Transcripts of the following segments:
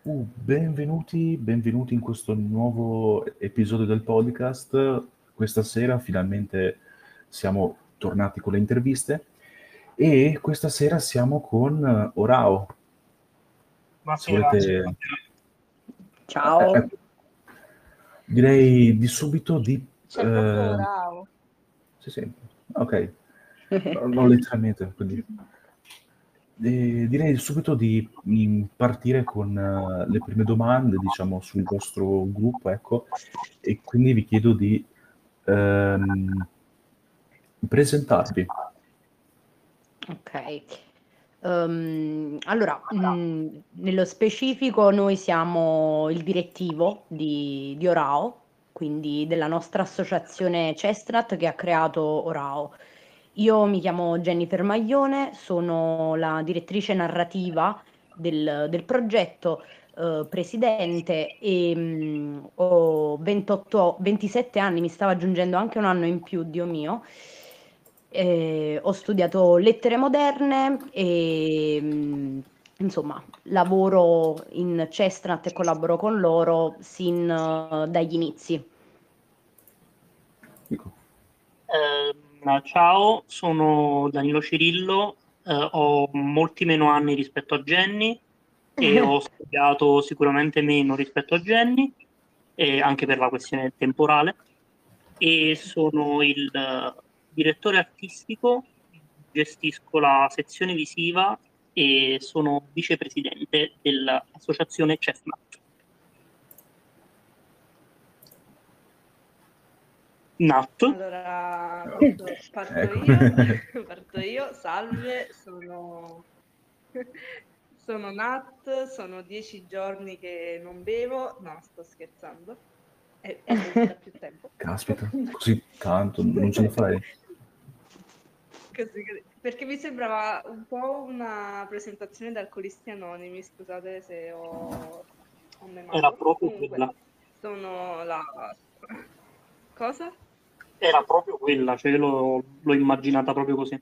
Benvenuti in questo nuovo episodio del podcast. Questa sera finalmente siamo tornati con le interviste e questa sera siamo con Orao. Se Buonasera. volete, Ciao. direi di subito di... C'è proprio Orao. Sì, ok. Non letteralmente, quindi... direi subito di partire con le prime domande, diciamo, sul vostro gruppo, ecco, e quindi vi chiedo di presentarvi. Ok. Allora, nello specifico noi siamo il direttivo di Orao, quindi della nostra associazione Cestrat che ha creato Orao. Io mi chiamo Jennifer Maglione, sono la direttrice narrativa del progetto, presidente e ho 27 anni, mi stava aggiungendo anche un anno in più, Dio mio. Ho studiato lettere moderne e insomma lavoro in Cestnat e collaboro con loro sin dagli inizi. Ciao, sono Danilo Cirillo, ho molti meno anni rispetto a Jenny e ho studiato sicuramente meno rispetto a Jenny, anche per la questione temporale, e sono il direttore artistico, gestisco la sezione visiva e sono vicepresidente dell'associazione Chestnut. Nat. Allora, parto io, salve, sono Nat, sono 10 giorni che non bevo, no, sto scherzando, è da più tempo. Caspita, così tanto, non ce la farei. Così, perché mi sembrava un po' una presentazione da Alcolisti Anonimi, scusate se ho memato. Era proprio Comunque, quella. sono la... Cosa? Era proprio quella, cioè l'ho immaginata proprio così.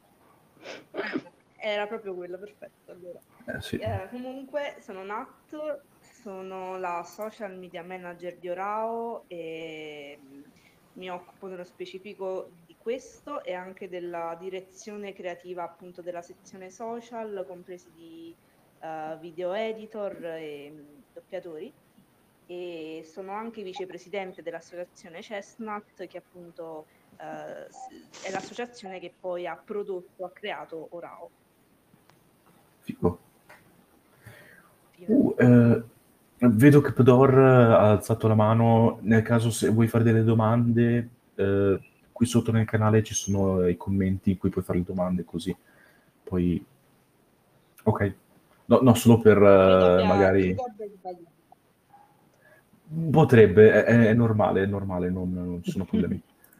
Era proprio quella, perfetto. Allora. Sì. Comunque sono Nat, sono la social media manager di Orao e mi occupo nello specifico di questo e anche della direzione creativa appunto della sezione social, compresi di video editor e doppiatori. E sono anche vicepresidente dell'associazione Chestnut, che appunto è l'associazione che poi ha creato Orao. Figo. Vedo che Pedor ha alzato la mano. Nel caso se vuoi fare delle domande, qui sotto nel canale ci sono i commenti in cui puoi fare le domande, così poi... Ok. No, solo per magari... Potrebbe, è normale, non ci sono problemi.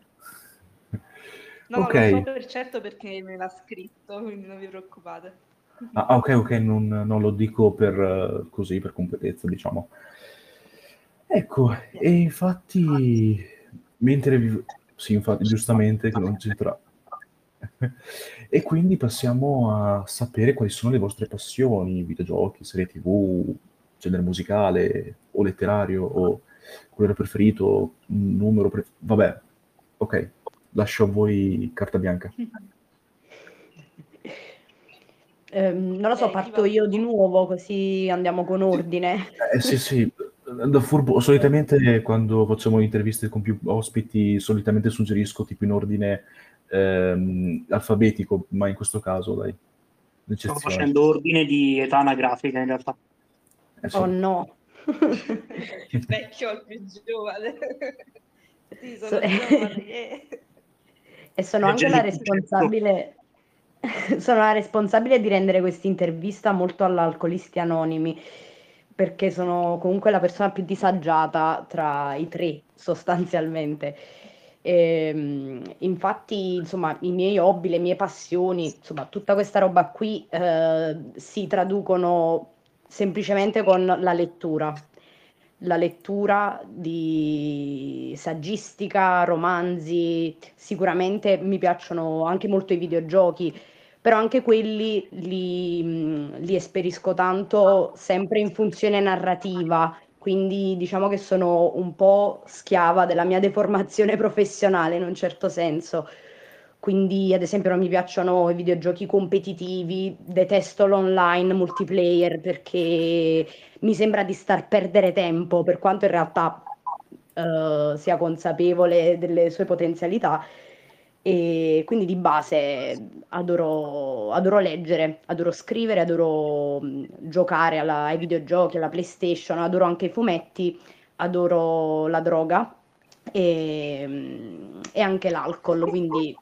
No, Ok. lo so per certo perché me l'ha scritto, quindi non vi preoccupate. Ok, non lo dico per così, per completezza, diciamo. Ecco, e infatti, sì, infatti, giustamente, che non c'entra. E quindi passiamo a sapere quali sono le vostre passioni, videogiochi, serie TV, genere musicale, o letterario, o quello preferito, un numero vabbè, ok, lascio a voi carta bianca. Non lo so, parto io di nuovo così andiamo con ordine. Sì, da furbo. Solitamente quando facciamo interviste con più ospiti, solitamente suggerisco tipo in ordine alfabetico, ma in questo caso, dai, Stavo l'eccezione. facendo ordine di età anagrafica in realtà. Sì. Oh no. Vecchio al più giovane. Sì, sono giovane. E sono anche la responsabile... Sono la responsabile di rendere questa intervista molto all'Alcolisti Anonimi, perché sono comunque la persona più disagiata tra i tre, sostanzialmente. Infatti, insomma, i miei hobby, le mie passioni, insomma, tutta questa roba qui si traducono semplicemente con la lettura di saggistica, romanzi, sicuramente mi piacciono anche molto i videogiochi, però anche quelli li esperisco tanto sempre in funzione narrativa, quindi diciamo che sono un po' schiava della mia deformazione professionale in un certo senso. Quindi, ad esempio, non mi piacciono i videogiochi competitivi, detesto l'online multiplayer perché mi sembra di star perdere tempo, per quanto in realtà sia consapevole delle sue potenzialità. E quindi di base adoro leggere, adoro scrivere, adoro giocare ai videogiochi, alla PlayStation, adoro anche i fumetti, adoro la droga e anche l'alcol, quindi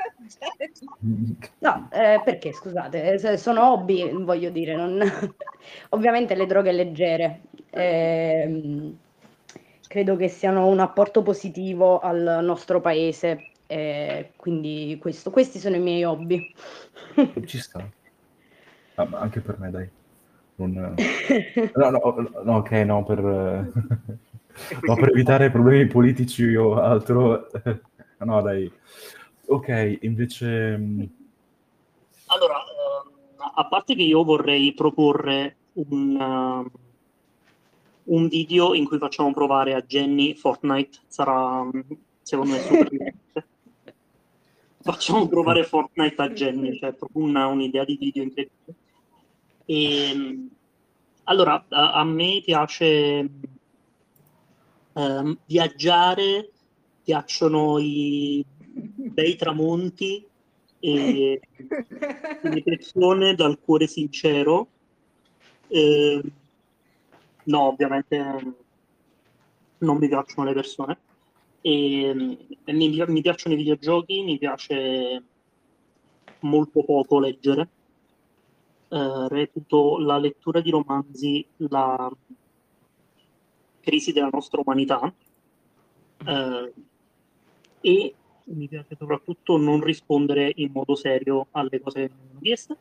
no, perché scusate, sono hobby, voglio dire, ovviamente le droghe leggere, credo che siano un apporto positivo al nostro paese, quindi questi sono i miei hobby. Ci sta. Ma anche per me, dai. No, ok, no, no, per evitare problemi politici o altro. No, dai. Ok, invece... Allora, a parte che io vorrei proporre un video in cui facciamo provare a Jenny Fortnite, sarà secondo me super divertente. Facciamo provare Fortnite a Jenny, cioè proprio un'idea di video incredibile. Allora, a me piace viaggiare, piacciono i bei tramonti e le persone dal cuore sincero. Eh, no, ovviamente non mi piacciono le persone. Mi piacciono i videogiochi, mi piace molto poco leggere. Reputo la lettura di romanzi la crisi della nostra umanità e mi piace soprattutto non rispondere in modo serio alle cose che mi vengono chieste.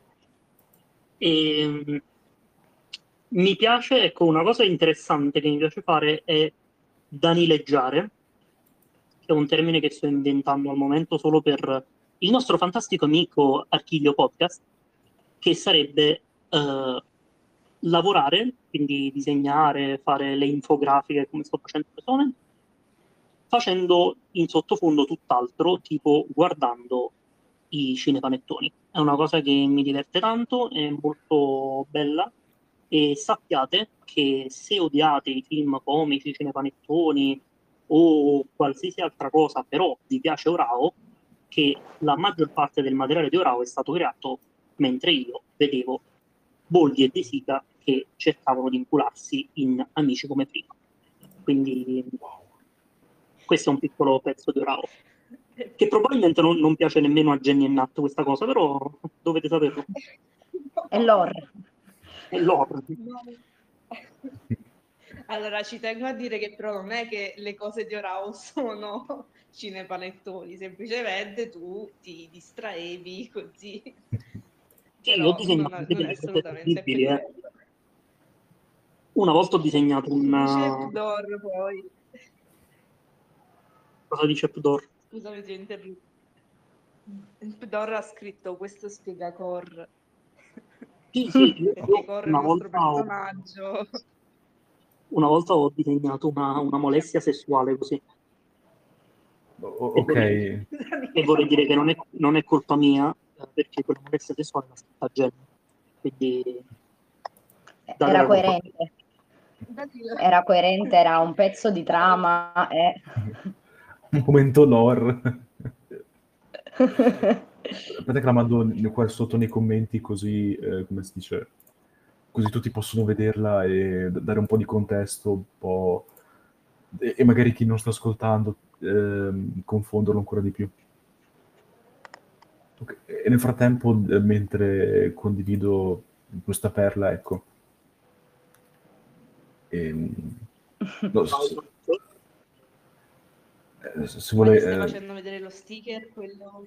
E, mi piace, ecco, una cosa interessante che mi piace fare è danileggiare, che è un termine che sto inventando al momento solo per il nostro fantastico amico Archivio Podcast, che sarebbe lavorare, quindi disegnare, fare le infografiche come sto facendo in questo momento, facendo in sottofondo tutt'altro, tipo guardando i cinepanettoni. È una cosa che mi diverte tanto, è molto bella e sappiate che se odiate i film comici, cinepanettoni o qualsiasi altra cosa, però vi piace Orao, che la maggior parte del materiale di Orao è stato creato mentre io vedevo Boldi e De Sica che cercavano di incularsi in Amici come prima. Quindi questo è un piccolo pezzo di Orao, che probabilmente non piace nemmeno a Jenny e Nat questa cosa, però dovete saperlo. È lore. È lore. Allora, ci tengo a dire che però non è che le cose di Orao sono cinepanettoni, semplicemente tu ti distraevi così. Sì, io ho disegnato non delle è cose assolutamente terribili, per quello. Una volta ho disegnato Dice Pdor poi. Cosa dice Pdor? Scusami ti ho interrotto. Pdor ha scritto questo spiega Cor. Sì, Perché Cor è il nostro personaggio. Una volta ho disegnato una molestia sessuale così. Ok. E vorrei dire che non è colpa mia, perché quella molestia sessuale l'ha scritta Jenny. Quindi era coerente. Era coerente, era un pezzo di trama. Un momento lore. Aspetta che la mando qua sotto nei commenti così, come si dice, così tutti possono vederla e dare un po' di contesto, un po'... e magari chi non sta ascoltando confonderlo ancora di più. Okay. E nel frattempo, mentre condivido questa perla, ecco, no, se vuole... stai facendo vedere lo sticker, quello...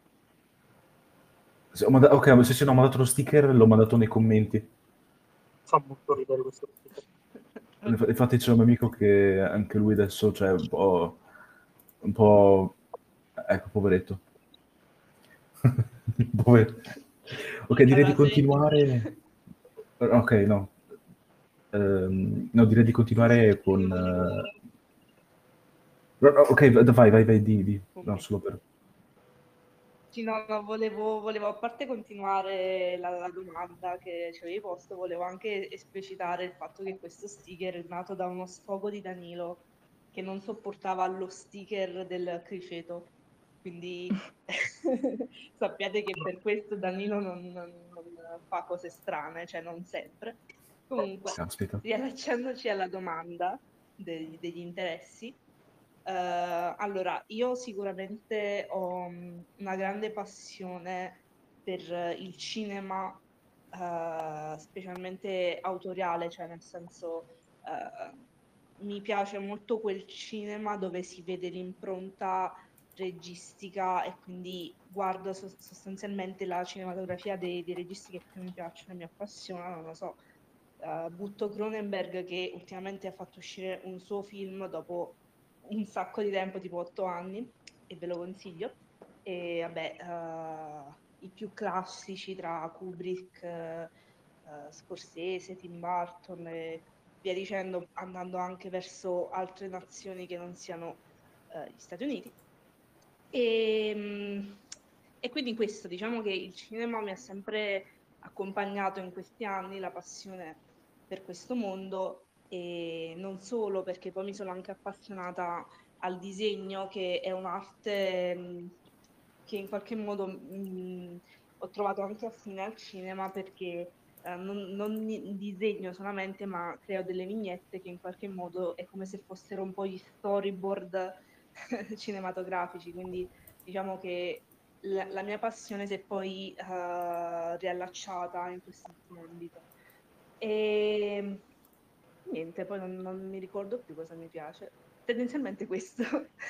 Ok, se no, ho mandato lo sticker, l'ho mandato nei commenti. Fa molto ridere questo sticker. Infatti c'è un mio amico che anche lui adesso c'è un po'... Ecco, poveretto. Ok, direi di Allora, se... continuare... Ok, no. No, direi di continuare con... Ok, vai, di. No, Ok. solo per... Sì, no, volevo a parte continuare la domanda che ci avevi posto, volevo anche esplicitare il fatto che questo sticker è nato da uno sfogo di Danilo che non sopportava lo sticker del criceto. Quindi sappiate che per questo Danilo non fa cose strane, cioè non sempre. Comunque, Aspetta. riallacciandoci alla domanda degli interessi, allora, io sicuramente ho una grande passione per il cinema, specialmente autoriale, cioè nel senso, mi piace molto quel cinema dove si vede l'impronta registica e quindi guardo sostanzialmente la cinematografia dei registi che più mi piacciono e mi appassionano, non lo so. Butto Cronenberg che ultimamente ha fatto uscire un suo film dopo un sacco di tempo, tipo 8 anni, e ve lo consiglio. E vabbè, i più classici tra Kubrick, Scorsese, Tim Burton e via dicendo, andando anche verso altre nazioni che non siano gli Stati Uniti. E quindi questo, diciamo che il cinema mi ha sempre accompagnato in questi anni, la passione per questo mondo, e non solo perché poi mi sono anche appassionata al disegno, che è un'arte che in qualche modo ho trovato anche affine al cinema perché non disegno solamente, ma creo delle vignette che in qualche modo è come se fossero un po' gli storyboard cinematografici, quindi diciamo che la mia passione si è poi riallacciata in quest'ultimo ambito. E niente, poi non mi ricordo più cosa mi piace. Tendenzialmente questo.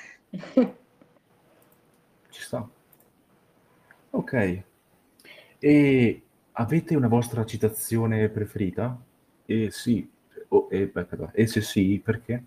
Ci sta. Ok. E avete una vostra citazione preferita? E sì. E se sì, perché?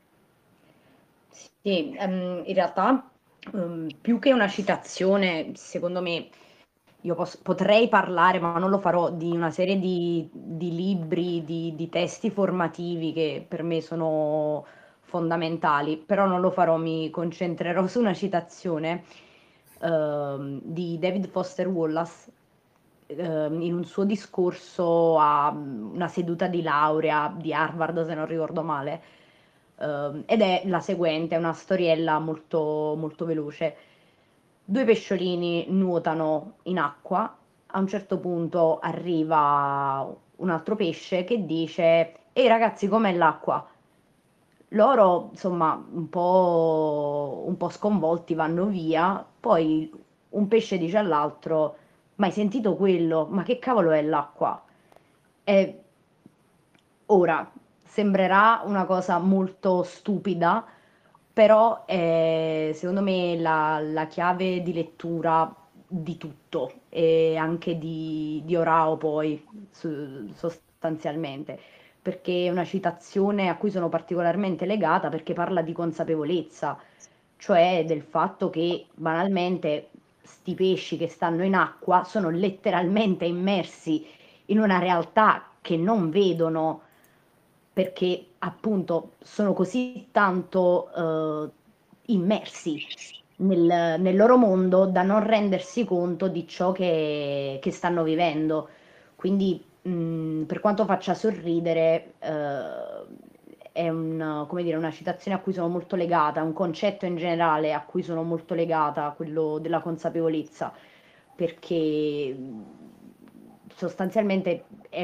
Sì, in realtà più che una citazione, secondo me, io potrei parlare, ma non lo farò, di una serie di libri, di testi formativi che per me sono fondamentali, però non lo farò, mi concentrerò su una citazione di David Foster Wallace in un suo discorso a una seduta di laurea di Harvard, se non ricordo male, ed è la seguente, è una storiella molto, molto veloce. Due pesciolini nuotano in acqua, a un certo punto arriva un altro pesce che dice: Ehi ragazzi, com'è l'acqua? Loro, insomma, un po' sconvolti vanno via, poi un pesce dice all'altro: Ma hai sentito quello? Ma che cavolo è l'acqua? E ora sembrerà una cosa molto stupida, però è secondo me la chiave di lettura di tutto e anche di Orao poi sostanzialmente, perché è una citazione a cui sono particolarmente legata perché parla di consapevolezza, cioè del fatto che banalmente sti pesci che stanno in acqua sono letteralmente immersi in una realtà che non vedono perché appunto sono così tanto immersi nel loro mondo da non rendersi conto di ciò che stanno vivendo. Quindi, per quanto faccia sorridere, è come dire, una citazione a cui sono molto legata, un concetto in generale a cui sono molto legata, quello della consapevolezza, perché sostanzialmente è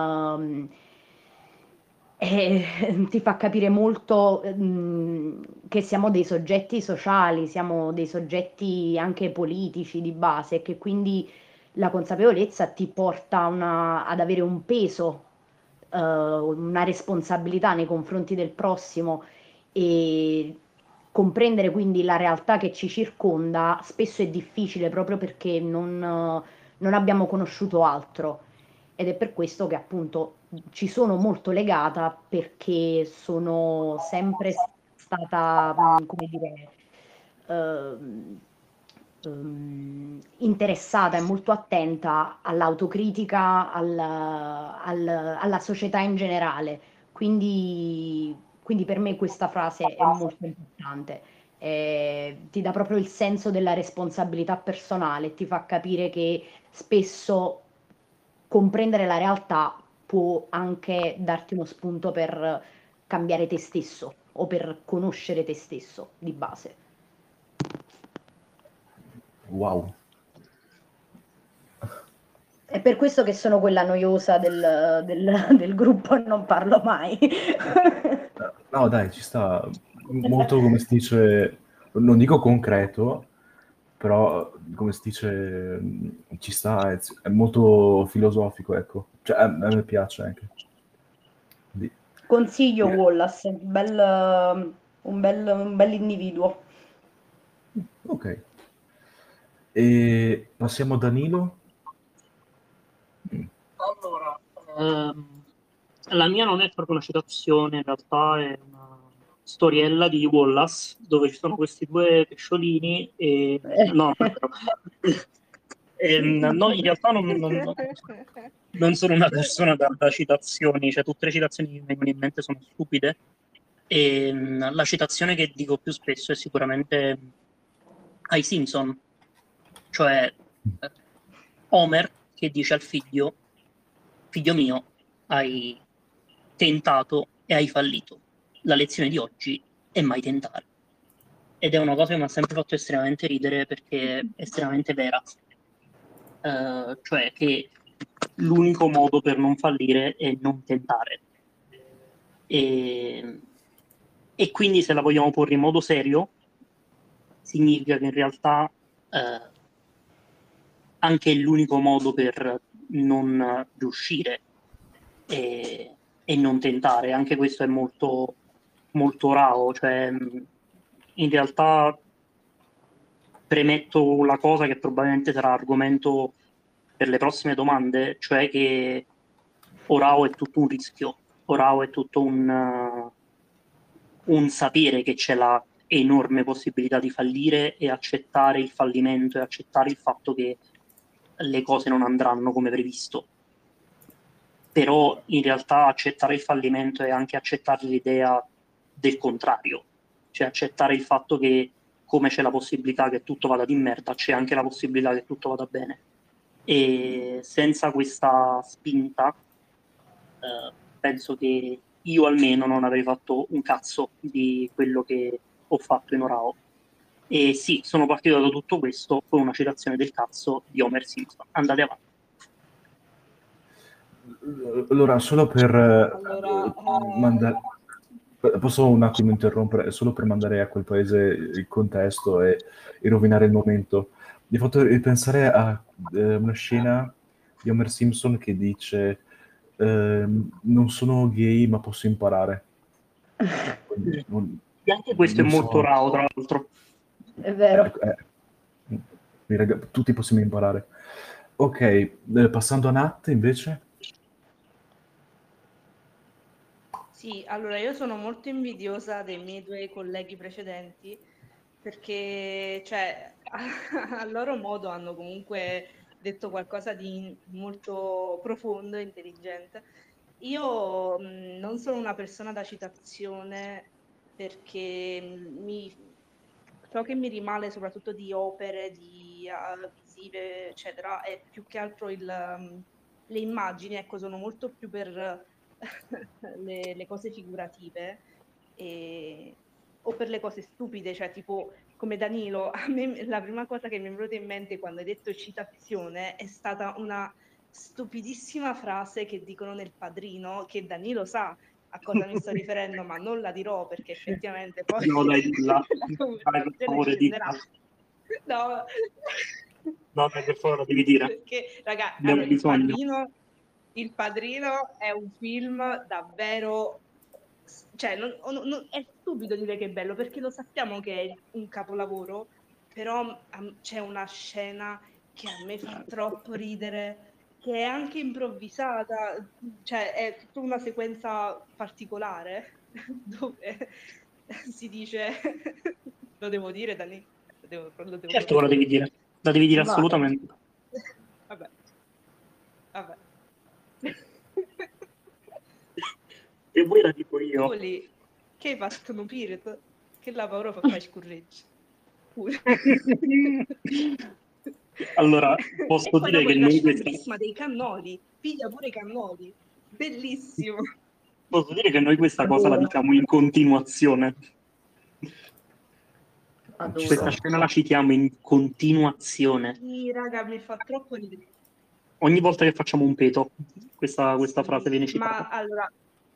ti fa capire molto che siamo dei soggetti sociali, siamo dei soggetti anche politici di base, e che quindi la consapevolezza ti porta ad avere un peso, una responsabilità nei confronti del prossimo e comprendere quindi la realtà che ci circonda spesso è difficile proprio perché non abbiamo conosciuto altro. Ed è per questo che appunto ci sono molto legata perché sono sempre stata, come dire, ehm, interessata e molto attenta all'autocritica, alla società in generale. Quindi per me questa frase è molto importante. Ti dà proprio il senso della responsabilità personale, ti fa capire che spesso comprendere la realtà può anche darti uno spunto per cambiare te stesso o per conoscere te stesso di base. Wow. È per questo che sono quella noiosa del gruppo e non parlo mai. No, dai, ci sta molto, come si dice, non dico concreto, però come si dice, ci sta, è molto filosofico, ecco. Cioè, a me piace anche. Quindi, Consiglio Wallace, un bel individuo. ok. E passiamo a Danilo. Allora, la mia non è proprio una citazione, in realtà è una storiella di Wallace, dove ci sono questi due pesciolini e... No, non è vero. No, in realtà non sono una persona da citazioni, cioè tutte le citazioni che mi vengono in mente sono stupide. E la citazione che dico più spesso è sicuramente ai Simpson, cioè Homer che dice al figlio: figlio mio, hai tentato e hai fallito. La lezione di oggi è mai tentare. Ed è una cosa che mi ha sempre fatto estremamente ridere perché è estremamente vera. Cioè che l'unico modo per non fallire è non tentare. E quindi se la vogliamo porre in modo serio, significa che in realtà anche è l'unico modo per non riuscire e non tentare. Anche questo è molto, molto raro. Cioè, in realtà premetto la cosa che probabilmente sarà argomento per le prossime domande, cioè che Orao è tutto un rischio, Orao è tutto un sapere che c'è la enorme possibilità di fallire e accettare il fallimento e accettare il fatto che le cose non andranno come previsto. Però in realtà accettare il fallimento è anche accettare l'idea del contrario, cioè accettare il fatto che come c'è la possibilità che tutto vada di merda, c'è anche la possibilità che tutto vada bene. E senza questa spinta penso che io almeno non avrei fatto un cazzo di quello che ho fatto in Orao. E sì, sono partito da tutto questo con una citazione del cazzo di Homer Simpson. Andate avanti. Allora, solo per Allora, mandare... Posso un attimo interrompere? Solo per mandare a quel paese il contesto e rovinare il momento. Mi ha fatto ripensare a una scena di Homer Simpson che dice non sono gay ma posso imparare. E anche questo è molto raro, tra l'altro. È vero. Tutti possiamo imparare. Ok, passando a Nat invece. sì, allora io sono molto invidiosa dei miei due colleghi precedenti perché, cioè, a loro modo hanno comunque detto qualcosa di molto profondo e intelligente. Io non sono una persona da citazione perché ciò che mi rimane soprattutto di opere, di visive, eccetera, è più che altro le immagini, ecco, sono molto più per le cose figurative o per le cose stupide, cioè tipo come Danilo, a me la prima cosa che mi è venuta in mente quando hai detto citazione è stata una stupidissima frase che dicono nel Padrino, che Danilo sa a cosa mi sto riferendo, ma non la dirò perché effettivamente poi No, dai, dilla. la conversazione scenderà. No. No, dai, per favore, lo devi dire. Perché, raga, Abbiamo allora, bisogno. Il Padrino è un film davvero... Cioè, è stupido dire che è bello, perché lo sappiamo che è un capolavoro, però c'è una scena che a me fa troppo ridere, che è anche improvvisata, cioè è tutta una sequenza particolare, dove si dice... Lo devo dire, Dani? Lo devo Certo che lo devi dire. La devi dire Vai. assolutamente. Vabbè. E voi la dico io. Quelli che partono Piret, che la paura fa fare scorreggi. Pure. Allora, E posso poi dire dopo che la noi scena questa... bellissima dei cannoli, piglia pure i cannoli. Bellissimo. Posso dire che noi questa cosa la diciamo in continuazione. Ci Questa sta. scena la citiamo in continuazione. Sì, raga, mi fa troppo ridere. Ogni volta che facciamo un peto, questa Sì, frase viene citata. ma allora,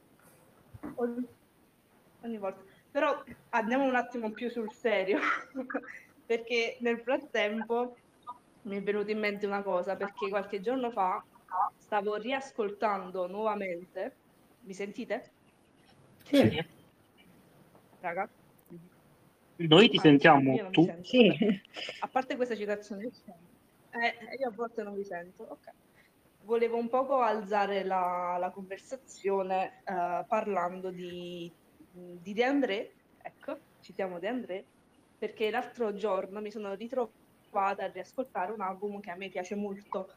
ogni volta. Però andiamo un attimo più sul serio, perché nel frattempo mi è venuta in mente una cosa, perché qualche giorno fa stavo riascoltando nuovamente. Mi sentite? Sì, Raga? Noi ti Ah, sentiamo, io non mi tu? sento. sì. A parte questa citazione, io a volte non mi sento. Ok. Volevo un poco alzare la conversazione parlando di De André, ecco, citiamo De André, perché l'altro giorno mi sono ritrovata a riascoltare un album che a me piace molto,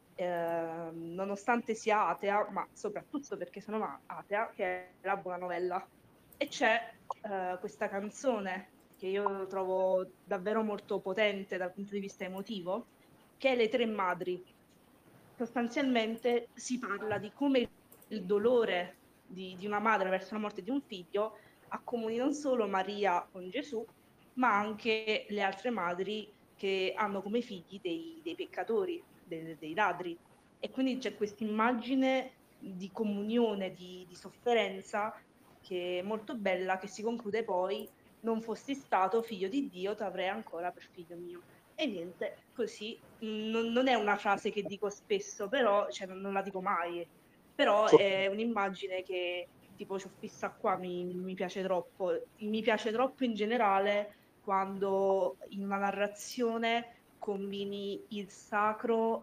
nonostante sia atea, ma soprattutto perché sono atea, che è La Buona Novella. E c'è questa canzone che io trovo davvero molto potente dal punto di vista emotivo, che è Le Tre Madri. Sostanzialmente si parla di come il dolore di una madre verso la morte di un figlio accomuni non solo Maria con Gesù, ma anche le altre madri che hanno come figli dei peccatori, dei ladri. E quindi c'è questa immagine di comunione, di sofferenza, che è molto bella, che si conclude poi: non fossi stato figlio di Dio, t'avrei ancora per figlio mio. E niente, così non è una frase che dico spesso, però cioè, non la dico mai, però è un'immagine che tipo c'ho fissa qua, mi piace troppo. Mi piace troppo in generale quando in una narrazione combini il sacro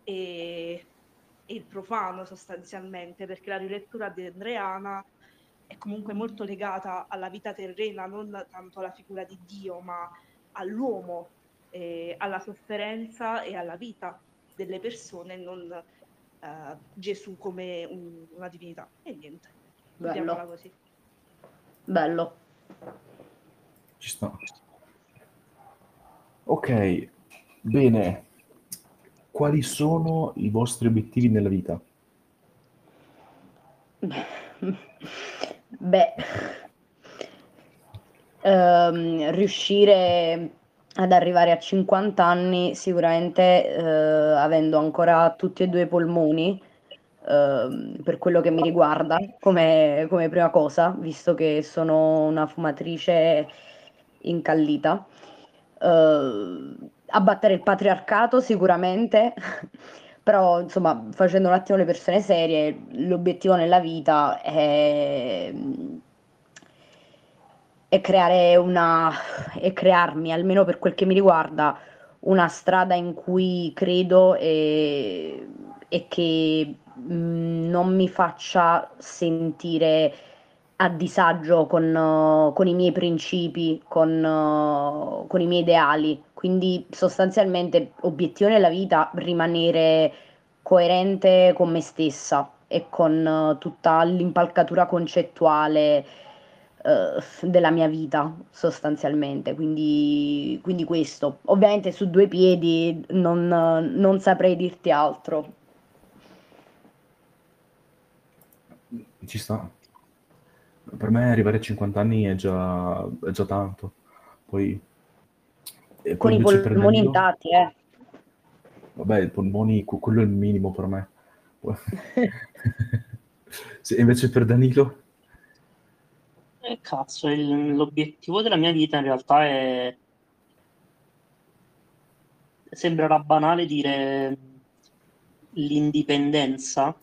e il profano sostanzialmente, perché la rilettura di Andreana è comunque molto legata alla vita terrena, non tanto alla figura di Dio, ma all'uomo, alla sofferenza e alla vita delle persone, non Gesù come una divinità. E niente, chiudiamola Bello, così. bello. Ci sta. Ok, bene. Quali sono i vostri obiettivi nella vita? Beh, riuscire ad arrivare a 50 anni sicuramente avendo ancora tutti e due i polmoni, per quello che mi riguarda, come prima cosa, visto che sono una fumatrice incallita. Abbattere il patriarcato sicuramente, però insomma, facendo un attimo le persone serie, l'obiettivo nella vita è è crearmi, almeno per quel che mi riguarda, una strada in cui credo e che non mi faccia sentire a disagio con i miei principi, con i miei ideali. Quindi sostanzialmente obiettivo nella vita rimanere coerente con me stessa e con tutta l'impalcatura concettuale della mia vita sostanzialmente. Quindi questo. Ovviamente su due piedi non saprei dirti altro. Ci sta. Per me arrivare a 50 anni è già tanto. Poi, e poi Con i invece per polmoni Danilo, intatti, vabbè, i polmoni, quello è il minimo per me. Se invece per Danilo, Cazzo, l'obiettivo della mia vita in realtà è... Sembrerà banale dire l'indipendenza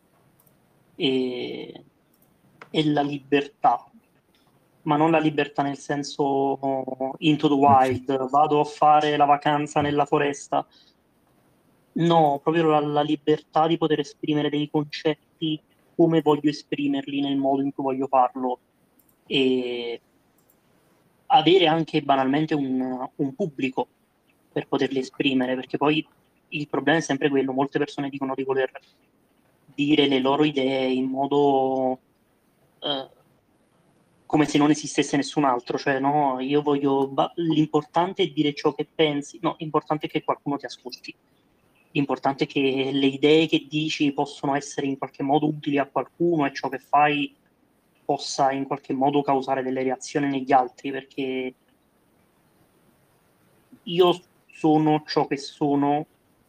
e, e la libertà, ma non la libertà nel senso into the wild, vado a fare la vacanza nella foresta. No, proprio la libertà di poter esprimere dei concetti come voglio esprimerli nel modo in cui voglio farlo e avere anche banalmente un pubblico, per poterli esprimere, perché poi il problema è sempre quello, molte persone dicono di voler dire le loro idee in modo come se non esistesse nessun altro, cioè no, io voglio, l'importante è dire ciò che pensi, no, l'importante è che qualcuno ti ascolti, l'importante è che le idee che dici possono essere in qualche modo utili a qualcuno e ciò che fai possa in qualche modo causare delle reazioni negli altri, perché io sono ciò che sono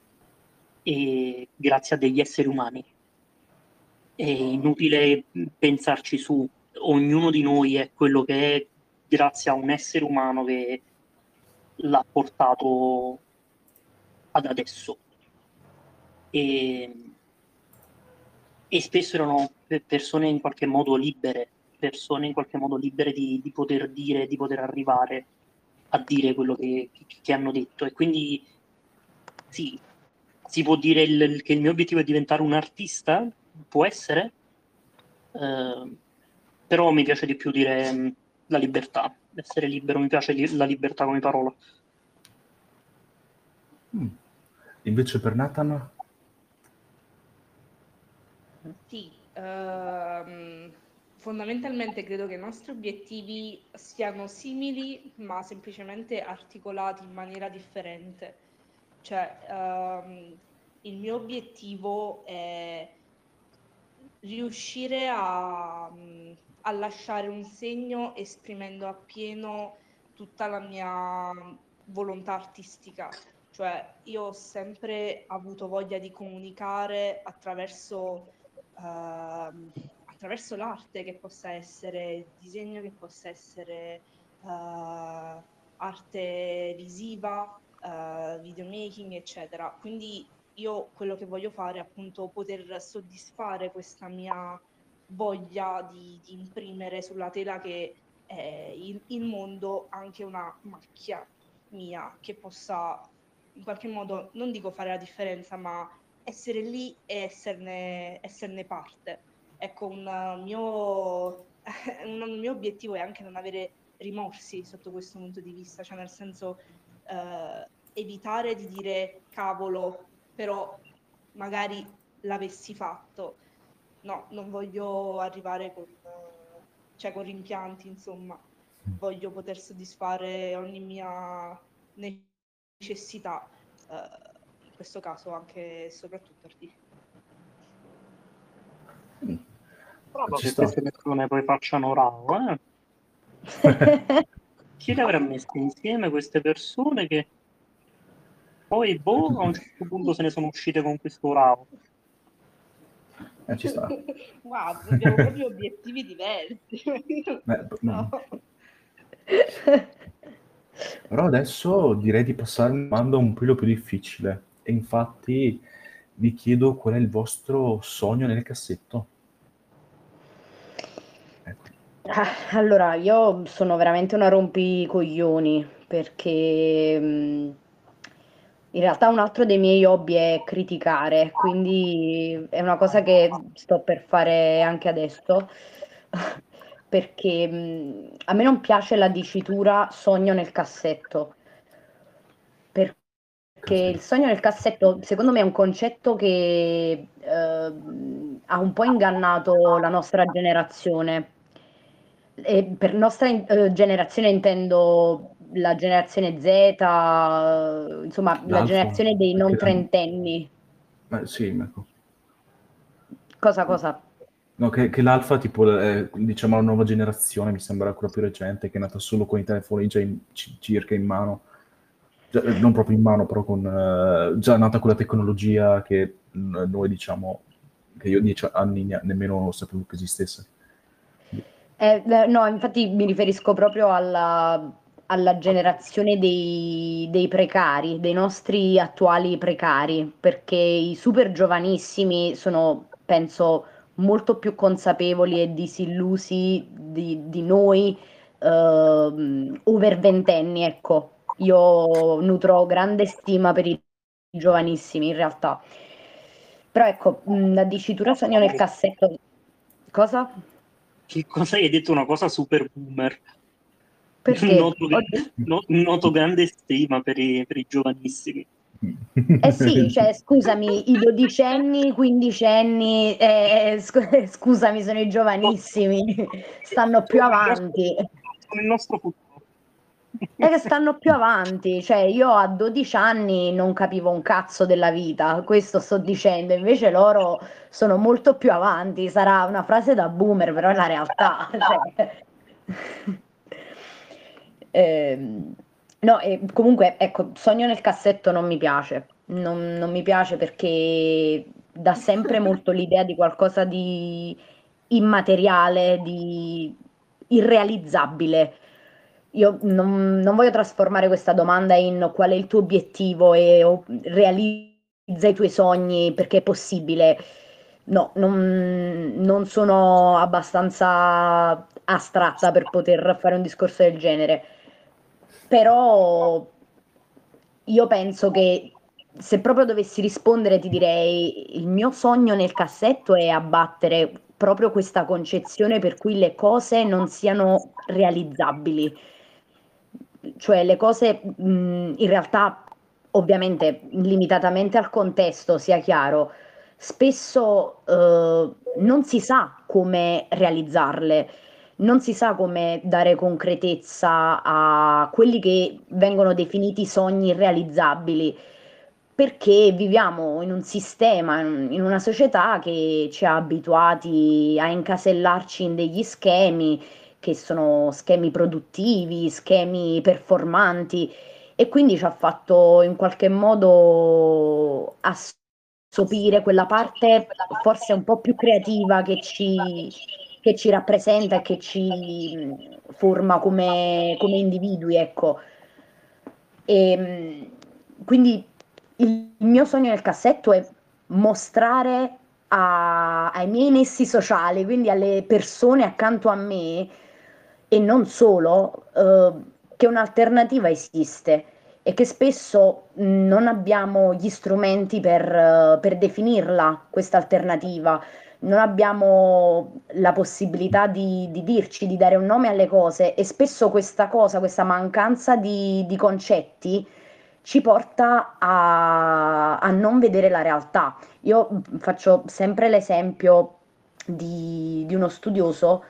e grazie a degli esseri umani. È inutile pensarci su, ognuno di noi è quello che è grazie a un essere umano che l'ha portato ad adesso. E spesso erano persone in qualche modo libere, di poter dire, di poter arrivare a dire quello che hanno detto. E quindi sì, si può dire che il mio obiettivo è diventare un artista? Può essere? Però mi piace di più dire la libertà, essere libero, mi piace la libertà come parola. Invece per Nathan? Sì, fondamentalmente credo che i nostri obiettivi siano simili, ma semplicemente articolati in maniera differente. Cioè, il mio obiettivo è riuscire a lasciare un segno esprimendo appieno tutta la mia volontà artistica. Cioè, io ho sempre avuto voglia di comunicare attraverso l'arte, che possa essere disegno, che possa essere arte visiva, videomaking, eccetera. Quindi io quello che voglio fare è appunto poter soddisfare questa mia voglia di imprimere sulla tela che è il mondo anche una macchia mia che possa in qualche modo, non dico fare la differenza, ma essere lì e esserne parte. Ecco, un mio obiettivo è anche non avere rimorsi sotto questo punto di vista, cioè nel senso evitare di dire cavolo, però magari l'avessi fatto. No, non voglio arrivare con rimpianti, insomma. Voglio poter soddisfare ogni mia necessità, in questo caso anche e soprattutto artistica. Bravo Ci che sta. queste persone poi facciano RAW, Chi le avrà messe insieme queste persone che poi a un certo punto se ne sono uscite con questo RAW? Ci sta. Wow, abbiamo proprio obiettivi diversi. No. Però adesso direi di passare a una domanda un pelo più difficile. E infatti vi chiedo qual è il vostro sogno nel cassetto. Ecco. Allora, io sono veramente una rompicoglioni perché in realtà un altro dei miei hobby è criticare, quindi è una cosa che sto per fare anche adesso, perché a me non piace la dicitura sogno nel cassetto, perché il sogno nel cassetto secondo me è un concetto che ha un po' ingannato la nostra generazione. E per nostra generazione intendo la generazione Z, insomma la L'alfa, generazione dei non perché trentenni. sì, ecco. Cosa? No, che l'alfa tipo è, diciamo, la nuova generazione, mi sembra quella più recente, che è nata solo con i telefoni già circa in mano. Non proprio in mano, però con già nata con la tecnologia che noi diciamo, che io 10 anni nemmeno sapevo che esistesse. No, infatti mi riferisco proprio alla generazione dei precari, dei nostri attuali precari, perché i super giovanissimi sono, penso, molto più consapevoli e disillusi di noi over ventenni, ecco. Io nutro grande stima per i giovanissimi in realtà. Però ecco, la dicitura sogno nel cassetto. Cosa? Che cosa hai detto? Una cosa super boomer. Perché noto grande stima per i giovanissimi. Eh sì, cioè scusami, i dodicenni, quindicenni, scusami, sono i giovanissimi, stanno più avanti. Sono il nostro futuro. È che stanno più avanti, cioè io a 12 anni non capivo un cazzo della vita, questo sto dicendo, invece loro sono molto più avanti, sarà una frase da boomer, però è la realtà. Cioè. No, e comunque, ecco, Sogno nel cassetto non mi piace, non mi piace perché dà sempre molto l'idea di qualcosa di immateriale, di irrealizzabile. Io non voglio trasformare questa domanda in qual è il tuo obiettivo e realizza i tuoi sogni perché è possibile. No, non sono abbastanza astratta per poter fare un discorso del genere. Però io penso che se proprio dovessi rispondere ti direi il mio sogno nel cassetto è abbattere proprio questa concezione per cui le cose non siano realizzabili. Cioè le cose in realtà, ovviamente limitatamente al contesto, sia chiaro, spesso non si sa come realizzarle, non si sa come dare concretezza a quelli che vengono definiti sogni irrealizzabili, perché viviamo in un sistema, in una società che ci ha abituati a incasellarci in degli schemi, che sono schemi produttivi, schemi performanti, e quindi ci ha fatto in qualche modo assopire quella parte forse un po' più creativa che ci rappresenta e che ci forma come individui, ecco. Quindi il mio sogno nel cassetto è mostrare ai miei nessi sociali, quindi alle persone accanto a me, e non solo, che un'alternativa esiste e che spesso non abbiamo gli strumenti per definirla, questa alternativa. Non abbiamo la possibilità di dirci, di dare un nome alle cose, e spesso questa cosa, questa mancanza di concetti ci porta a non vedere la realtà. Io faccio sempre l'esempio di uno studioso,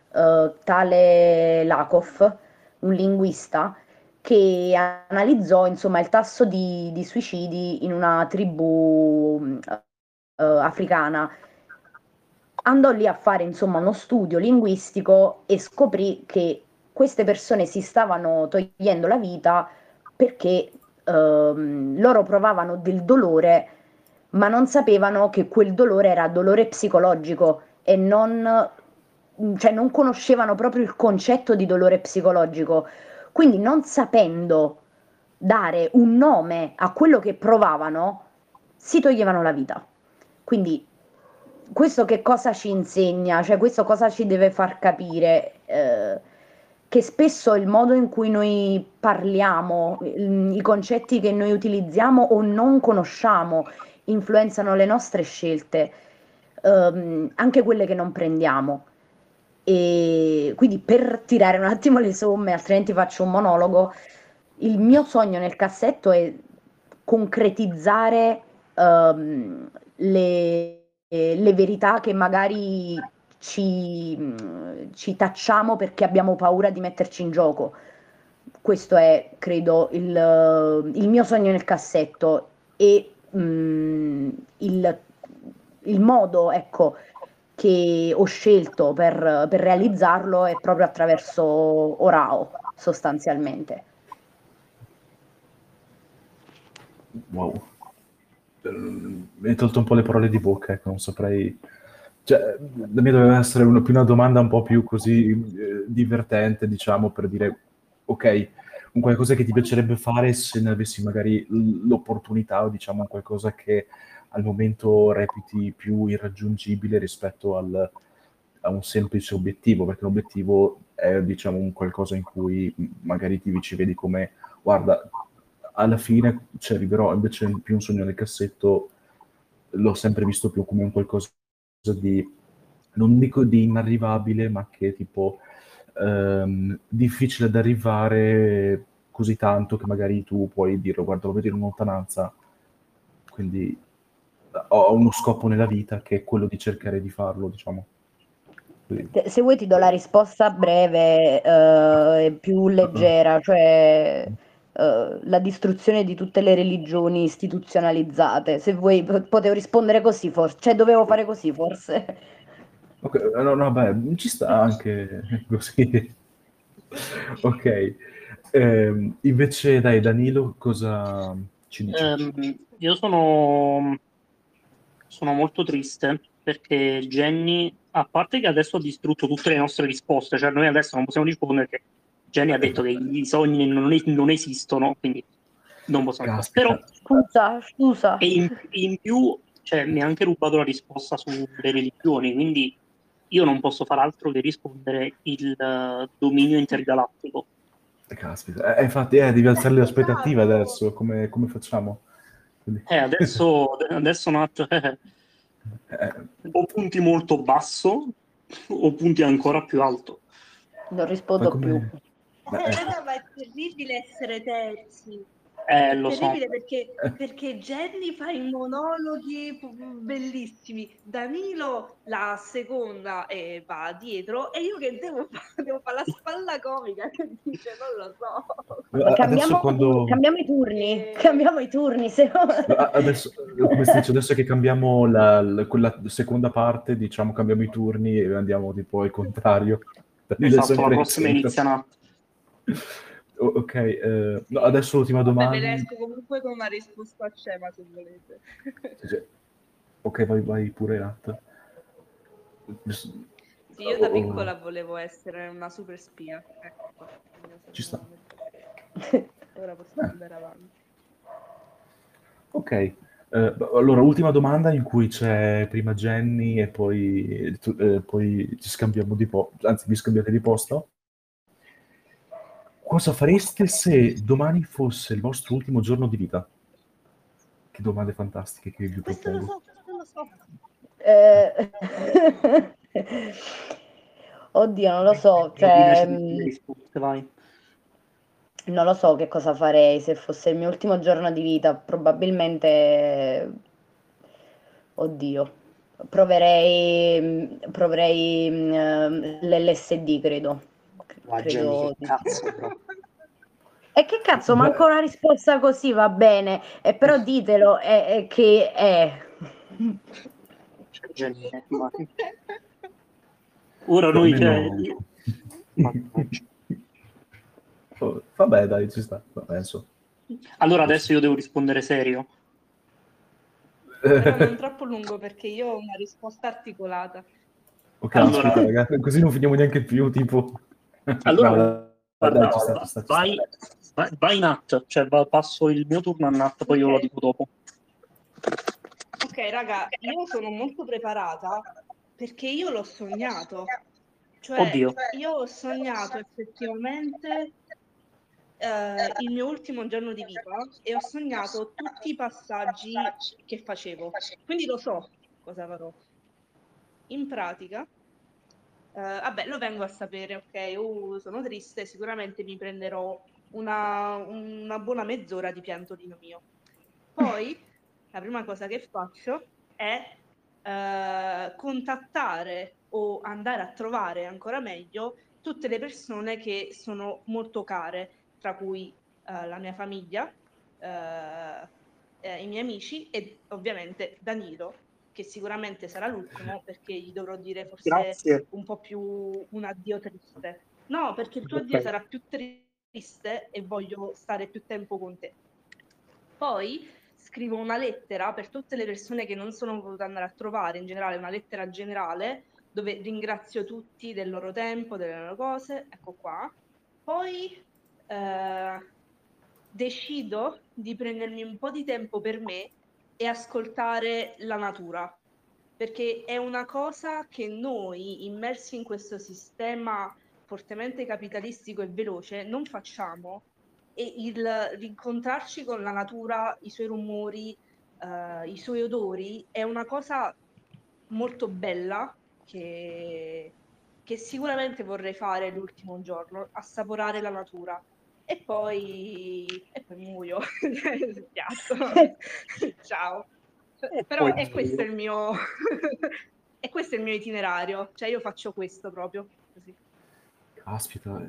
tale Lakoff, un linguista, che analizzò insomma il tasso di suicidi in una tribù africana. Andò lì a fare insomma uno studio linguistico e scoprì che queste persone si stavano togliendo la vita perché loro provavano del dolore, ma non sapevano che quel dolore era dolore psicologico e cioè non conoscevano proprio il concetto di dolore psicologico. Quindi non sapendo dare un nome a quello che provavano, si toglievano la vita. Quindi questo che cosa ci insegna? Cioè questo cosa ci deve far capire? Che spesso il modo in cui noi parliamo, i concetti che noi utilizziamo o non conosciamo, influenzano le nostre scelte, anche quelle che non prendiamo. E quindi per tirare un attimo le somme, altrimenti faccio un monologo, il mio sogno nel cassetto è concretizzare le verità che magari ci tacciamo perché abbiamo paura di metterci in gioco. Questo è, credo, il mio sogno nel cassetto, e il modo, ecco, che ho scelto per realizzarlo è proprio attraverso Orao, sostanzialmente. Wow. Mi hai tolto un po' le parole di bocca, ecco, non saprei. Cioè, la mia doveva essere più una domanda un po' più così divertente, diciamo, per dire, ok, un qualcosa che ti piacerebbe fare se ne avessi magari l'opportunità, o diciamo un qualcosa che al momento reputi più irraggiungibile rispetto a un semplice obiettivo, perché l'obiettivo è, diciamo, un qualcosa in cui magari ti ci vedi come, guarda, alla fine ci arriverò. Invece più un sogno nel cassetto l'ho sempre visto più come un qualcosa di, non dico di inarrivabile, ma che tipo difficile da arrivare così tanto che magari tu puoi dire guarda lo vedo in lontananza, quindi ho uno scopo nella vita che è quello di cercare di farlo, diciamo. Quindi, Se vuoi ti do la risposta breve e più leggera, cioè la distruzione di tutte le religioni istituzionalizzate. Se vuoi potevo rispondere così forse, cioè dovevo fare così forse. ok, no, beh, ci sta anche così. Ok. Invece, dai, Danilo, cosa ci dici? Io sono molto triste perché Jenny, a parte che adesso ha distrutto tutte le nostre risposte, cioè noi adesso non possiamo rispondere perché Jenny ha detto che i sogni non esistono, quindi non possiamo rispondere. Caspita. Scusa. E in più, cioè, mi ha anche rubato la risposta sulle religioni, quindi io non posso far altro che rispondere il dominio intergalattico. Caspita. Infatti, devi alzare le aspettative adesso, come facciamo? Quindi- Adesso Nat, o punti molto basso o punti ancora più alto. Non Ma rispondo più. come... Ma, ecco. Raga, ma è terribile essere terzi. Lo so. Terribile perché Jenny fa i monologhi bellissimi, Danilo la seconda e va dietro e io che devo fare la spalla comica che dice non lo so. Adesso quando... Cambiamo i turni, cambiamo i turni. Se no... Adesso, come si dice, adesso che cambiamo quella seconda parte, diciamo, cambiamo i turni e andiamo tipo al contrario. Danilo è Esatto, la sempre in prossima centro. inizia Nat. Ok, no, adesso l'ultima Vabbè, domanda. me ne esco comunque con una risposta a scema se volete. Sì. Ok, vai pure Nat. Sì, io da piccola volevo essere una super spia. Ecco qua. Ci sta. Ora possiamo andare avanti. Ok, allora ultima domanda in cui c'è prima Jenny e poi ci scambiamo di posto, anzi vi scambiate di posto. Cosa fareste se domani fosse il vostro ultimo giorno di vita? Che domande fantastiche che vi Questo lo propongo. so. Oddio, non lo so, Invece cioè, le risposte, vai. non lo so che cosa farei se fosse il mio ultimo giorno di vita. Probabilmente, oddio, proverei l'LSD, credo. Jenny, Credo che di sì. cazzo, bro. E che cazzo, manco una risposta così va bene, però ditelo, è che è. Jenny, ora noi Almeno... Vabbè, dai, ci sta, penso. Allora adesso io devo rispondere serio. Però non troppo lungo perché io ho una risposta articolata. Ok, Allora- aspetta, ragazzi, così non finiamo neanche più, tipo... Allora, No, guarda, dai, ci sta. vai Nat, cioè passo il mio turno a Nat, poi io lo dico dopo. Ok, raga, io sono molto preparata perché io l'ho sognato. Cioè, Oddio. io ho sognato effettivamente il mio ultimo giorno di vita e ho sognato tutti i passaggi che facevo. Quindi lo so cosa farò. In pratica, vabbè, lo vengo a sapere, ok? Sono triste, sicuramente mi prenderò una buona mezz'ora di piantolino mio. Poi, la prima cosa che faccio è contattare o andare a trovare ancora meglio tutte le persone che sono molto care, tra cui la mia famiglia, i miei amici e ovviamente Danilo, che sicuramente sarà l'ultimo perché gli dovrò dire forse Grazie. un po' più un addio triste. No, perché il tuo addio sarà più triste e voglio stare più tempo con te. Poi scrivo una lettera per tutte le persone che non sono voluta andare a trovare, in generale una lettera generale dove ringrazio tutti del loro tempo, delle loro cose, ecco qua. Poi decido di prendermi un po' di tempo per me e ascoltare la natura, perché è una cosa che noi, immersi in questo sistema fortemente capitalistico e veloce, non facciamo e il rincontrarci con la natura, i suoi rumori, i suoi odori, è una cosa molto bella che sicuramente vorrei fare l'ultimo giorno, assaporare la natura. E poi muoio. Spiazzo. Ciao. Però poi è questo il mio è questo il mio itinerario, cioè io faccio questo proprio così. Caspita.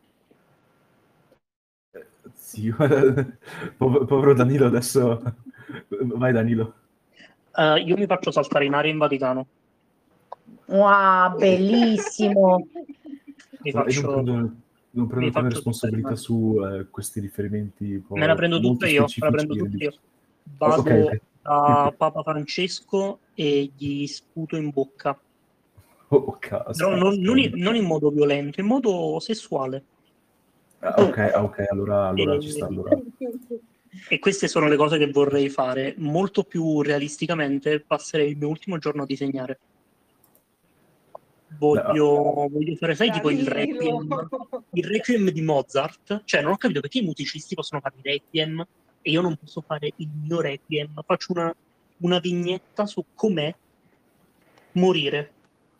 Zio. Povero Danilo adesso. Vai Danilo. io mi faccio saltare in aria in Vaticano. Wow, bellissimo. Mi E non faccio, prendo mi alcune faccio responsabilità saltare. su questi riferimenti un Me la po' prendo tutta molto io, me la specifici. prendo tutta io. Ok, Vado ok. da Papa Francesco e gli sputo in bocca. Oh, Però caspita. non in modo violento, in modo sessuale. Ok, allora ci sta. E, Allora. e queste sono le cose che vorrei fare. Molto più realisticamente passerei il mio ultimo giorno a disegnare. Voglio fare, sai, tipo Danilo. il Requiem di Mozart. Cioè, non ho capito perché i musicisti possono fare i Requiem e io non posso fare il mio Requiem. Faccio una vignetta su com'è morire.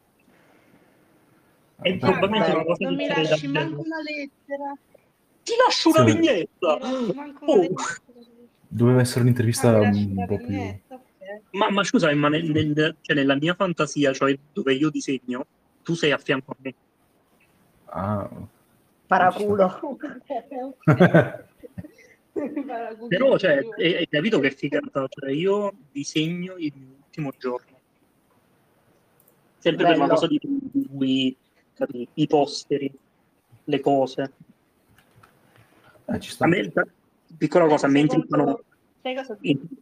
È probabilmente una Guarda, cosa non che mi farei lasci davvero. manco una lettera. Ti lascio una Sì, vignetta! Mi lasci manco una Oh. lettera. doveva essere Ah, mi un'intervista lasci un una po' più. vignetta, ok. Ma scusami, ma cioè, nella mia fantasia, cioè dove io disegno, tu sei a fianco a me. Ah, Paraculo. Però, cioè, hai capito che figata? Cioè, io disegno il mio ultimo giorno. Sempre per la cosa Bello. di cui, capi, i posteri, le cose. ci A sta. me, piccola cosa, Sai mentre quanto... Sai cosa...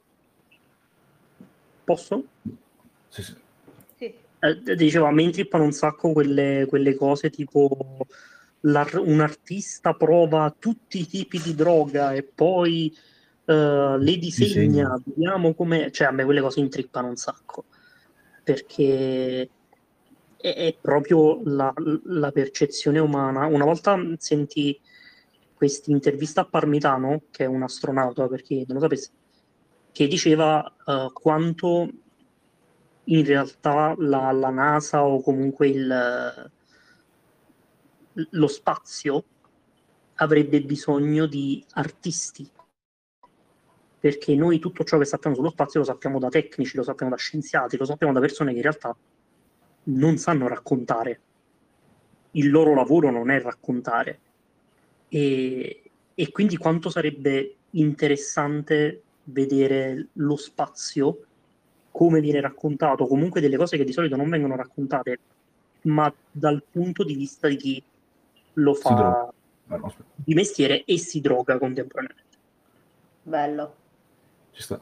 Posso? Sì, sì. Sì. Dicevo, a me intrippano un sacco quelle cose tipo un artista prova tutti i tipi di droga e poi le Disegno. disegna, vediamo come... Cioè, a me quelle cose intrippano un sacco, perché è proprio la percezione umana. Una volta senti questa intervista a Parmitano, che è un astronauta, per chi non lo sapesse, che diceva quanto in realtà la NASA o comunque lo spazio avrebbe bisogno di artisti, perché noi tutto ciò che sappiamo sullo spazio lo sappiamo da tecnici, lo sappiamo da scienziati, lo sappiamo da persone che in realtà non sanno raccontare. Il loro lavoro non è raccontare. E quindi quanto sarebbe interessante vedere lo spazio, come viene raccontato, comunque delle cose che di solito non vengono raccontate, ma dal punto di vista di chi lo Si droga. fa No, aspetta. di mestiere e si droga contemporaneamente. Bello. Ci sta.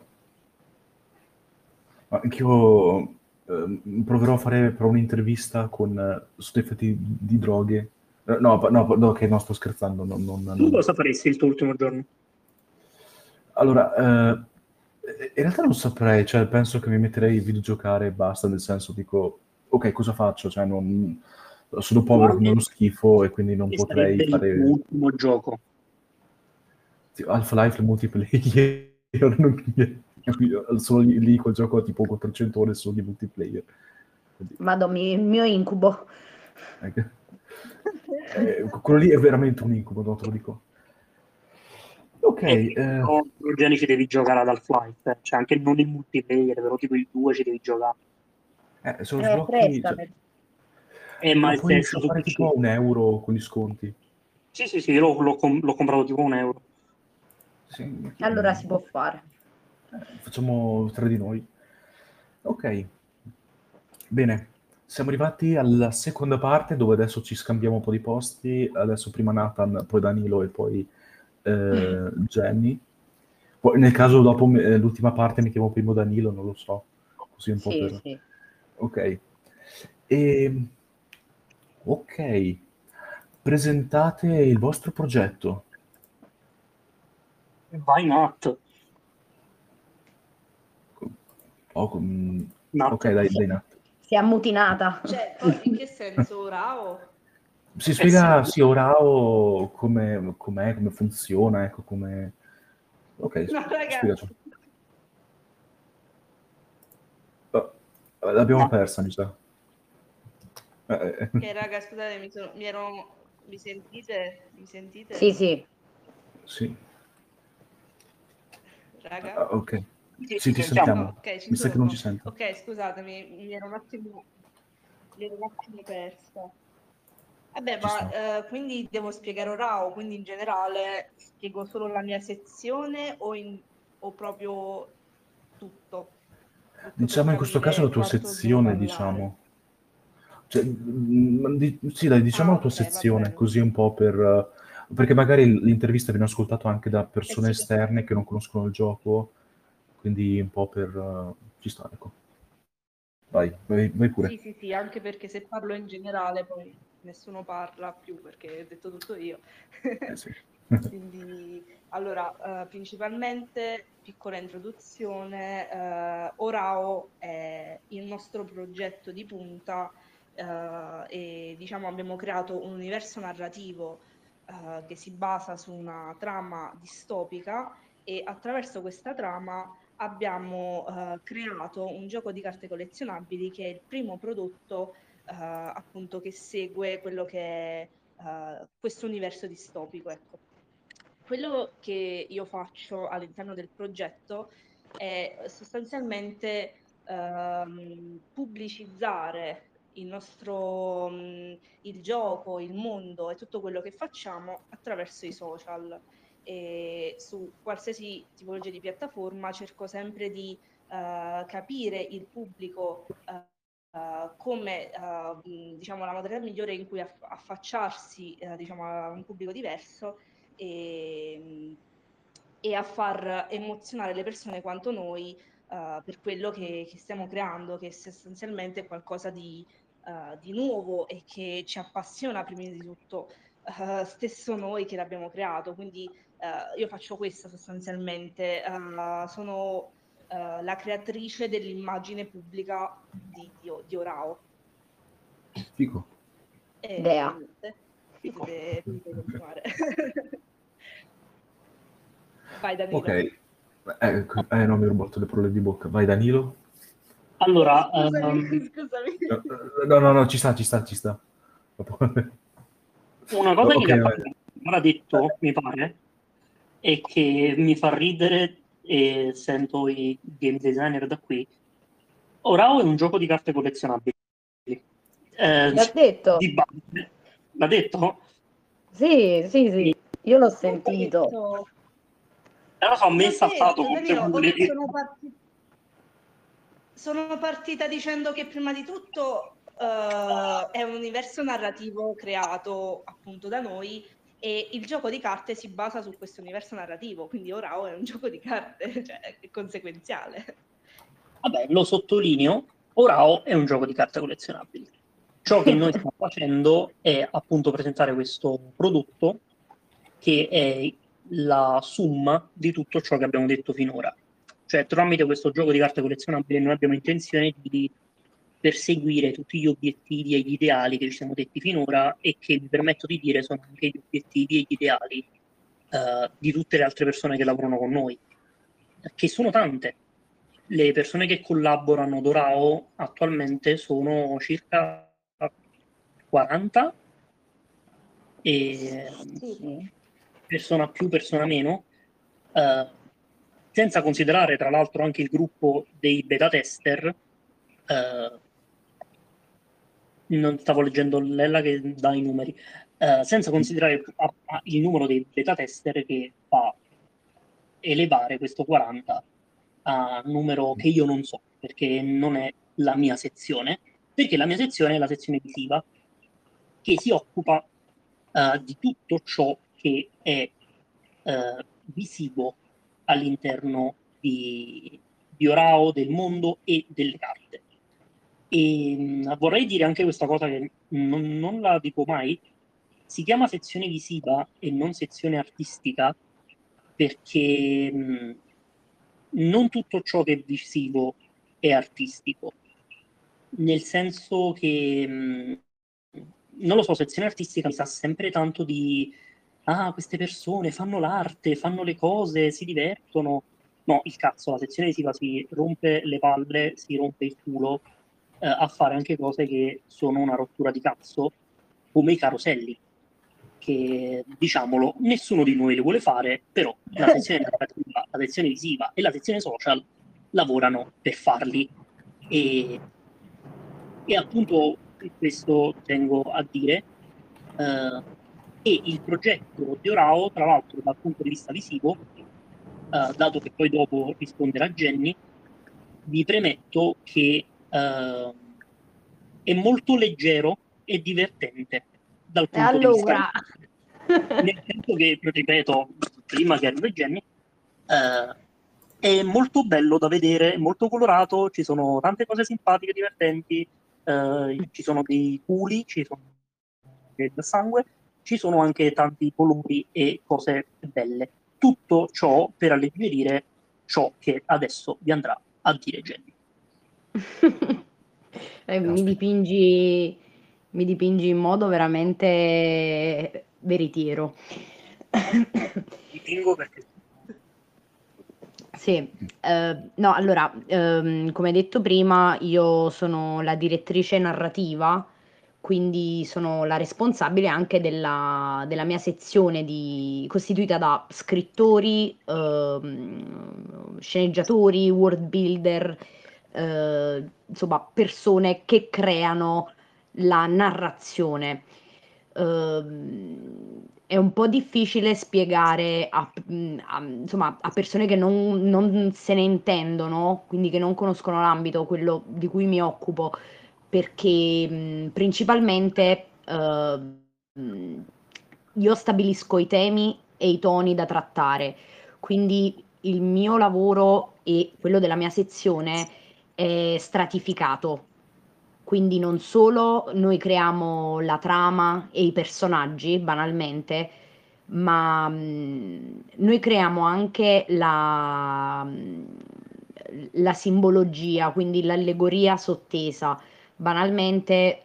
Ma anch'io proverò a fare però un'intervista sugli effetti di droghe. No, che no, sto scherzando. Tu cosa faresti il tuo ultimo giorno? Allora, in realtà non saprei, cioè penso che mi metterei a videgiocare e basta, nel senso dico, ok, cosa faccio? Cioè, sono povero come uno schifo e quindi non Che potrei sarebbe il tuo fare ultimo gioco? Half-Life multiplayer. Solo lì quel gioco ha tipo 400 ore solo di multiplayer. Quindi, Madonna, il mio incubo. quello lì è veramente un incubo, no, te lo dico. Ok, Però Gianni ci devi giocare ad Half-Life, cioè anche non in multiplayer, però tipo il 2 ci devi giocare. sono sblocchi, cioè, Prestame. Ma lo è puoi stesso su scippare PC. tipo a €1 con gli sconti. Sì, io l'ho comprato tipo €1. Sì, Allora si può fare. facciamo tra di noi. Ok, bene. Siamo arrivati alla seconda parte dove adesso ci scambiamo un po' di posti. Adesso prima Nathan, poi Danilo e poi Jenny. Poi, nel caso dopo l'ultima parte mi chiamo primo Danilo, non lo so. Così un po' Sì, per... sì. Ok. Ok. Presentate il vostro progetto. Vai Nat. Ok, dai, Nat. Si è ammutinata. Cioè, in che senso, Rao? Si Eh sì. spiega sì, Orao com'è, come funziona, ecco, come... Ok, No, raga. spiegaci. Oh, l'abbiamo No. persa, mi sa. Ok, raga, scusate, mi sentite? Mi sentite? Sì, sì. Sì. Raga? Ok. Sì, Sì, ti sentiamo. sentiamo. Ok, ci Mi sa che non sono. ci sento. Ok, scusatemi, mi ero un attimo persa. Vabbè, Ci sta. ma quindi devo spiegare Orao, quindi in generale spiego solo la mia sezione o proprio tutto? Tutto per Diciamo in questo caso capire la tua quanto devo sezione, parlare. diciamo. Cioè, sì, dai, diciamo Ah, la tua ok, va sezione, bene. così un po' perché magari l'intervista viene ascoltata anche da Eh persone sì, esterne che non conoscono il gioco, quindi un po' ci sta, ecco. Vai pure. sì, sì, sì, anche perché se parlo in generale poi nessuno parla più perché ho detto tutto io. Sì. Quindi, allora, principalmente, piccola introduzione, Orao è il nostro progetto di punta e diciamo abbiamo creato un universo narrativo che si basa su una trama distopica e attraverso questa trama abbiamo creato un gioco di carte collezionabili che è il primo prodotto appunto che segue quello che è questo universo distopico, ecco. Quello che io faccio all'interno del progetto è sostanzialmente pubblicizzare il gioco, il mondo e tutto quello che facciamo attraverso i social. E su qualsiasi tipologia di piattaforma cerco sempre di capire il pubblico come diciamo, la modalità migliore in cui affacciarsi diciamo, a un pubblico diverso e, e a far emozionare le persone quanto noi per quello che stiamo creando, che sostanzialmente è qualcosa di nuovo e che ci appassiona prima di tutto stesso noi che l'abbiamo creato. Quindi io faccio questo sostanzialmente, sono la creatrice dell'immagine pubblica di Orao. Fico. Dea. Niente, potete continuare. Vai Ok. Danilo. No, mi ho rubato le parole di bocca. Vai Danilo. Allora, Scusami. No, ci sta. una cosa che in Ok, realtà vai. non ha detto, mi pare, e che mi fa ridere e sento i game designer da qui. Orao è un gioco di carte collezionabili. L'ha detto? Di base. L'ha detto? Sì, sì, sì, io l'ho L'ho sentito. detto, Lo so, me è l'ho saltato detto, come Danilo, pure. sono partita dicendo che prima di tutto è un universo narrativo creato appunto da noi e il gioco di carte si basa su questo universo narrativo, quindi Orao è un gioco di carte, cioè è conseguenziale. Vabbè, lo sottolineo, Orao è un gioco di carte collezionabili. Ciò che noi stiamo facendo è appunto presentare questo prodotto che è la summa di tutto ciò che abbiamo detto finora. Cioè, tramite questo gioco di carte collezionabili noi abbiamo intenzione di perseguire tutti gli obiettivi e gli ideali che ci siamo detti finora e che, mi permetto di dire, sono anche gli obiettivi e gli ideali di tutte le altre persone che lavorano con noi, che sono tante. Le persone che collaborano ad Orao attualmente sono circa 40 e Sì. persona più, persona meno, eh, senza considerare tra l'altro anche il gruppo dei beta tester. Non stavo leggendo Lella che dà i numeri, senza considerare il numero dei beta tester che fa elevare questo 40 a un numero che io non so, perché non è la mia sezione, perché la mia sezione è la sezione visiva, che si occupa di tutto ciò che è visivo all'interno di Orao, del mondo e delle carte. E vorrei dire anche questa cosa che non la dico mai, si chiama sezione visiva e non sezione artistica perché non tutto ciò che è visivo è artistico, nel senso che, non lo so, sezione artistica mi sa sempre tanto di, queste persone fanno l'arte, fanno le cose, si divertono. No, il cazzo, la sezione visiva si rompe le palle, si rompe il culo a fare anche cose che sono una rottura di cazzo, come i caroselli, che, diciamolo, nessuno di noi le vuole fare, però la sezione narrativa, la sezione visiva e la sezione social lavorano per farli. E appunto questo tengo a dire, e il progetto di Orao, tra l'altro dal punto di vista visivo, dato che poi dopo risponderà Jenny, vi premetto che è molto leggero e divertente dal punto di vista, Allora, nel senso che, ripeto, prima che arrivi Jenny, è molto bello da vedere, molto colorato, ci sono tante cose simpatiche, divertenti, ci sono dei culi, ci sono del sangue, ci sono anche tanti colori e cose belle. Tutto ciò per alleggerire ciò che adesso vi andrà a dire Jenny. mi dipingi in modo veramente veritiero. Dipingo perché Sì, no, allora, come detto prima, io sono la direttrice narrativa, quindi sono la responsabile anche della mia sezione costituita da scrittori, sceneggiatori, world builder, insomma, persone che creano la narrazione. È un po' difficile spiegare insomma, a persone che non se ne intendono, quindi che non conoscono l'ambito, quello di cui mi occupo, perché principalmente io stabilisco i temi e i toni da trattare, quindi il mio lavoro e quello della mia sezione è stratificato. Quindi non solo noi creiamo la trama e i personaggi, banalmente, ma noi creiamo anche la simbologia, quindi l'allegoria sottesa. Banalmente,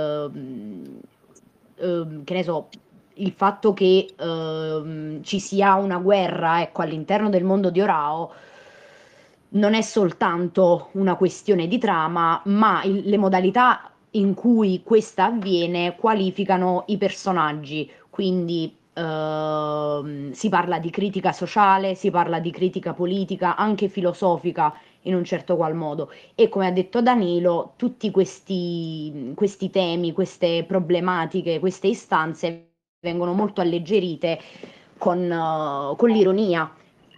che ne so, il fatto che ci sia una guerra, ecco, all'interno del mondo di Orao non è soltanto una questione di trama, ma le modalità in cui questa avviene qualificano i personaggi. Quindi si parla di critica sociale, si parla di critica politica, anche filosofica in un certo qual modo. E come ha detto Danilo, tutti questi temi, queste problematiche, queste istanze vengono molto alleggerite con l'ironia,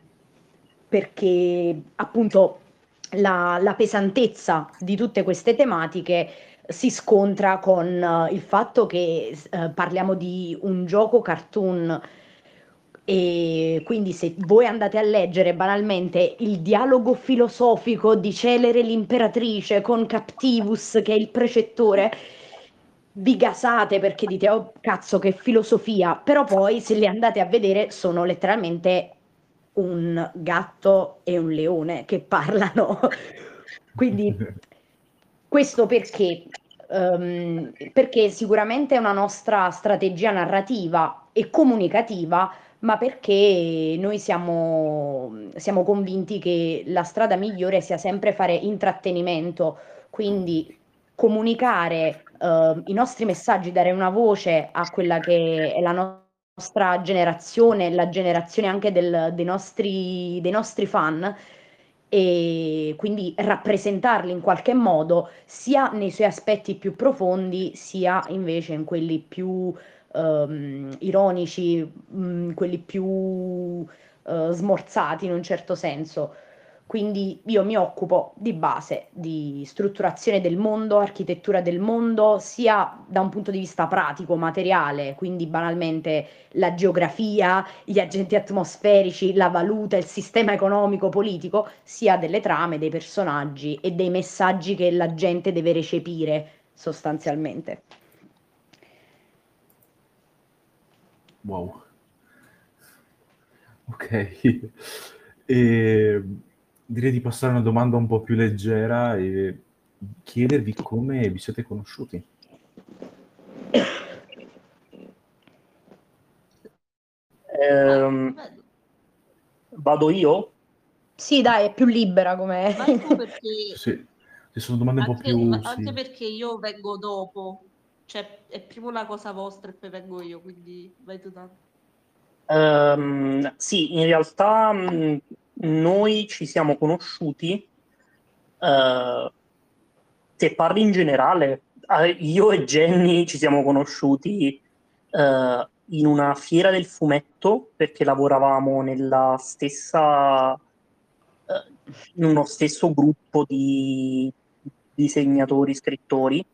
perché appunto la pesantezza di tutte queste tematiche si scontra con il fatto che parliamo di un gioco cartoon, e quindi se voi andate a leggere banalmente il dialogo filosofico di Celere l'imperatrice con Captivus che è il precettore, vi gasate perché dite oh cazzo che filosofia, però poi se li andate a vedere sono letteralmente un gatto e un leone che parlano. Quindi questo perché? Perché sicuramente è una nostra strategia narrativa e comunicativa, ma perché noi siamo convinti che la strada migliore sia sempre fare intrattenimento, quindi comunicare i nostri messaggi, dare una voce a quella che è la nostra generazione, la generazione anche dei nostri fan, e quindi rappresentarli in qualche modo sia nei suoi aspetti più profondi sia invece in quelli più ironici, quelli più smorzati in un certo senso. Quindi io mi occupo di base di strutturazione del mondo, architettura del mondo, sia da un punto di vista pratico, materiale, quindi banalmente la geografia, gli agenti atmosferici, la valuta, il sistema economico, politico, sia delle trame, dei personaggi e dei messaggi che la gente deve recepire sostanzialmente. Wow. Ok. E direi di passare a una domanda un po' più leggera e chiedervi come vi siete conosciuti. Vado io? Sì, dai, è più libera come... Vai tu perché Sì. Se sono domande un po' più... Anche sì. perché io vengo dopo, cioè è prima una cosa vostra e poi vengo io, quindi vai tu tanto. Sì, in realtà noi ci siamo conosciuti, se parli in generale, io e Jenny ci siamo conosciuti in una fiera del fumetto perché lavoravamo nella stessa, in uno stesso gruppo di disegnatori, scrittori,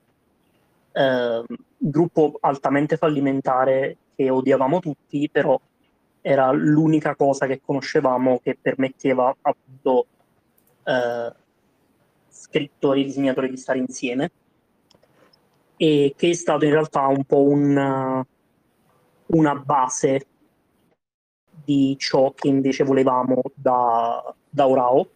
gruppo altamente fallimentare che odiavamo tutti, però era l'unica cosa che conoscevamo che permetteva appunto scrittori e disegnatori di stare insieme, e che è stato in realtà un po' una base di ciò che invece volevamo da Orao.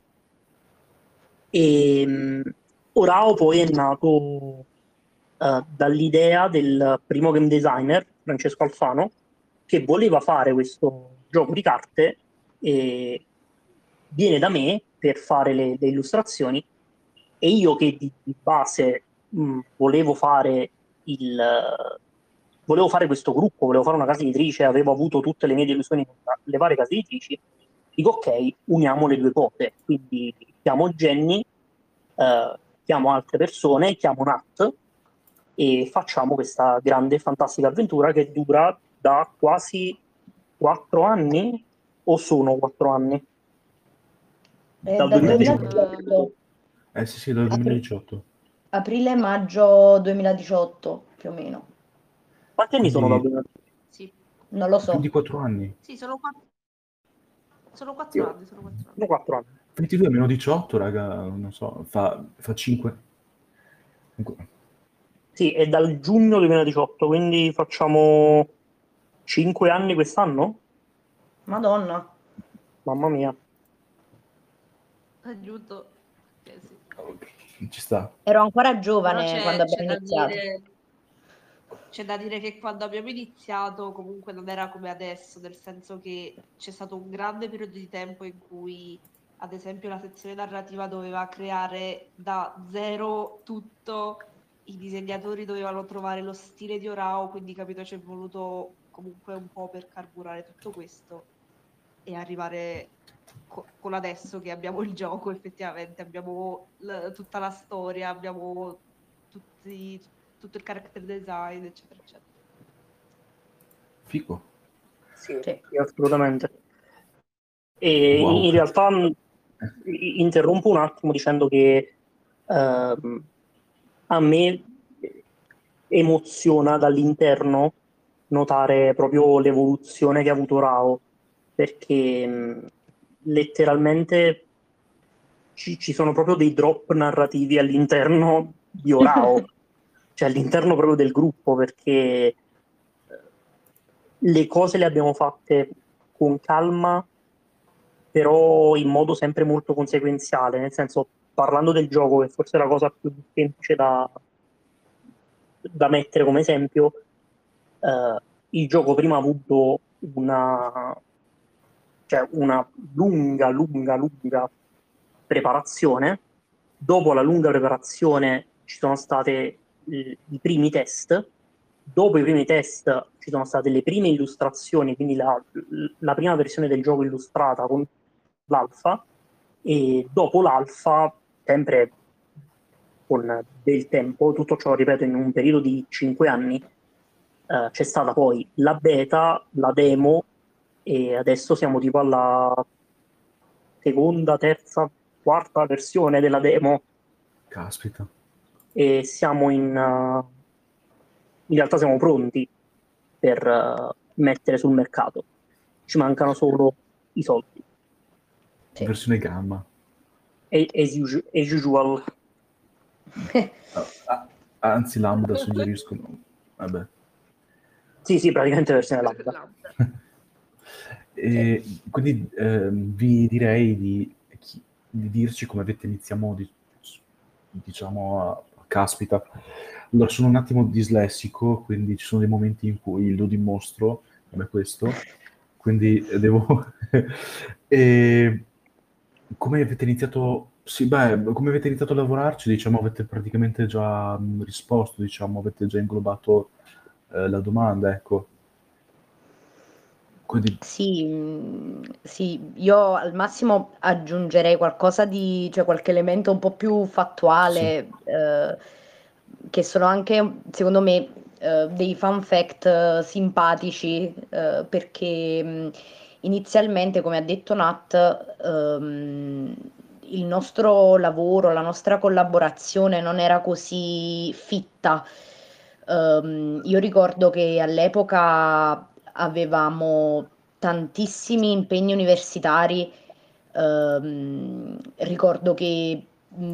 E Orao poi è nato dall'idea del primo game designer, Francesco Alfano, che voleva fare questo gioco di carte e viene da me per fare le illustrazioni, e io che di base volevo fare questo gruppo, volevo fare una casa editrice, avevo avuto tutte le mie delusioni con le varie case editrici, dico ok, uniamo le due cose, quindi chiamo Jenny, chiamo altre persone, chiamo Nat e facciamo questa grande e fantastica avventura che dura da quasi 4 anni, o sono 4 anni? Dal Dal 2018. 2018, Sì, dal 2018. aprile-maggio 2018, più o meno. Quanti anni sono dal Quindi 2018? Sì, Non lo più so. di 4 anni. sì, sono 4 Io- anni, sono 4 anni. Sono 4 anni. 22 meno 18, raga, non so, fa 5. Sì, è dal giugno 2018, quindi facciamo 5 anni quest'anno? Madonna. Mamma mia. Aiuto. Sì. Ci sta. Ero ancora Però giovane quando abbiamo iniziato. c'è da dire che quando abbiamo iniziato comunque non era come adesso, nel senso che c'è stato un grande periodo di tempo in cui, ad esempio, la sezione narrativa doveva creare da zero tutto, i disegnatori dovevano trovare lo stile di Orao, quindi capito, ci è voluto comunque un po' per carburare tutto questo e arrivare con adesso che abbiamo il gioco, effettivamente abbiamo tutta la storia, abbiamo tutto il character design, eccetera, eccetera. Fico. Sì, Sì. sì, assolutamente. E Wow. in realtà interrompo un attimo dicendo che a me emoziona dall'interno notare proprio l'evoluzione che ha avuto Rao, perché letteralmente ci sono proprio dei drop narrativi all'interno di Orao, cioè all'interno proprio del gruppo, perché le cose le abbiamo fatte con calma, però in modo sempre molto conseguenziale, nel senso, parlando del gioco, che forse è la cosa più semplice da mettere come esempio, il gioco prima ha avuto una lunga preparazione. Dopo la lunga preparazione ci sono state i primi test. Dopo i primi test ci sono state le prime illustrazioni, quindi la prima versione del gioco illustrata con l'alfa, e dopo l'alfa, sempre con del tempo, tutto ciò, ripeto, in un periodo di 5 anni, c'è stata poi la beta, la demo, e adesso siamo tipo alla seconda, terza, quarta versione della demo, Caspita. e siamo in realtà siamo pronti per mettere sul mercato. Ci mancano solo i soldi. Sì. Versione gamma. As usual. Anzi, lambda suggeriscono. Vabbè. Sì, praticamente versione lambda. E quindi vi direi di dirci come avete iniziato, diciamo, a caspita. Allora, sono un attimo dislessico, quindi ci sono dei momenti in cui lo dimostro, come questo, quindi devo... E come avete iniziato Sì, beh, come avete iniziato a lavorarci, diciamo, avete praticamente già risposto, diciamo, avete già inglobato la domanda, ecco. Quindi, Sì, sì, io al massimo aggiungerei qualcosa di, cioè qualche elemento un po' più sì, fattuale, che sono anche, secondo me, dei fun fact simpatici, perché inizialmente, come ha detto Nat, il nostro lavoro, la nostra collaborazione non era così fitta. Io ricordo che all'epoca avevamo tantissimi impegni universitari. Ricordo che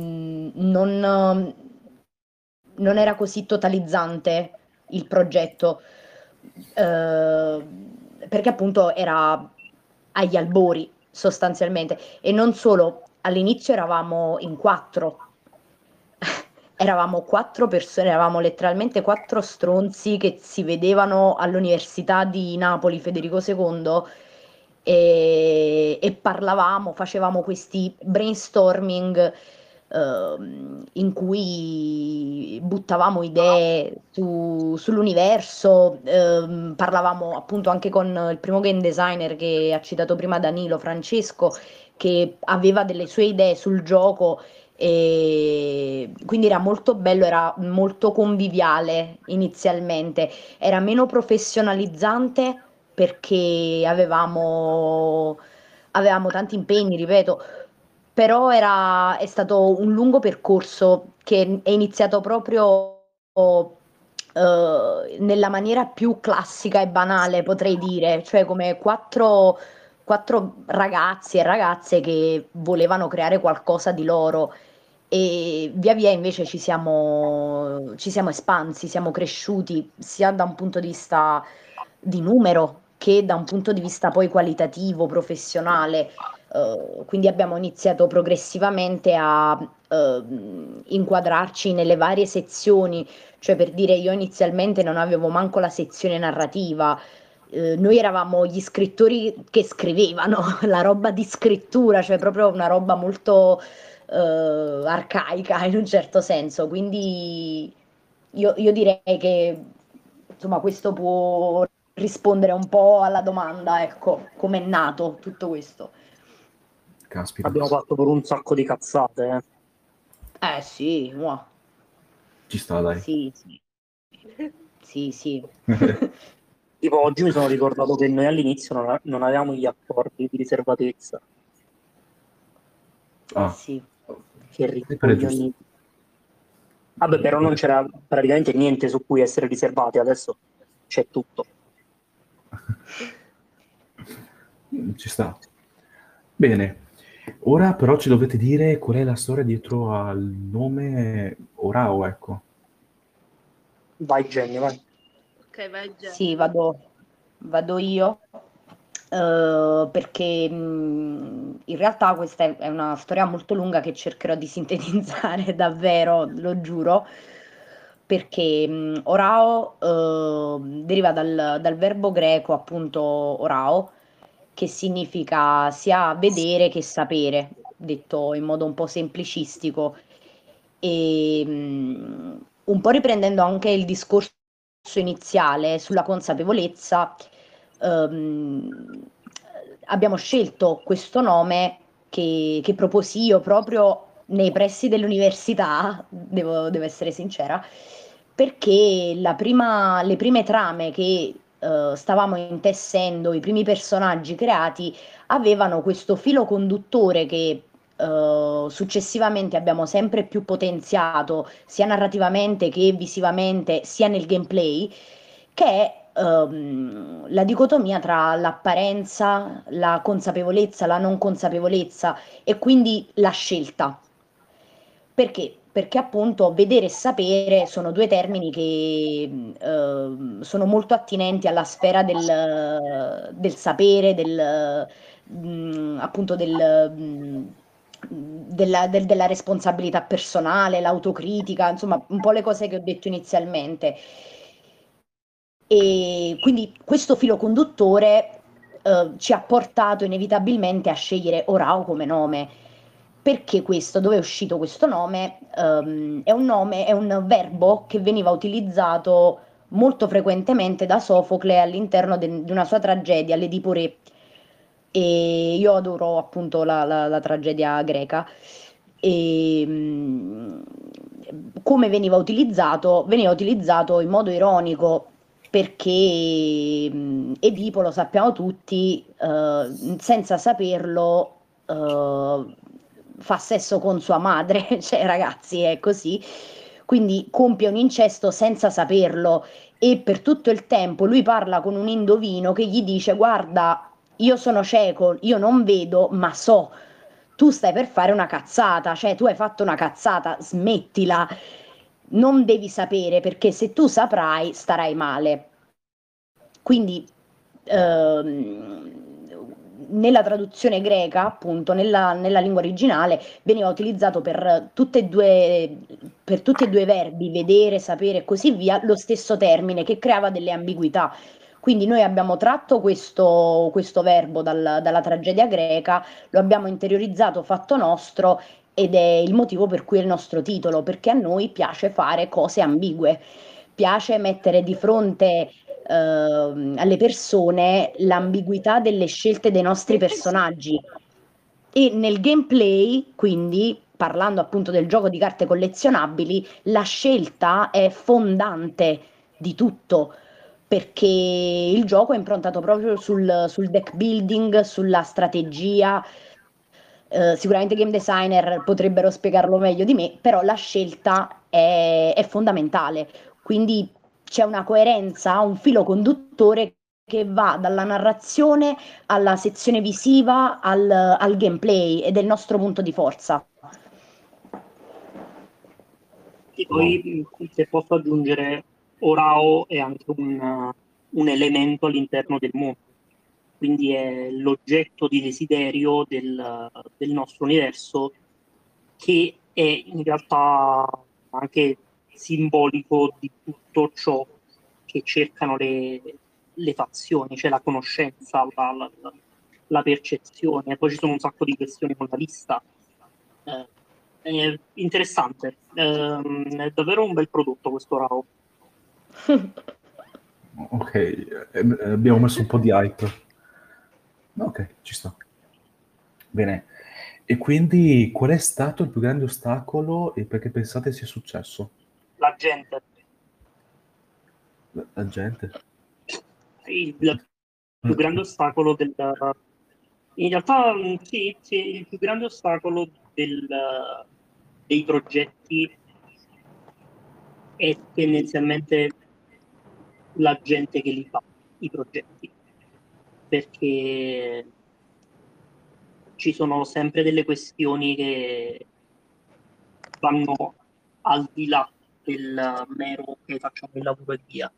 non era così totalizzante il progetto, eh, perché appunto era agli albori sostanzialmente. E non solo, all'inizio eravamo in quattro. Eravamo quattro persone, eravamo letteralmente quattro stronzi che si vedevano all'Università di Napoli Federico II e parlavamo, facevamo questi brainstorming in cui buttavamo idee sull'universo, parlavamo appunto anche con il primo game designer che ha citato prima Danilo, Francesco, che aveva delle sue idee sul gioco e quindi era molto bello, era molto conviviale inizialmente, era meno professionalizzante perché avevamo tanti impegni, ripeto, però è stato un lungo percorso che è iniziato proprio nella maniera più classica e banale, potrei dire, cioè come quattro ragazzi e ragazze che volevano creare qualcosa di loro e via via invece ci siamo espansi, siamo cresciuti sia da un punto di vista di numero che da un punto di vista poi qualitativo, professionale. Quindi abbiamo iniziato progressivamente a inquadrarci nelle varie sezioni, cioè per dire io inizialmente non avevo manco la sezione narrativa, noi eravamo gli scrittori che scrivevano, la roba di scrittura, cioè proprio una roba molto arcaica in un certo senso. Quindi io direi che insomma questo può rispondere un po' alla domanda, ecco, com'è nato tutto questo. caspita, Abbiamo fatto pure un sacco di cazzate, eh. Sì, mua. ci sta, dai. Sì, sì, sì, sì. Tipo, oggi mi sono ricordato che noi all'inizio non avevamo gli accordi di riservatezza. Ah, Sì. Che però è giusto. ricoglioni. Vabbè, però non c'era praticamente niente su cui essere riservati, adesso c'è tutto. Ci sta. Bene, ora però ci dovete dire qual è la storia dietro al nome Orao, ecco. Vai, Jenny, vai. Ok, vai Jenny. Sì, vado io, perché in realtà questa è una storia molto lunga che cercherò di sintetizzare davvero, lo giuro, perché orao deriva dal verbo greco appunto orao, che significa sia vedere che sapere, detto in modo un po' semplicistico. E un po' riprendendo anche il discorso iniziale sulla consapevolezza, ehm, abbiamo scelto questo nome che proposi io proprio nei pressi dell'università, devo essere sincera, perché le prime trame che stavamo intessendo, i primi personaggi creati, avevano questo filo conduttore che successivamente abbiamo sempre più potenziato sia narrativamente che visivamente, sia nel gameplay, che è la dicotomia tra l'apparenza, la consapevolezza, la non consapevolezza e quindi la scelta. Perché? Perché appunto vedere e sapere sono due termini che sono molto attinenti alla sfera del sapere, appunto della responsabilità personale, l'autocritica, insomma, un po' le cose che ho detto inizialmente. E quindi questo filo conduttore ci ha portato inevitabilmente a scegliere Orao come nome. Perché questo? Dove è uscito questo nome? È un verbo che veniva utilizzato molto frequentemente da Sofocle all'interno di una sua tragedia, l'Edipo Re. E io adoro appunto la tragedia greca. E come veniva utilizzato? Veniva utilizzato in modo ironico perché Edipo, lo sappiamo tutti, senza saperlo, fa sesso con sua madre, cioè ragazzi è così, quindi compie un incesto senza saperlo e per tutto il tempo lui parla con un indovino che gli dice guarda, io sono cieco, io non vedo, ma so, tu stai per fare una cazzata, cioè tu hai fatto una cazzata, smettila, non devi sapere perché se tu saprai starai male. Quindi nella traduzione greca, appunto, nella lingua originale, veniva utilizzato per tutti e due i verbi, vedere, sapere e così via, lo stesso termine che creava delle ambiguità. Quindi noi abbiamo tratto questo verbo dalla tragedia greca, lo abbiamo interiorizzato, fatto nostro ed è il motivo per cui è il nostro titolo, perché a noi piace fare cose ambigue, piace mettere di fronte alle persone l'ambiguità delle scelte dei nostri personaggi. E nel gameplay, quindi, parlando appunto del gioco di carte collezionabili, la scelta è fondante di tutto, perché il gioco è improntato proprio sul deck building, sulla strategia. Sicuramente i game designer potrebbero spiegarlo meglio di me, però la scelta è fondamentale. Quindi c'è una coerenza, un filo conduttore che va dalla narrazione alla sezione visiva al gameplay ed è il nostro punto di forza. E poi, se posso aggiungere, Orao è anche un elemento all'interno del mondo, quindi è l'oggetto di desiderio del nostro universo, che è in realtà anche simbolico di tutto ciò che cercano le fazioni, cioè la conoscenza, la percezione. Poi ci sono un sacco di questioni con la lista. È interessante, è davvero un bel prodotto questo RAW. Ok, abbiamo messo un po' di hype. Ok, ci sta. Bene. E quindi qual è stato il più grande ostacolo e perché pensate sia successo? La gente, La gente? il più grande ostacolo in realtà sì, sì, il più grande ostacolo dei progetti è tendenzialmente la gente che li fa, i progetti, perché ci sono sempre delle questioni che vanno al di là del mero che facciamo il lavoro e via.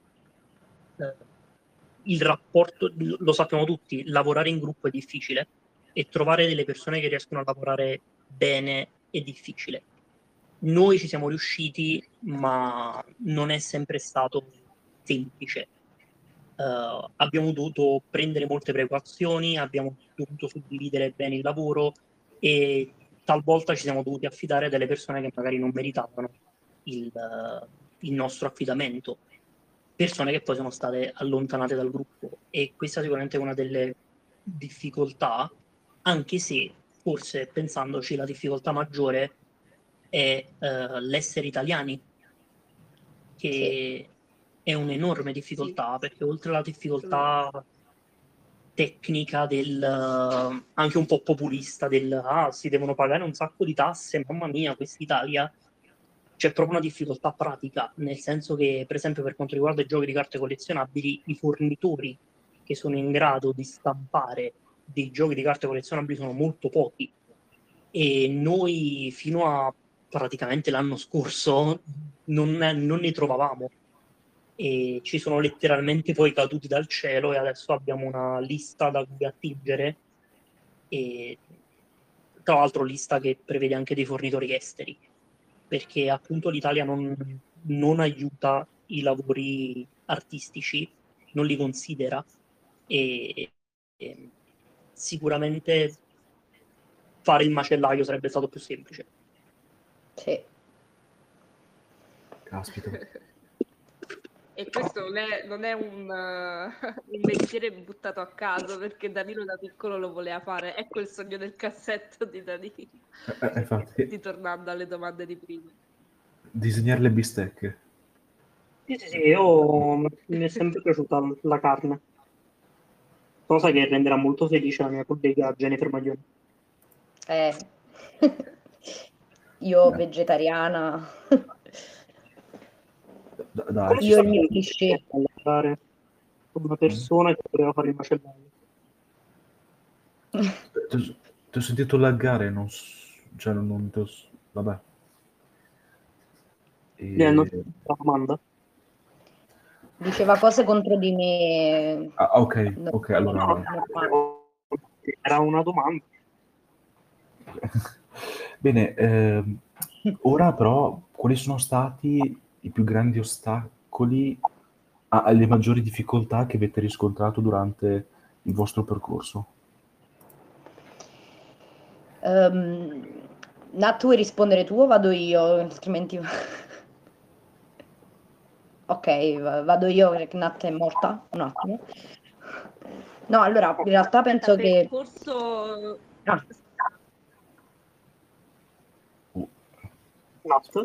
Il rapporto, lo sappiamo tutti, lavorare in gruppo è difficile e trovare delle persone che riescono a lavorare bene è difficile. Noi ci siamo riusciti, ma non è sempre stato semplice. Abbiamo dovuto prendere molte precauzioni, abbiamo dovuto suddividere bene il lavoro e talvolta ci siamo dovuti affidare a delle persone che magari non meritavano il nostro affidamento, persone che poi sono state allontanate dal gruppo e questa sicuramente è una delle difficoltà, anche se forse pensandoci la difficoltà maggiore è l'essere italiani, che è un'enorme difficoltà, perché oltre alla difficoltà tecnica anche un po' populista si devono pagare un sacco di tasse, mamma mia, quest'Italia, c'è proprio una difficoltà pratica, nel senso che, per esempio, per quanto riguarda i giochi di carte collezionabili, i fornitori che sono in grado di stampare dei giochi di carte collezionabili sono molto pochi e noi fino a praticamente l'anno scorso non ne trovavamo e ci sono letteralmente poi caduti dal cielo e adesso abbiamo una lista da cui attingere e tra l'altro lista che prevede anche dei fornitori esteri perché appunto l'Italia non aiuta i lavori artistici, non li considera e sicuramente fare il macellaio sarebbe stato più semplice. Sì. Caspita. E questo non è un mestiere buttato a caso, perché Danilo da piccolo lo voleva fare. Ecco il sogno del cassetto di Danilo. Infatti, Ritornando alle domande di prima. disegnare le bistecche. Sì, mi è sempre piaciuta la carne. Cosa che renderà molto felice la mia collega Jennifer Maglione. Io vegetariana. Dai, ci Io il sta. mio cliché. Lavorare con una persona che voleva fare il macellaio. Ti ho sentito laggare, cioè non ti ho... Vabbè. Non la domanda. Diceva cose contro di me. Ok, allora... Era una domanda. Bene, ora però, quali sono stati i più grandi ostacoli, le maggiori difficoltà che avete riscontrato durante il vostro percorso? Nat, vuoi rispondere tu o vado io? Altrimenti... Ok, vado io perché Nat è morta. Un attimo. No, allora, in realtà penso che... Percorso... Ah, Nat?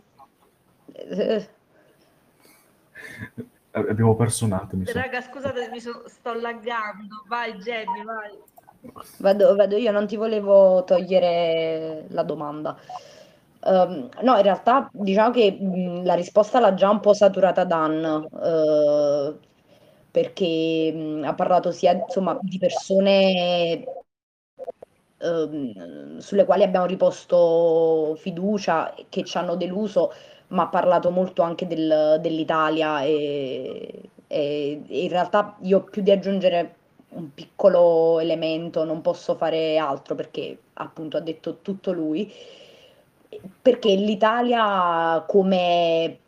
Abbiamo perso Nat, mi sa. Raga, scusate, sto laggando. Vai, Jenny, vai. Vado io, non ti volevo togliere la domanda. No, in realtà diciamo che la risposta l'ha già un po' saturata Dan, perché ha parlato sia insomma di persone sulle quali abbiamo riposto fiducia, che ci hanno deluso, ma ha parlato molto anche dell'Italia e in realtà io più di aggiungere un piccolo elemento non posso fare altro perché appunto ha detto tutto lui, perché l'Italia come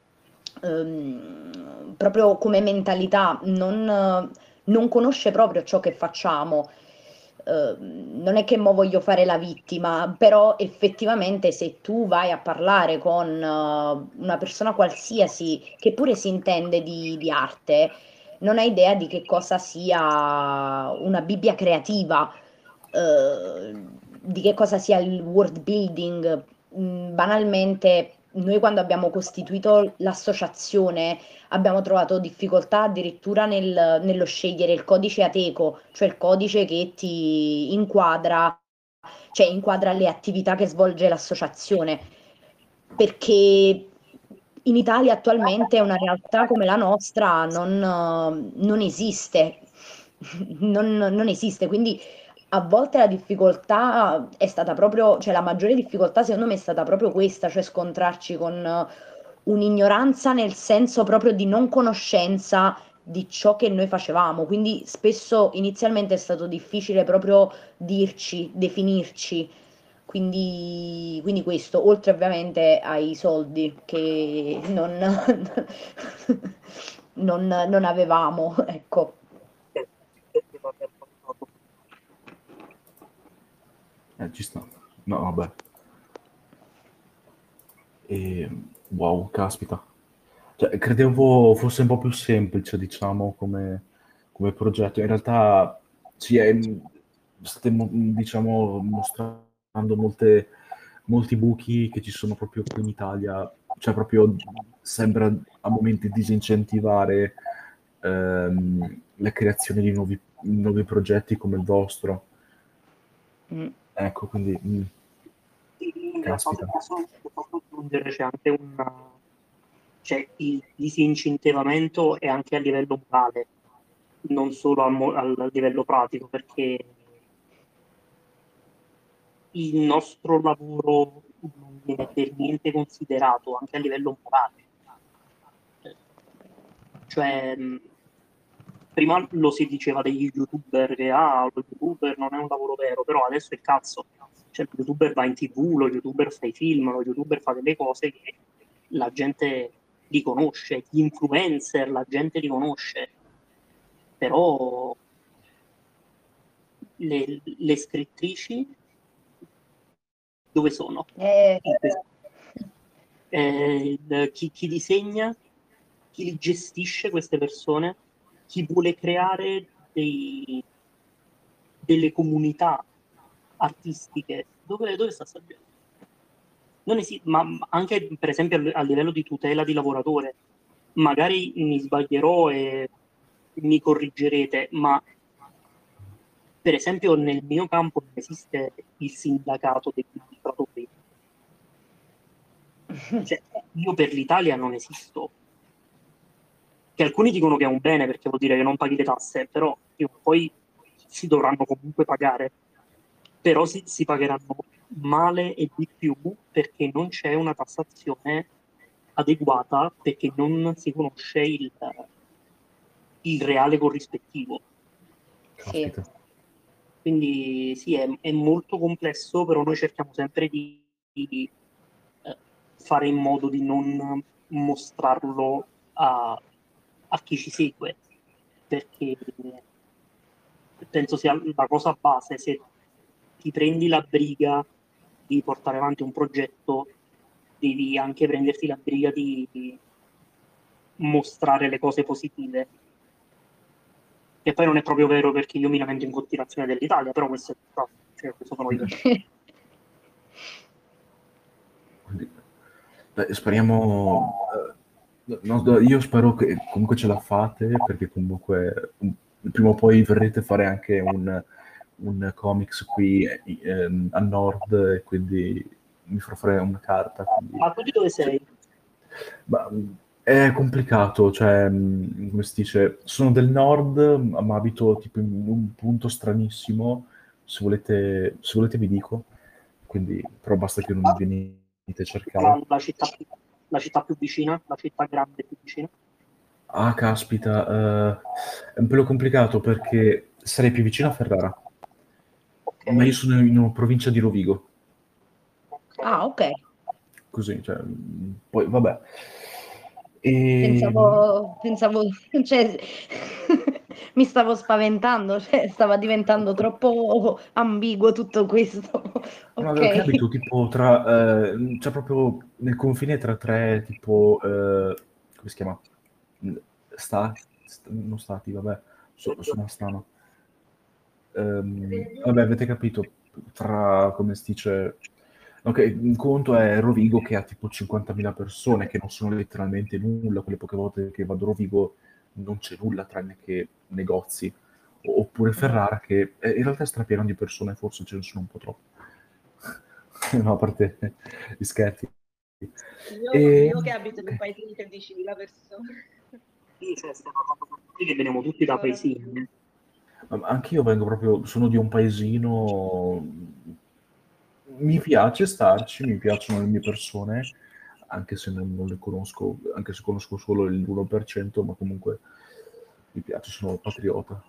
proprio come mentalità non conosce proprio ciò che facciamo. Non è che mo voglio fare la vittima, però effettivamente se tu vai a parlare con una persona qualsiasi che pure si intende di arte, non hai idea di che cosa sia una Bibbia creativa, di che cosa sia il world building. Banalmente, noi quando abbiamo costituito l'associazione abbiamo trovato difficoltà addirittura nello scegliere il codice Ateco, cioè il codice che ti inquadra, cioè inquadra le attività che svolge l'associazione, perché in Italia attualmente una realtà come la nostra non esiste, non esiste, quindi a volte la difficoltà è stata proprio, cioè la maggiore difficoltà secondo me è stata proprio questa, cioè scontrarci con un'ignoranza nel senso proprio di non conoscenza di ciò che noi facevamo, quindi spesso inizialmente è stato difficile proprio dirci, definirci, quindi questo, oltre ovviamente ai soldi che non avevamo, ecco. Ci sta. No, vabbè. Wow, caspita. Cioè, credevo fosse un po' più semplice, diciamo, come progetto. In realtà state, diciamo, mostrando molti buchi che ci sono proprio qui in Italia. Cioè, proprio sembra a momenti disincentivare la creazione di nuovi progetti come il vostro. Ecco, quindi... Caspita. Posso aggiungere, c'è anche cioè il disincentivamento è anche a livello morale, non solo al livello pratico, perché il nostro lavoro non viene per niente considerato anche a livello morale. Cioè, prima lo si diceva degli youtuber che lo youtuber non è un lavoro vero, però adesso è cazzo. Cioè, lo youtuber va in TV, lo youtuber fa i film, lo youtuber fa delle cose che la gente li conosce, gli influencer, la gente li conosce, però le scrittrici dove sono? Chi disegna, chi li gestisce queste persone, chi vuole creare delle comunità artistiche, dove sta sta gente? Non ma anche per esempio a livello di tutela di lavoratore, magari mi sbaglierò e mi corrigerete, ma per esempio nel mio campo non esiste il sindacato degli illustratori. Cioè, io per l'Italia non esisto. Che alcuni dicono che è un bene perché vuol dire che non paghi le tasse, però poi si dovranno comunque pagare. Però si pagheranno male e di più perché non c'è una tassazione adeguata, perché non si conosce il reale corrispettivo. Sì. Quindi sì, è molto complesso, però noi cerchiamo sempre di fare in modo di non mostrarlo a chi ci segue, perché penso sia la cosa base. Se ti prendi la briga di portare avanti un progetto, devi anche prenderti la briga di mostrare le cose positive. Che poi non è proprio vero, perché io mi lamento in continuazione dell'Italia, però questo sono io. Beh, speriamo. Io spero che comunque ce la fate, perché comunque prima o poi verrete a fare anche un comics qui a nord, e quindi mi farò fare una carta. Quindi. Ma tu di dove sei? Ma, è complicato, cioè, come si dice, sono del nord, ma abito tipo in un punto stranissimo. Se volete vi dico, quindi, però basta che non mi venite a cercare. La città più vicina, la città grande più vicina? Ah, caspita, è un pelo complicato perché sarei più vicino a Ferrara, Okay. ma io sono in una provincia di Rovigo, Ah, ok. così, cioè, poi vabbè. E... Pensavo, cioè, mi stavo spaventando, cioè, stava diventando troppo ambiguo tutto questo. No, Ok. che abito tipo tra, cioè proprio nel confine tra tre, tipo, come si chiama? Non stati, vabbè, sono strano. Vabbè, avete capito, tra, come si dice, ok, un conto è Rovigo che ha tipo 50.000 persone, che non sono letteralmente nulla. Quelle poche volte che vado a Rovigo non c'è nulla tranne che negozi. Oppure Ferrara, che in realtà è strapieno di persone, forse ce ne sono un po' troppe. No, a parte gli scherzi. Io che abito in un paese di 13.000 persone. Sì, cioè, che veniamo tutti da paesini. Anch'io vengo proprio, sono di un paesino, mi piace starci, mi piacciono le mie persone, anche se non le conosco, anche se conosco solo l'1%, ma comunque mi piace, sono patriota.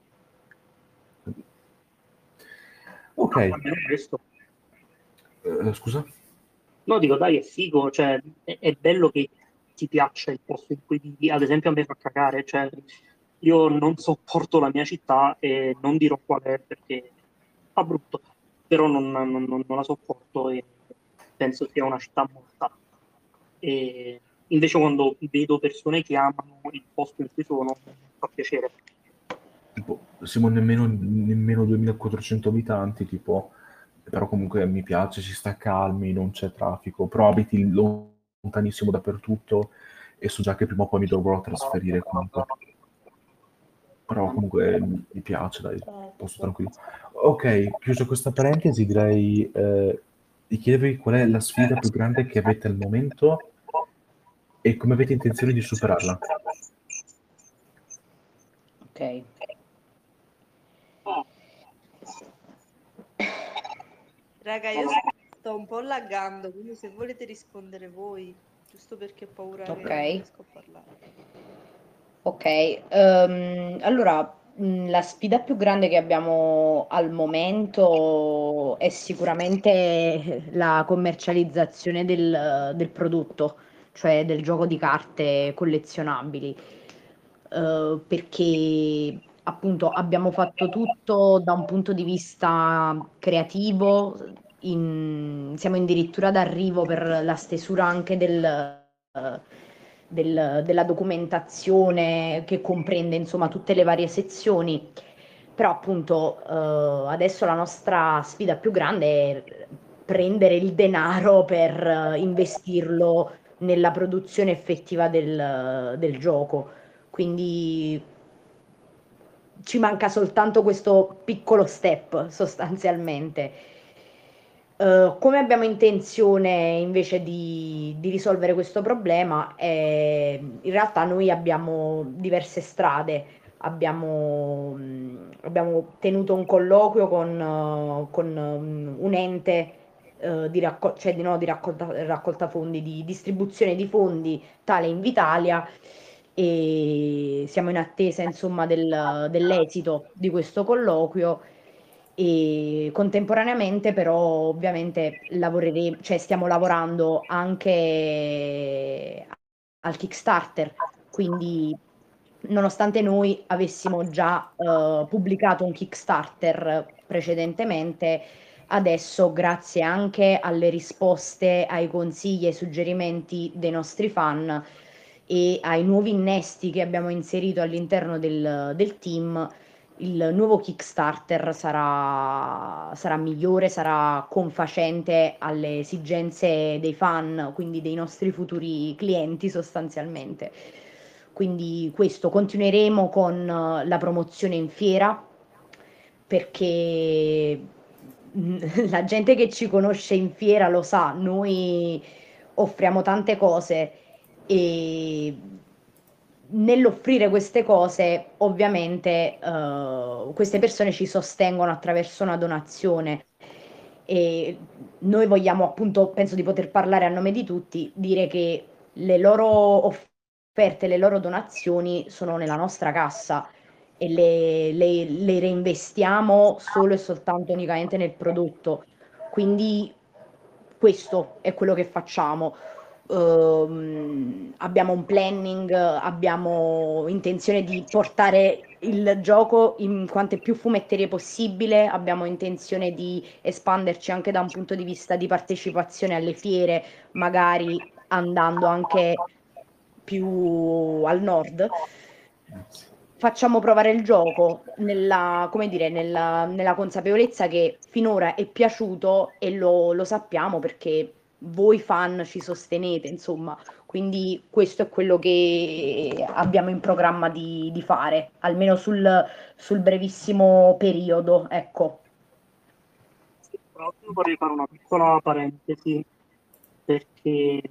Ok. Almeno questo. Scusa? No, dico, dai, è figo, cioè, è bello che ti piaccia il posto in cui vivi. Ad esempio, a me fa cagare, cioè, io non sopporto la mia città e non dirò qual è perché fa brutto, però non la sopporto e penso sia una città morta. E invece quando vedo persone che amano il posto in cui sono, mi fa piacere. Tipo, siamo nemmeno 2400 abitanti, tipo, però comunque mi piace, ci sta calmi, non c'è traffico, però abiti lontanissimo dappertutto e so già che prima o poi mi dovrò trasferire comunque. Però comunque mi piace, dai, posto tranquillo. Ok, chiusa questa parentesi, direi di chiedervi qual è la sfida più grande che avete al momento e come avete intenzione di superarla. Ok. Raga, io sto un po' laggando, quindi se volete rispondere voi, giusto perché ho paura che non riesco a parlare. Ok, allora la sfida più grande che abbiamo al momento è sicuramente la commercializzazione del prodotto, cioè del gioco di carte collezionabili, perché appunto abbiamo fatto tutto da un punto di vista creativo, siamo addirittura d'arrivo per la stesura anche della documentazione che comprende insomma tutte le varie sezioni, però appunto adesso la nostra sfida più grande è prendere il denaro per investirlo nella produzione effettiva del gioco. Quindi ci manca soltanto questo piccolo step sostanzialmente. Come abbiamo intenzione invece di risolvere questo problema? In realtà noi abbiamo diverse strade. Abbiamo tenuto un colloquio con un ente cioè di raccolta fondi, di distribuzione di fondi tale Invitalia, e siamo in attesa insomma dell'esito di questo colloquio. E contemporaneamente però ovviamente cioè stiamo lavorando anche al Kickstarter, quindi nonostante noi avessimo già pubblicato un Kickstarter precedentemente, adesso grazie anche alle risposte, ai consigli e ai suggerimenti dei nostri fan e ai nuovi innesti che abbiamo inserito all'interno del team, il nuovo Kickstarter sarà migliore, sarà confacente alle esigenze dei fan, quindi dei nostri futuri clienti sostanzialmente. Quindi questo, continueremo con la promozione in fiera, perché la gente che ci conosce in fiera lo sa, noi offriamo tante cose e nell'offrire queste cose, ovviamente, queste persone ci sostengono attraverso una donazione, e noi vogliamo appunto, penso di poter parlare a nome di tutti, dire che le loro offerte, le loro donazioni sono nella nostra cassa e le reinvestiamo solo e soltanto unicamente nel prodotto. Quindi questo è quello che facciamo. Abbiamo un planning, abbiamo intenzione di portare il gioco in quante più fumetterie possibile, abbiamo intenzione di espanderci anche da un punto di vista di partecipazione alle fiere, magari andando anche più al nord. Facciamo provare il gioco come dire, nella consapevolezza che finora è piaciuto, e lo sappiamo perché voi fan ci sostenete, insomma. Quindi questo è quello che abbiamo in programma di fare, almeno sul brevissimo periodo, ecco. Sì, proprio vorrei fare una piccola parentesi, perché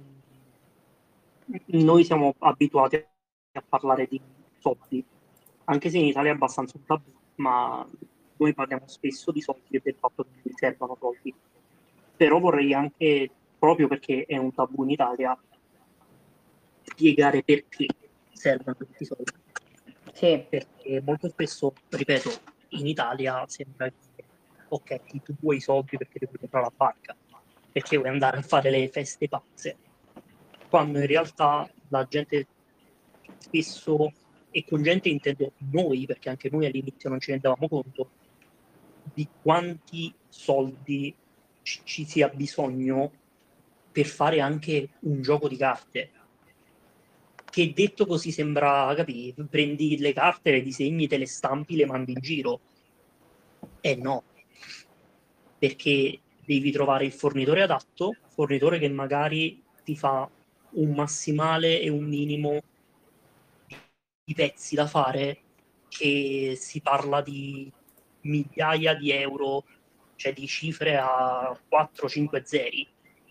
noi siamo abituati a parlare di soldi, anche se in Italia è abbastanza un tabù, ma noi parliamo spesso di soldi e del fatto che non servono soldi. Però vorrei anche, proprio perché è un tabù in Italia, spiegare perché servono questi soldi. Sì. Perché molto spesso, ripeto, in Italia sembra che, ok, tu vuoi i soldi perché devi comprare la barca, perché vuoi andare a fare le feste pazze, quando in realtà la gente spesso, e con gente intendo noi, perché anche noi all'inizio non ce ne davamo conto, di quanti soldi ci sia bisogno per fare anche un gioco di carte. Che detto così sembra, capi? Prendi le carte, le disegni, te le stampi, le mandi in giro. No, perché devi trovare il fornitore adatto, fornitore che magari ti fa un massimale e un minimo di pezzi da fare, che si parla di migliaia di euro, cioè di cifre a 4-5 zeri.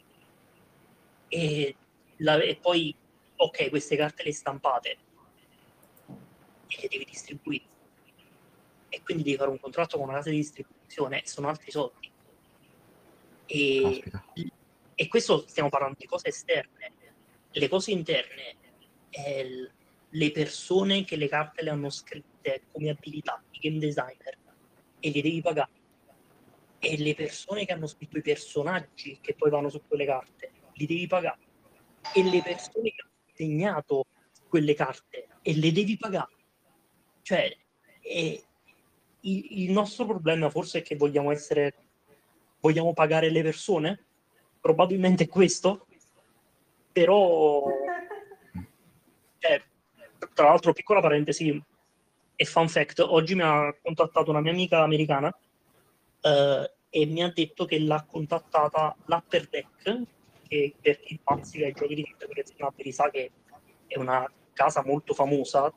E poi, ok, queste carte le stampate e le devi distribuire. E quindi devi fare un contratto con una casa di distribuzione, e sono altri soldi. E questo stiamo parlando di cose esterne. Le cose interne, le persone che le carte le hanno scritte come abilità, i game designer, e li devi pagare. E le persone che hanno scritto i personaggi che poi vanno su quelle carte, li devi pagare. E le persone che hanno disegnato quelle carte, e le devi pagare. Cioè, il nostro problema forse è che vogliamo essere vogliamo pagare le persone? Probabilmente è questo, però tra l'altro, piccola parentesi e fun fact, oggi mi ha contattato una mia amica americana e mi ha detto che l'ha contattata l'Upper Deck, che per chi bazzica i giochi di carta collezionabili sa che è una casa molto famosa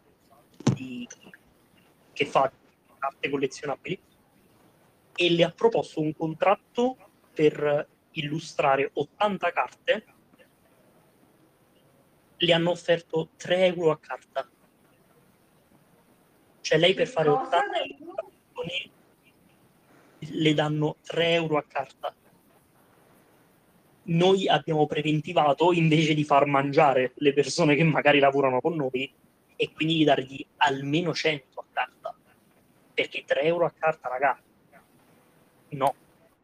che fa carte collezionabili, e le ha proposto un contratto per illustrare 80 carte. Le hanno offerto 3 euro a carta. Cioè lei per fare 80 illustrazioni le danno 3 euro a carta. Noi abbiamo preventivato, invece di far mangiare le persone che magari lavorano con noi, e quindi di dargli almeno 100 a carta. Perché 3 euro a carta, ragazzi, no.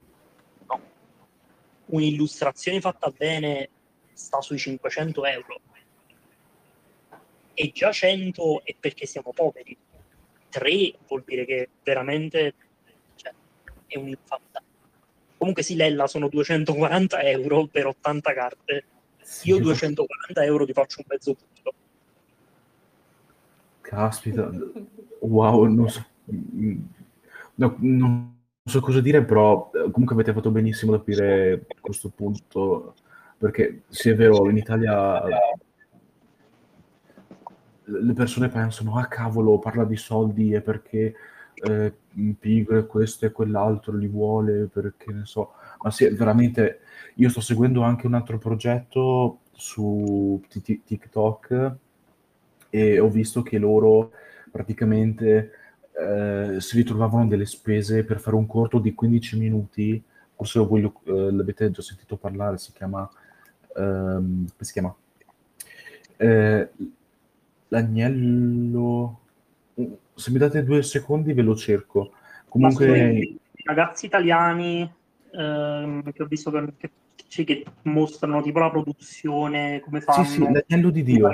Un'illustrazione fatta bene sta sui 500 euro. E già 100 è perché siamo poveri. 3 vuol dire che veramente è un'infamità. Comunque sì, Lella, sono 240 euro per 80 carte. Sì, Io 240 euro ti faccio un mezzo punto. Caspita, wow, non so, non so cosa dire, però comunque avete fatto benissimo ad aprire questo punto, perché sì, è vero, in Italia le persone pensano, ah cavolo, parla di soldi e perché Pig questo e quell'altro li vuole, perché ne so, ma sì, veramente, io sto seguendo anche un altro progetto su TikTok e ho visto che loro praticamente si ritrovavano delle spese per fare un corto di 15 minuti, forse l'avete già sentito parlare, si chiama, come si chiama? L'agnello... Se mi date 2 secondi ve lo cerco. Comunque... Ragazzi italiani che ho visto che mostrano tipo la produzione, come fanno. Sì, l'agnello di Dio.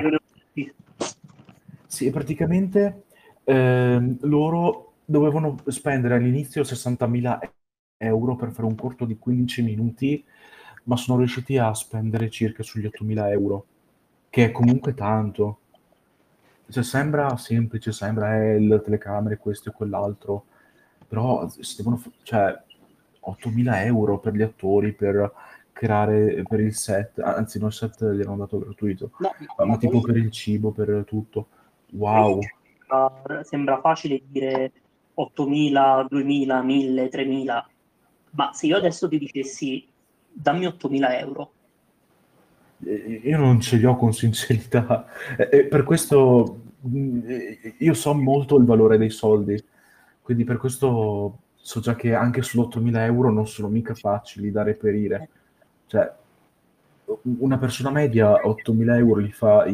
Sì, praticamente loro dovevano spendere all'inizio 60.000 euro per fare un corto di 15 minuti, ma sono riusciti a spendere circa sugli 8.000 euro, che è comunque tanto. Cioè, sembra semplice, sembra le telecamere, questo e quell'altro, però si devono cioè 8.000 euro per gli attori, per creare, per il set, anzi no, il set gli hanno dato gratuito, no, ma tipo per il cibo, per tutto. Wow. Sembra facile dire 8.000, 2.000, 1.000, 3.000, ma se io adesso ti dicessi dammi 8.000 euro, io non ce li ho con sincerità, e per questo io so molto il valore dei soldi, quindi per questo so già che anche sull'8.000 euro non sono mica facili da reperire. Cioè, una persona media 8.000 euro li fa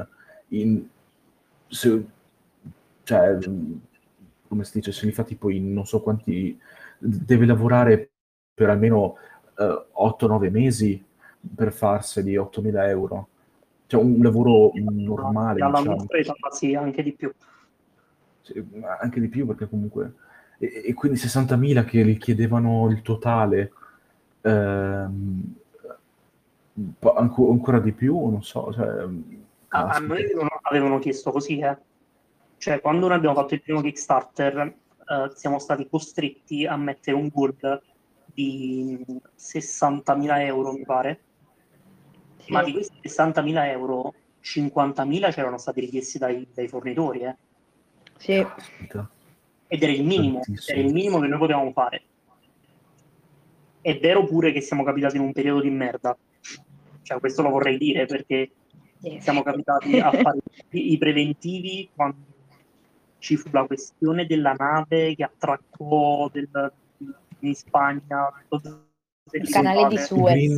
cioè, come si dice, se li fa tipo in non so quanti, deve lavorare per almeno 8-9 mesi per farseli 8.000 euro. Cioè un lavoro normale, alla diciamo. nostra età sì, anche di più. Sì, anche di più, perché comunque... E quindi 60.000 che gli chiedevano il totale, ancora di più, non so, cioè... A noi avevano chiesto così, Cioè, quando noi abbiamo fatto il primo Kickstarter, siamo stati costretti a mettere un goal di 60.000 euro, mi pare. Sì. Ma di questi 60.000 euro, 50.000 c'erano stati richiesti dai fornitori, Sì. Ed era il minimo, che noi potevamo fare. È vero pure che siamo capitati in un periodo di merda. Cioè, questo lo vorrei dire, perché siamo capitati a fare i preventivi quando ci fu la questione della nave che attraccò in Spagna, il canale di Suez,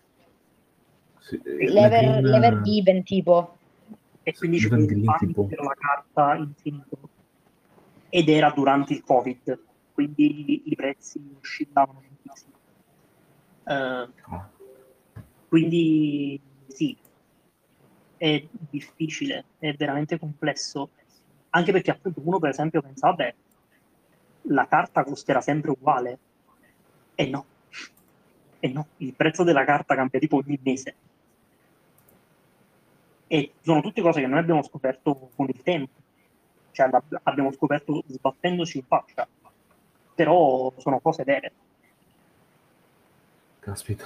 l'Ever Given tipo, e quindi ci fu un panico per la carta infinito, ed era durante il Covid, quindi i prezzi oscillavano tantissimo. Quindi sì, è difficile, è veramente complesso, anche perché appunto uno per esempio pensa, vabbè, la carta costerà sempre uguale, e no, E no, il prezzo della carta cambia tipo ogni mese. E sono tutte cose che noi abbiamo scoperto con il tempo, cioè abbiamo scoperto sbattendoci in faccia, però sono cose vere. Caspita.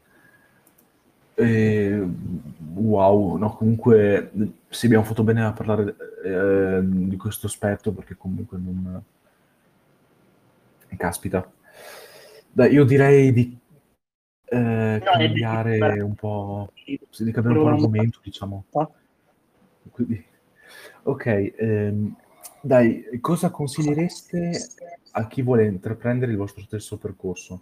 Wow, no, comunque sì, abbiamo fatto bene a parlare di questo aspetto perché comunque non... Caspita. Dai, io direi di cambiare un po', sì, di cambiare un po' l'argomento, diciamo. Quindi, ok, dai, cosa consigliereste a chi vuole intraprendere il vostro stesso percorso?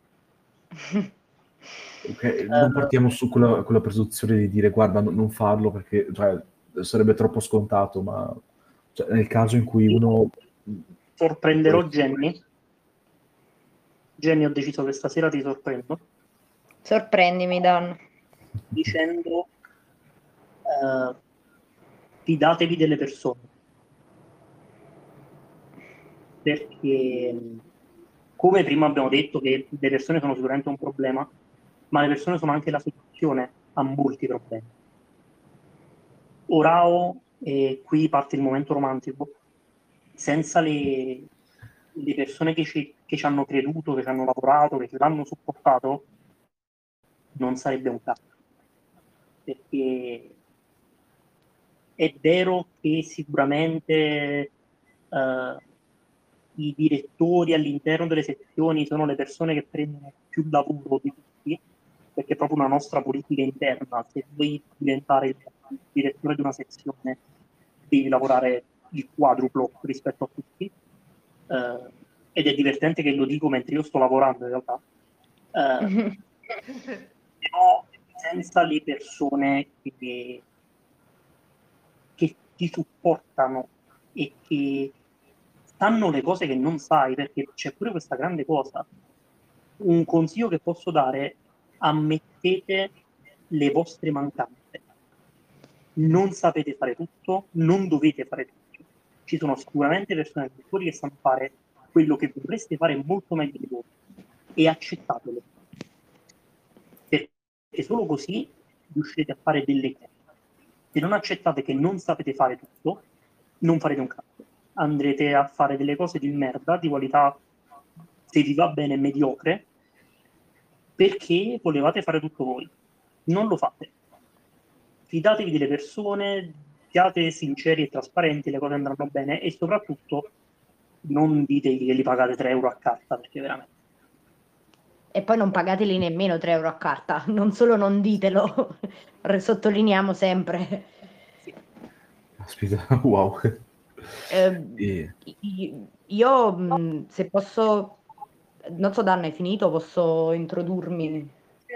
Ok, non partiamo su quella presunzione di dire guarda, non farlo perché cioè, sarebbe troppo scontato, ma cioè, nel caso in cui uno... Sorprenderò Jenny. Jenny, ho deciso che stasera ti sorprendo. Sorprendimi, Dan. Dicendo fidatevi delle persone. Perché, come prima abbiamo detto, che le persone sono sicuramente un problema, ma le persone sono anche la soluzione a molti problemi. Orao, e qui parte il momento romantico, senza le persone che ci hanno creduto, che ci hanno lavorato, che ci l'hanno supportato, non sarebbe un caso. Perché è vero che sicuramente i direttori all'interno delle sezioni sono le persone che prendono più lavoro di tutti, perché è proprio una nostra politica interna. Se vuoi diventare il direttore di una sezione, devi lavorare il quadruplo rispetto a tutti. Ed è divertente che lo dico mentre io sto lavorando in realtà. Però senza le persone che ti supportano e che sanno le cose che non sai, perché c'è pure questa grande cosa. Un consiglio che posso dare: ammettete le vostre mancanze. Non sapete fare tutto, non dovete fare tutto. Ci sono sicuramente persone fuori che sanno fare quello che dovreste fare molto meglio di voi, e accettatelo, perché solo così riuscirete a fare delle cose. Se non accettate che non sapete fare tutto, non farete un cazzo. Andrete a fare delle cose di merda, di qualità, se vi va bene, mediocre, perché volevate fare tutto voi. Non lo fate. Fidatevi delle persone, siate sinceri e trasparenti, le cose andranno bene, e soprattutto non ditegli che li pagate 3 euro a carta, perché veramente... E poi non pagateli nemmeno 3 euro a carta, non solo non ditelo, sottolineiamo sempre. Sì. Aspetta, wow. Io, se posso, non so, Dan, hai finito? Posso introdurmi?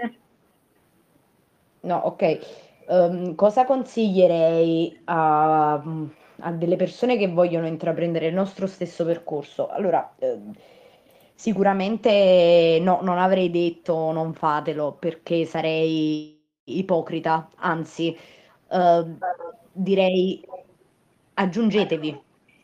No, ok. Cosa consiglierei a delle persone che vogliono intraprendere il nostro stesso percorso? Allora, sicuramente no, non avrei detto non fatelo perché sarei ipocrita, anzi, direi aggiungetevi,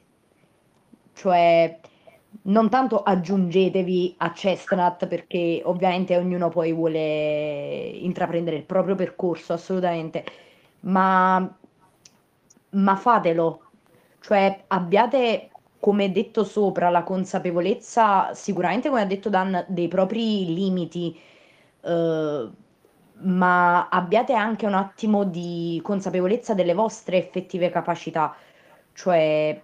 cioè non tanto aggiungetevi a Chestnut perché ovviamente ognuno poi vuole intraprendere il proprio percorso, assolutamente, ma, ma fatelo, cioè abbiate, come detto sopra, la consapevolezza, sicuramente come ha detto Dan, dei propri limiti, eh, ma abbiate anche un attimo di consapevolezza delle vostre effettive capacità, cioè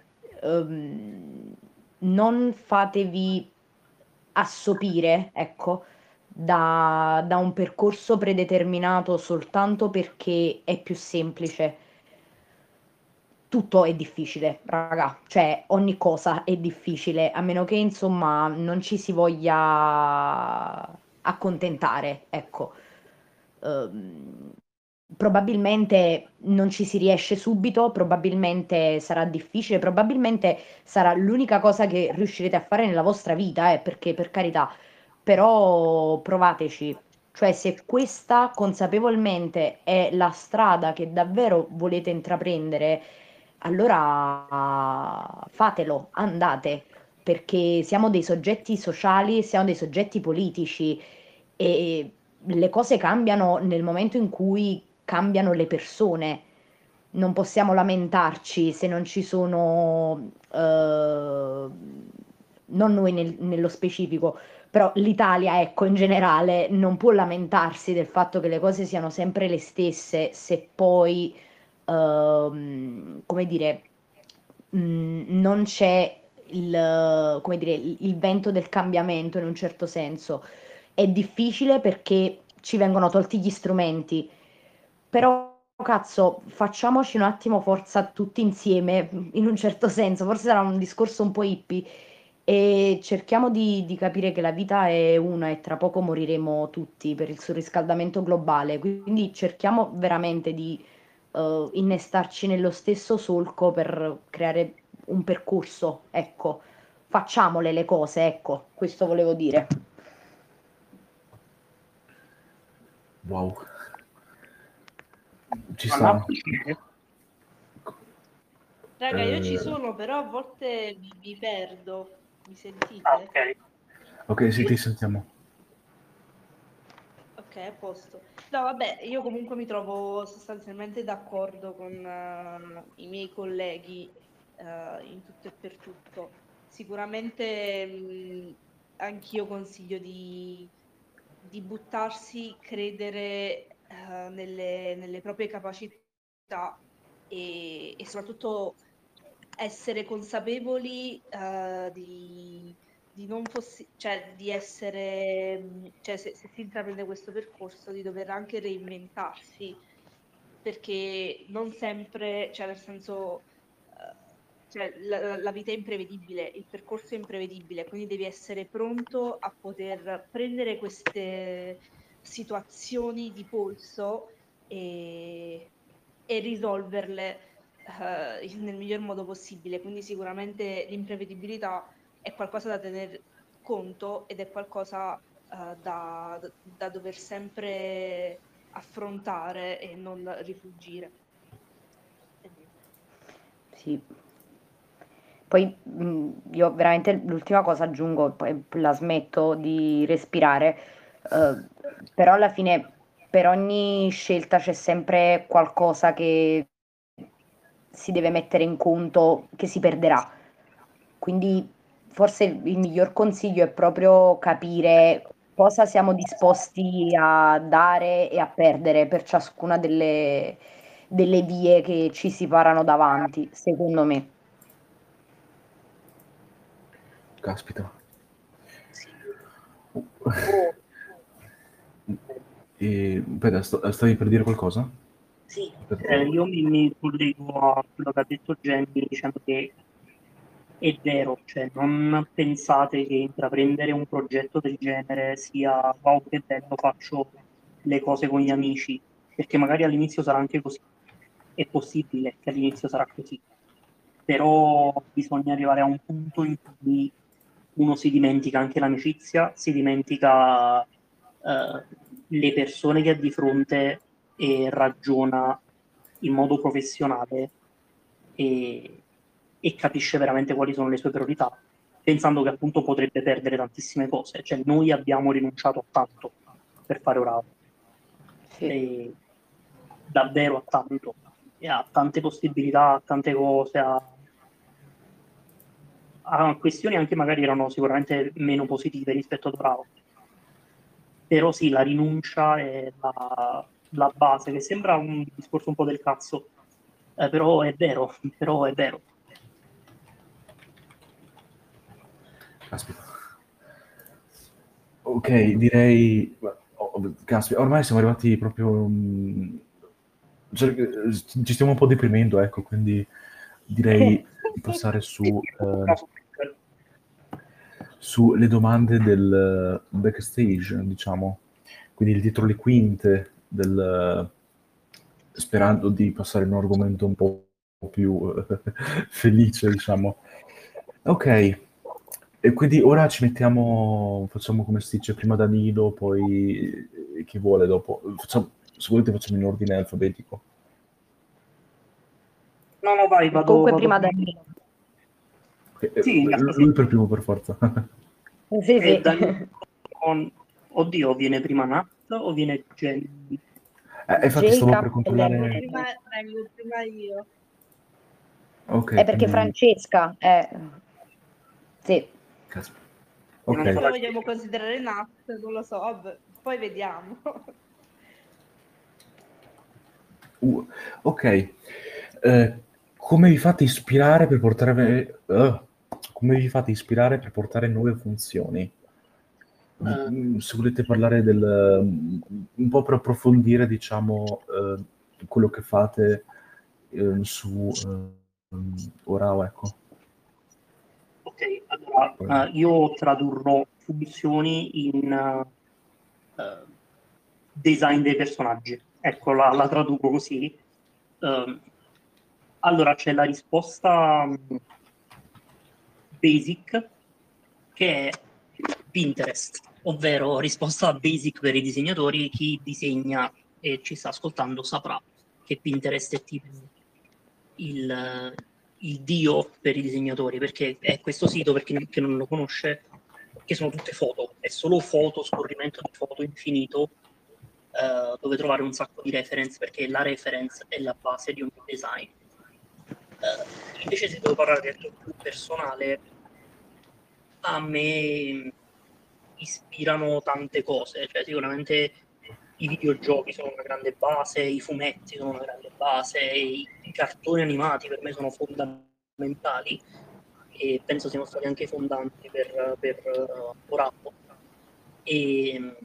non fatevi assopire, ecco, da un percorso predeterminato soltanto perché è più semplice. Tutto è difficile, raga, cioè ogni cosa è difficile, a meno che insomma non ci si voglia accontentare, ecco. Ehm, Probabilmente non ci si riesce subito, probabilmente sarà difficile, probabilmente sarà l'unica cosa che riuscirete a fare nella vostra vita, perché per carità, però provateci. Cioè, se questa consapevolmente è la strada che davvero volete intraprendere, allora fatelo, andate, perché siamo dei soggetti sociali, siamo dei soggetti politici e le cose cambiano nel momento in cui cambiano le persone. Non possiamo lamentarci se non ci sono, non noi nello specifico, però l'Italia, ecco, in generale non può lamentarsi del fatto che le cose siano sempre le stesse se poi, come dire, non c'è come dire, il vento del cambiamento in un certo senso. È difficile perché ci vengono tolti gli strumenti, però cazzo, facciamoci un attimo forza tutti insieme, in un certo senso, forse sarà un discorso un po' hippie, e cerchiamo di capire che la vita è una e tra poco moriremo tutti per il surriscaldamento globale, quindi cerchiamo veramente di innestarci nello stesso solco per creare un percorso, ecco, facciamole le cose, ecco, questo volevo dire. Wow. Ci Ma sta. Raga, io ci sono, però a volte mi perdo. Mi sentite? ok. Ok, sì, ti sentiamo. Ok, a posto. No, vabbè, io comunque mi trovo sostanzialmente d'accordo con i miei colleghi in tutto e per tutto. Sicuramente anch'io consiglio di buttarsi, credere nelle proprie capacità e soprattutto essere consapevoli di non cioè di essere, cioè se si intraprende questo percorso, di dover anche reinventarsi, perché non sempre, cioè nel senso, cioè la vita è imprevedibile, il percorso è imprevedibile, quindi devi essere pronto a poter prendere queste situazioni di polso e risolverle nel miglior modo possibile. Quindi sicuramente l'imprevedibilità è qualcosa da tener conto ed è qualcosa da dover sempre affrontare e non rifuggire. Sì. Poi io veramente l'ultima cosa aggiungo, poi la smetto di respirare, però alla fine per ogni scelta c'è sempre qualcosa che si deve mettere in conto che si perderà. Quindi forse il miglior consiglio è proprio capire cosa siamo disposti a dare e a perdere per ciascuna delle vie che ci si parano davanti, secondo me. Caspita. Oh, Aspetta, stavi per dire qualcosa? sì, Aspetta. io mi collego a quello che ha detto Jenny dicendo che è vero, cioè non pensate che intraprendere un progetto del genere sia wow che bello, faccio le cose con gli amici, perché magari all'inizio sarà anche così, è possibile che all'inizio sarà così, però bisogna arrivare a un punto in cui uno si dimentica anche l'amicizia, si dimentica le persone che ha di fronte e ragiona in modo professionale e capisce veramente quali sono le sue priorità, pensando che appunto potrebbe perdere tantissime cose. Cioè noi abbiamo rinunciato a tanto per fare Orao, Sì. davvero a tanto, e a tante possibilità, a tante cose, a questioni anche magari erano sicuramente meno positive rispetto ad Orao. Però sì, la rinuncia è la base, che sembra un discorso un po' del cazzo, però è vero, però è vero. Caspita. Ok, direi... caspita, ormai siamo arrivati proprio... cioè, ci stiamo un po' deprimendo, ecco, quindi direi di passare sulle domande del backstage, diciamo. Quindi dietro le quinte, sperando di passare in un argomento un po' più felice, diciamo. Ok, e quindi ora ci mettiamo, facciamo come si dice, prima Danilo, poi chi vuole dopo. Se volete facciamo in ordine alfabetico. No, vai, Comunque vado prima prima. Danilo. Sì, Lui per primo per forza. Sì, sì. Danilo Oddio, viene prima Nat o viene Jenny? Infatti stavo per J-Cup controllare. Vengo prima io. Ok, è perché quindi... Francesca è... Sì. Caspita. Non Ok. so. Come vogliamo considerare Nat? Non lo so, vabbè, poi vediamo. Ok. Come vi fate ispirare per portare... come vi fate ispirare per portare nuove funzioni? Se volete parlare un po' per approfondire, diciamo, quello che fate su Orao, ecco. Ok, allora io tradurrò funzioni in design dei personaggi. Ecco, la traduco così. Allora c'è la risposta basic, che è Pinterest, ovvero risposta basic per i disegnatori. Chi disegna e ci sta ascoltando saprà che Pinterest è tipo il dio per i disegnatori, perché è questo sito, per chi non lo conosce, che sono tutte foto, è solo foto, scorrimento di foto infinito, dove trovare un sacco di reference, perché la reference è la base di ogni design. Invece se devo parlare del più personale, a me ispirano tante cose, cioè sicuramente i videogiochi sono una grande base, i fumetti sono una grande base, i cartoni animati per me sono fondamentali e penso siano stati anche fondanti per Orapo. E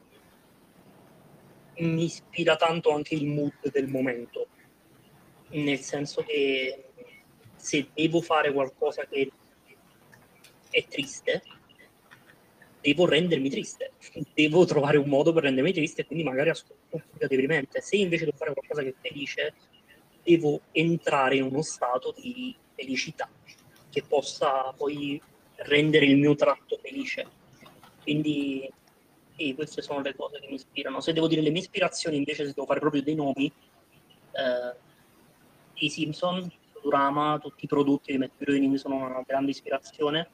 mi ispira tanto anche il mood del momento, nel senso che se devo fare qualcosa che è triste, devo rendermi triste, devo trovare un modo per rendermi triste e quindi magari ascolto musica deprimente. Se invece devo fare qualcosa che è felice, devo entrare in uno stato di felicità che possa poi rendere il mio tratto felice. Quindi sì, queste sono le cose che mi ispirano. Se devo dire le mie ispirazioni, invece, se devo fare proprio dei nomi, i Simpson, Futurama, tutti i prodotti di Matt Groening sono una grande ispirazione.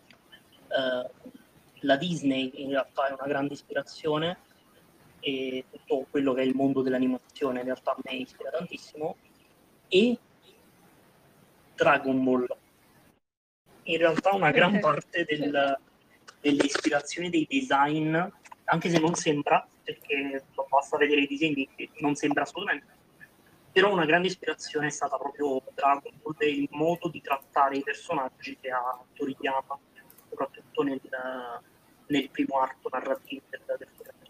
La Disney in realtà è una grande ispirazione e tutto quello che è il mondo dell'animazione in realtà a me ispira tantissimo, e Dragon Ball. In realtà una gran parte delle ispirazioni dei design, anche se non sembra, perché basta vedere i disegni, non sembra assolutamente, però una grande ispirazione è stata proprio Dragon Ball e il modo di trattare i personaggi che ha Toriyama, soprattutto nel primo arco narrativo del fumetto.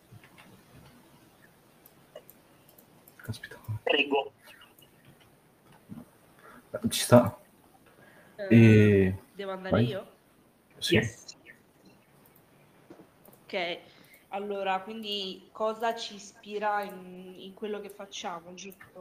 Caspita. Prego. Ci sta. E... Devo andare Vai. io? Sì. Yes. Ok, allora, quindi cosa ci ispira in quello che facciamo, giusto?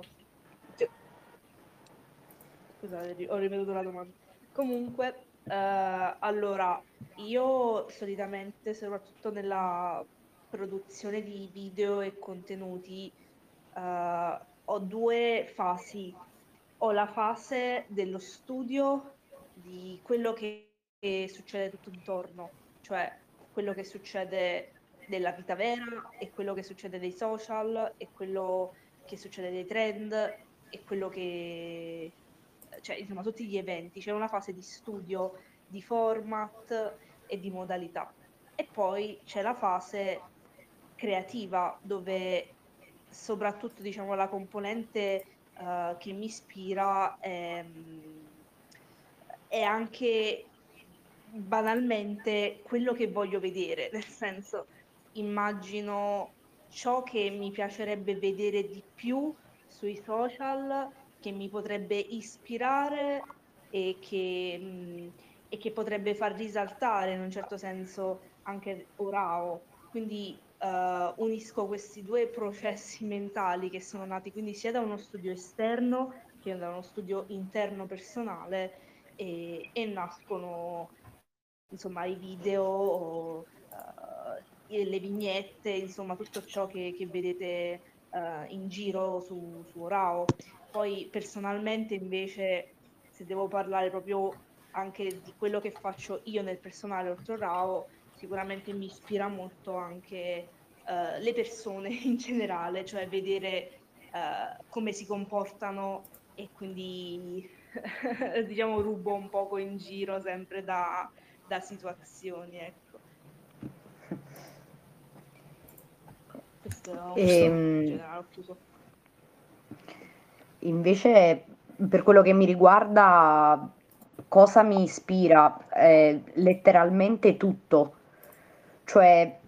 Scusate, ho ripetuto la domanda. Comunque, allora, io solitamente, soprattutto nella produzione di video e contenuti, ho due fasi. Ho la fase dello studio di quello che succede tutto intorno, cioè quello che succede nella vita vera e quello che succede nei social e quello che succede nei trend e quello che, cioè insomma tutti gli eventi. C'è una fase di studio di format e di modalità. E poi c'è la fase creativa dove soprattutto diciamo la componente che mi ispira è anche banalmente quello che voglio vedere, nel senso immagino ciò che mi piacerebbe vedere di più sui social, che mi potrebbe ispirare e che potrebbe far risaltare in un certo senso anche Orao. Quindi unisco questi due processi mentali che sono nati quindi sia da uno studio esterno che da uno studio interno personale e nascono insomma i video, le vignette, insomma tutto ciò che vedete in giro su Orao. Poi personalmente invece se devo parlare proprio anche di quello che faccio io nel personale oltre Orao, sicuramente mi ispira molto anche le persone in generale, cioè vedere come si comportano e quindi diciamo rubo un poco in giro sempre da situazioni, ecco. Questo è in generale, ho chiuso. Invece, per quello che mi riguarda, cosa mi ispira? Letteralmente tutto. Cioè,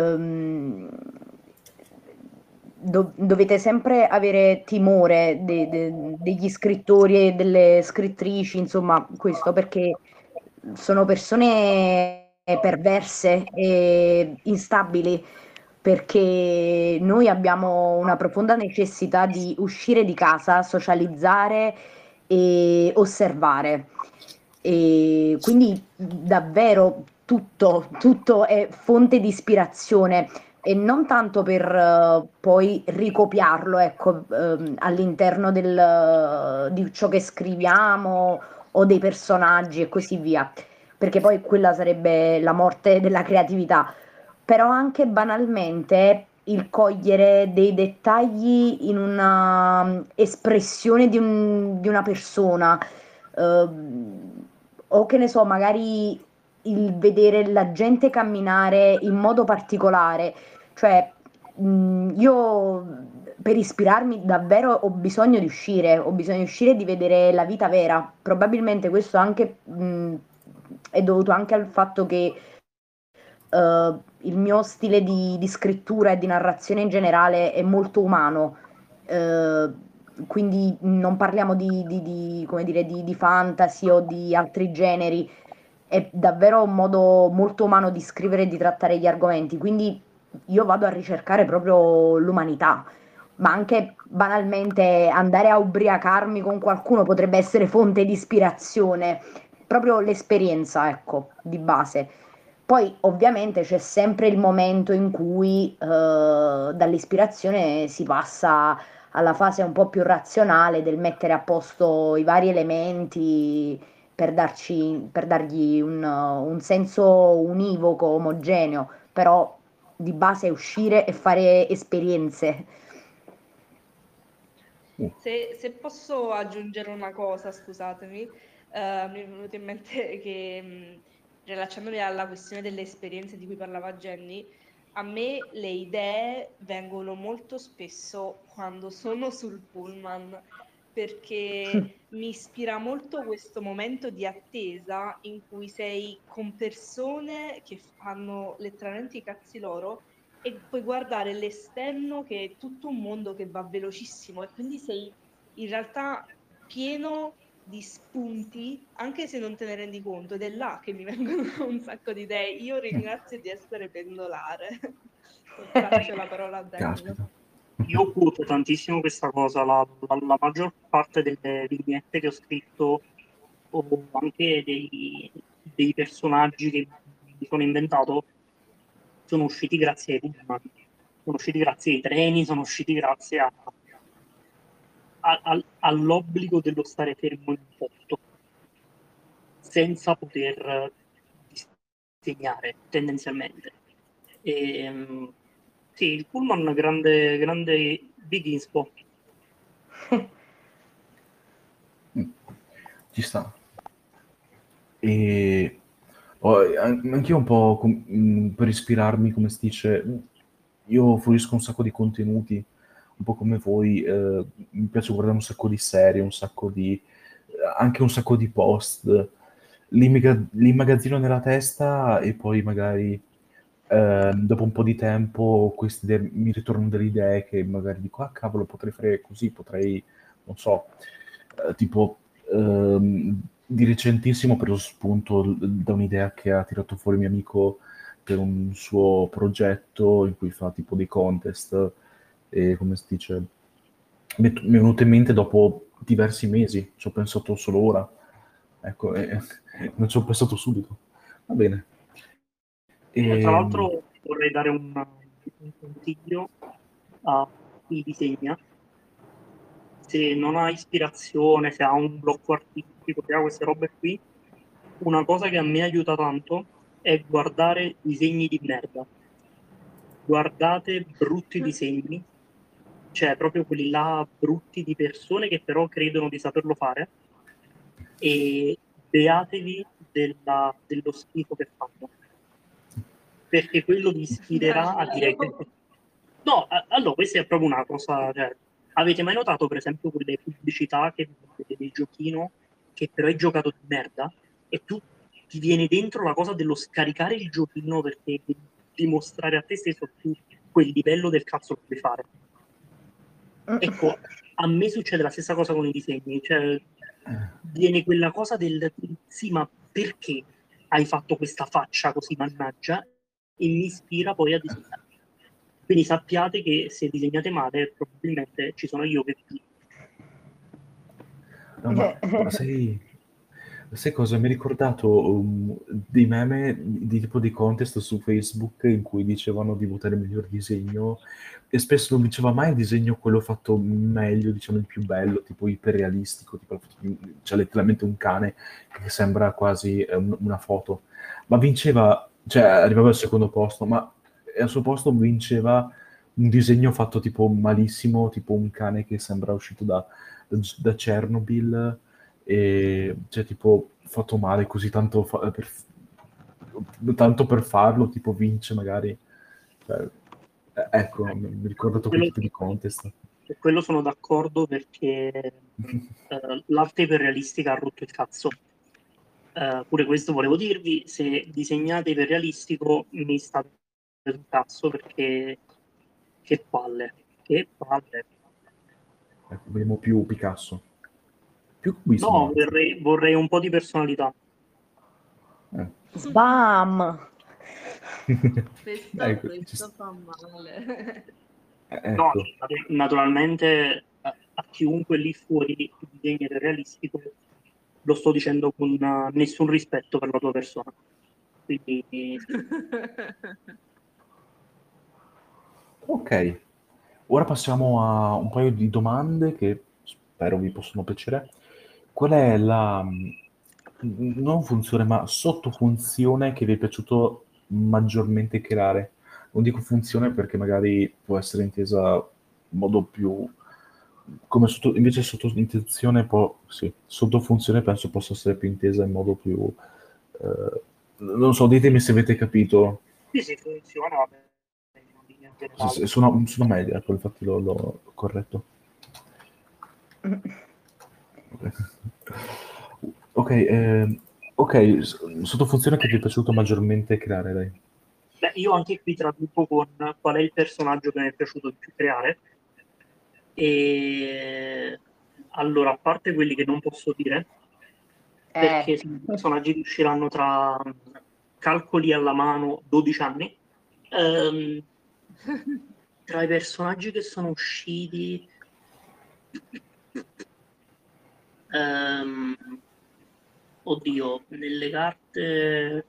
dovete sempre avere timore degli scrittori e delle scrittrici, insomma, questo perché sono persone perverse e instabili, perché noi abbiamo una profonda necessità di uscire di casa, socializzare e osservare. E quindi davvero tutto è fonte di ispirazione e non tanto per poi ricopiarlo, ecco, all'interno di ciò che scriviamo o dei personaggi e così via, perché poi quella sarebbe la morte della creatività, però anche banalmente il cogliere dei dettagli in una espressione di una persona, o che ne so, magari il vedere la gente camminare in modo particolare, cioè io per ispirarmi davvero ho bisogno di uscire e di vedere la vita vera. Probabilmente questo anche è dovuto anche al fatto che il mio stile di scrittura e di narrazione in generale è molto umano, eh, quindi non parliamo come dire, di fantasy o di altri generi, è davvero un modo molto umano di scrivere e di trattare gli argomenti, quindi io vado a ricercare proprio l'umanità, ma anche banalmente andare a ubriacarmi con qualcuno potrebbe essere fonte di ispirazione, proprio l'esperienza, ecco, di base. Poi ovviamente c'è sempre il momento in cui dall'ispirazione si passa alla fase un po' più razionale del mettere a posto i vari elementi per dargli un senso univoco, omogeneo, però di base uscire e fare esperienze. Se posso aggiungere una cosa, scusatemi, mi è venuto in mente che rilacciandomi alla questione delle esperienze di cui parlava Jenny, a me le idee vengono molto spesso quando sono sul pullman, perché mi ispira molto questo momento di attesa in cui sei con persone che fanno letteralmente i cazzi loro e puoi guardare l'esterno che è tutto un mondo che va velocissimo e quindi sei in realtà pieno di spunti, anche se non te ne rendi conto, ed è là che mi vengono un sacco di idee. Io ringrazio di essere pendolare. Lascio la parola a Danilo. Caspita. Io quoto tantissimo questa cosa, la maggior parte delle vignette che ho scritto o anche dei personaggi che mi sono inventato sono usciti grazie ai pullman, sono usciti grazie ai treni, sono usciti grazie all'obbligo dello stare fermo in un posto senza poter disegnare tendenzialmente. Sì, il pullman grande big inspo. Ci sta. E anch'io un po' per ispirarmi, come si dice, io fruisco un sacco di contenuti, un po' come voi, mi piace guardare un sacco di serie, anche un sacco di post, li immagazzino nella testa e poi magari dopo un po' di tempo mi ritornano delle idee che magari dico, ah cavolo, potrei fare così, non so, tipo di recentissimo ho preso spunto da un'idea che ha tirato fuori mio amico per un suo progetto in cui fa tipo dei contest e come si dice, mi è venuto in mente dopo diversi mesi, ci ho pensato solo ora, ecco, non ci ho pensato subito. Va bene. Tra l'altro vorrei dare un consiglio a chi disegna. Se non ha ispirazione, se ha un blocco artistico, se ha queste robe qui, una cosa che a me aiuta tanto è guardare disegni di merda. guardate brutti disegni, cioè proprio quelli là brutti di persone che però credono di saperlo fare, e beatevi dello schifo che fanno, perché quello vi ispirerà a dire che... No, allora, questa è proprio una cosa, cioè, avete mai notato per esempio quelle pubblicità che vedete del giochino che però è giocato di merda e tu ti viene dentro la cosa dello scaricare il giochino perché devi dimostrare a te stesso che tu quel livello del cazzo lo puoi fare. Ecco, a me succede la stessa cosa con i disegni, cioè viene quella cosa del sì, ma perché hai fatto questa faccia così mannaggia, e mi ispira poi a disegnare. Quindi sappiate che se disegnate male probabilmente ci sono io che vi... No, ma sai cosa? Mi ha ricordato dei meme di tipo di contest su Facebook in cui dicevano di votare il miglior disegno e spesso non diceva mai il disegno quello fatto meglio, diciamo il più bello, tipo iperrealistico, tipo c'è letteralmente un cane che sembra quasi una foto, ma vinceva, cioè arrivava al secondo posto, ma al suo posto vinceva un disegno fatto tipo malissimo, tipo un cane che sembra uscito da Chernobyl, e cioè tipo fatto male così tanto per farlo, tipo vince magari. Cioè, ecco, mi ricordo quei tipi di contest. Per quello sono d'accordo, perché l'arte iperrealistica ha rotto il cazzo. Pure questo volevo dirvi, se disegnate iperrealistico mi state sul cazzo, perché che palle, che palle. Ecco, vediamo più Picasso. Più cubismo. No, vorrei un po' di personalità. Bam! Ecco, Questo fa male. No, ecco. naturalmente a chiunque lì fuori disegna del realistico lo sto dicendo con nessun rispetto per la tua persona. Quindi Ok, ora passiamo a un paio di domande che spero vi possono piacere. Qual è la non funzione, ma sottofunzione che vi è piaciuto maggiormente creare? Non dico funzione perché magari può essere intesa in modo più come invece sottointenzione sì, sottofunzione penso possa essere più intesa in modo più non so, ditemi se avete capito. sì, funziona, vabbè, in linea generale. Sono media, ecco, infatti l'ho corretto. Ok, sottofunzione che ti è piaciuto maggiormente creare, dai. Beh, io anche qui traduco con qual è il personaggio che mi è piaciuto di più creare. E allora, a parte quelli che non posso dire, perché i personaggi che usciranno tra calcoli alla mano 12 anni, tra i personaggi che sono usciti, oddio, nelle carte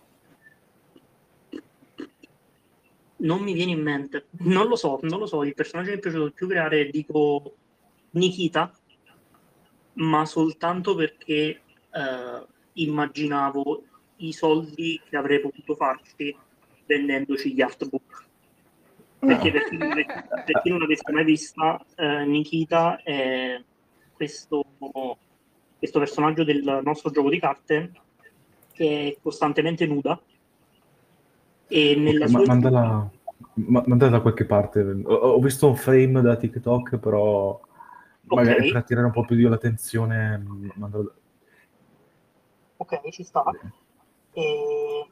non mi viene in mente, non lo so, il personaggio che mi è piaciuto di più creare, dico Nikita, ma soltanto perché immaginavo i soldi che avrei potuto farci vendendoci gli artbook. Perché per chi non l'avesse mai vista, Nikita è questo personaggio del nostro gioco di carte che è costantemente nuda, e nella sua... mandala da qualche parte. Ho visto un frame da TikTok, però magari Ok. per attirare un po' più di l'attenzione, mandala... Ok, ci sta. E,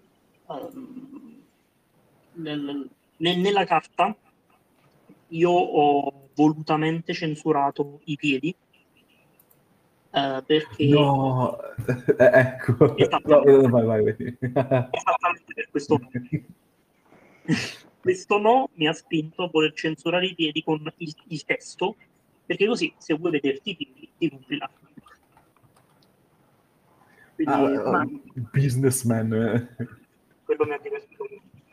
nella carta io ho volutamente censurato i piedi, perché No, ecco. No, vai. esattamente per questo no. Questo no mi ha spinto a voler censurare i piedi con il testo, perché così se vuoi vederti i piedi ti compri l'artbook. Quindi businessman. quello mi ha divertito.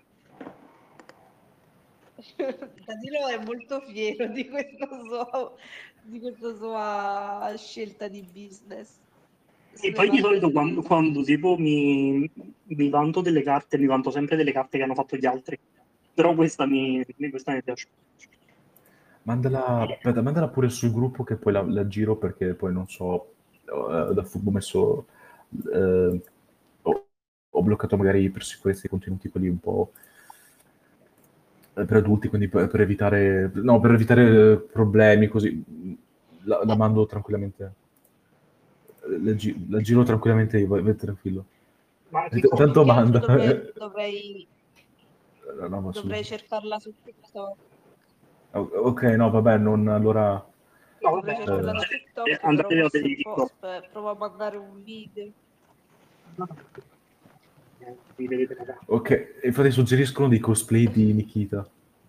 Danilo è molto fiero di questa sua scelta di business. E poi di solito quando tipo mi vanto delle carte, mi vanto sempre delle carte che hanno fatto gli altri. Però questa mi piace. Mandala pure sul gruppo che poi la giro, perché poi non so, da Furbo ho messo, ho bloccato magari per sicurezza i contenuti quelli un po' per adulti, quindi per evitare problemi, così la mando tranquillamente, la giro tranquillamente io, vai tranquillo. Ma Tanto manda. Dovrei No, cercarla su TikTok. Ok, no, vabbè, non allora. no, Dovrei cercarla su TikTok, andate però a vedere TikTok. provo a mandare un video. Ok, infatti suggeriscono dei cosplay di Nikita.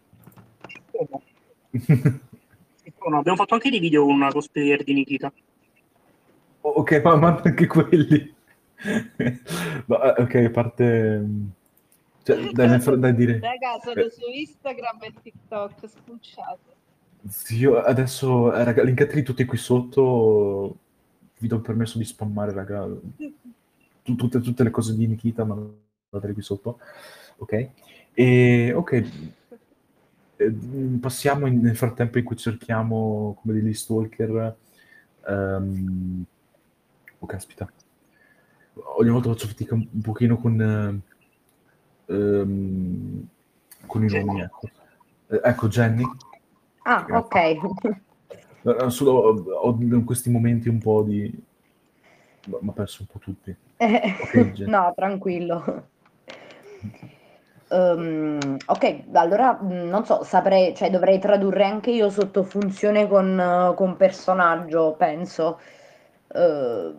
No, abbiamo fatto anche dei video con una cosplayer di Nikita. Ok, ma manda anche quelli. Ok, a parte. Cioè, dai dire. Raga, sono su Instagram e TikTok, spulciate. Sì, io adesso, raga, linkateli tutti qui sotto. Vi do il permesso di spammare, raga. Tutte le cose di Nikita, ma mandateli qui sotto. Ok? E ok. Passiamo nel frattempo in cui cerchiamo come degli stalker. Oh, caspita. Ogni volta faccio fatica un pochino con i nomi, ecco. Ecco, Jenny. Ah, Grazie. ok. Solo ho in questi momenti un po' di. Mi ha perso un po' tutti. Ok, Jenny. No, tranquillo. Ok, allora non so, saprei, cioè dovrei tradurre anche io sotto funzione con personaggio, penso. Eh,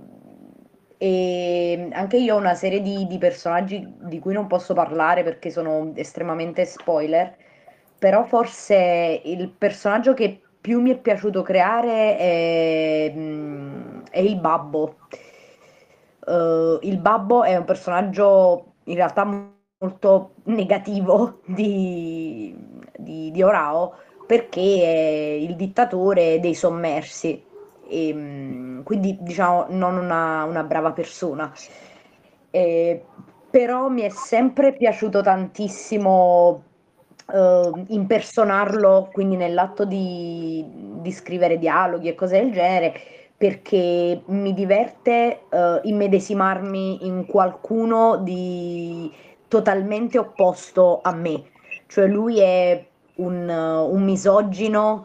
e anche io ho una serie di personaggi di cui non posso parlare perché sono estremamente spoiler, però forse il personaggio che più mi è piaciuto creare è il babbo. Il babbo è un personaggio in realtà molto negativo di Orao perché è il dittatore dei sommersi e quindi diciamo non una brava persona. Eh, Però mi è sempre piaciuto tantissimo impersonarlo, quindi nell'atto di scrivere dialoghi e cose del genere, perché mi diverte immedesimarmi in qualcuno di totalmente opposto a me. Cioè lui è un misogino,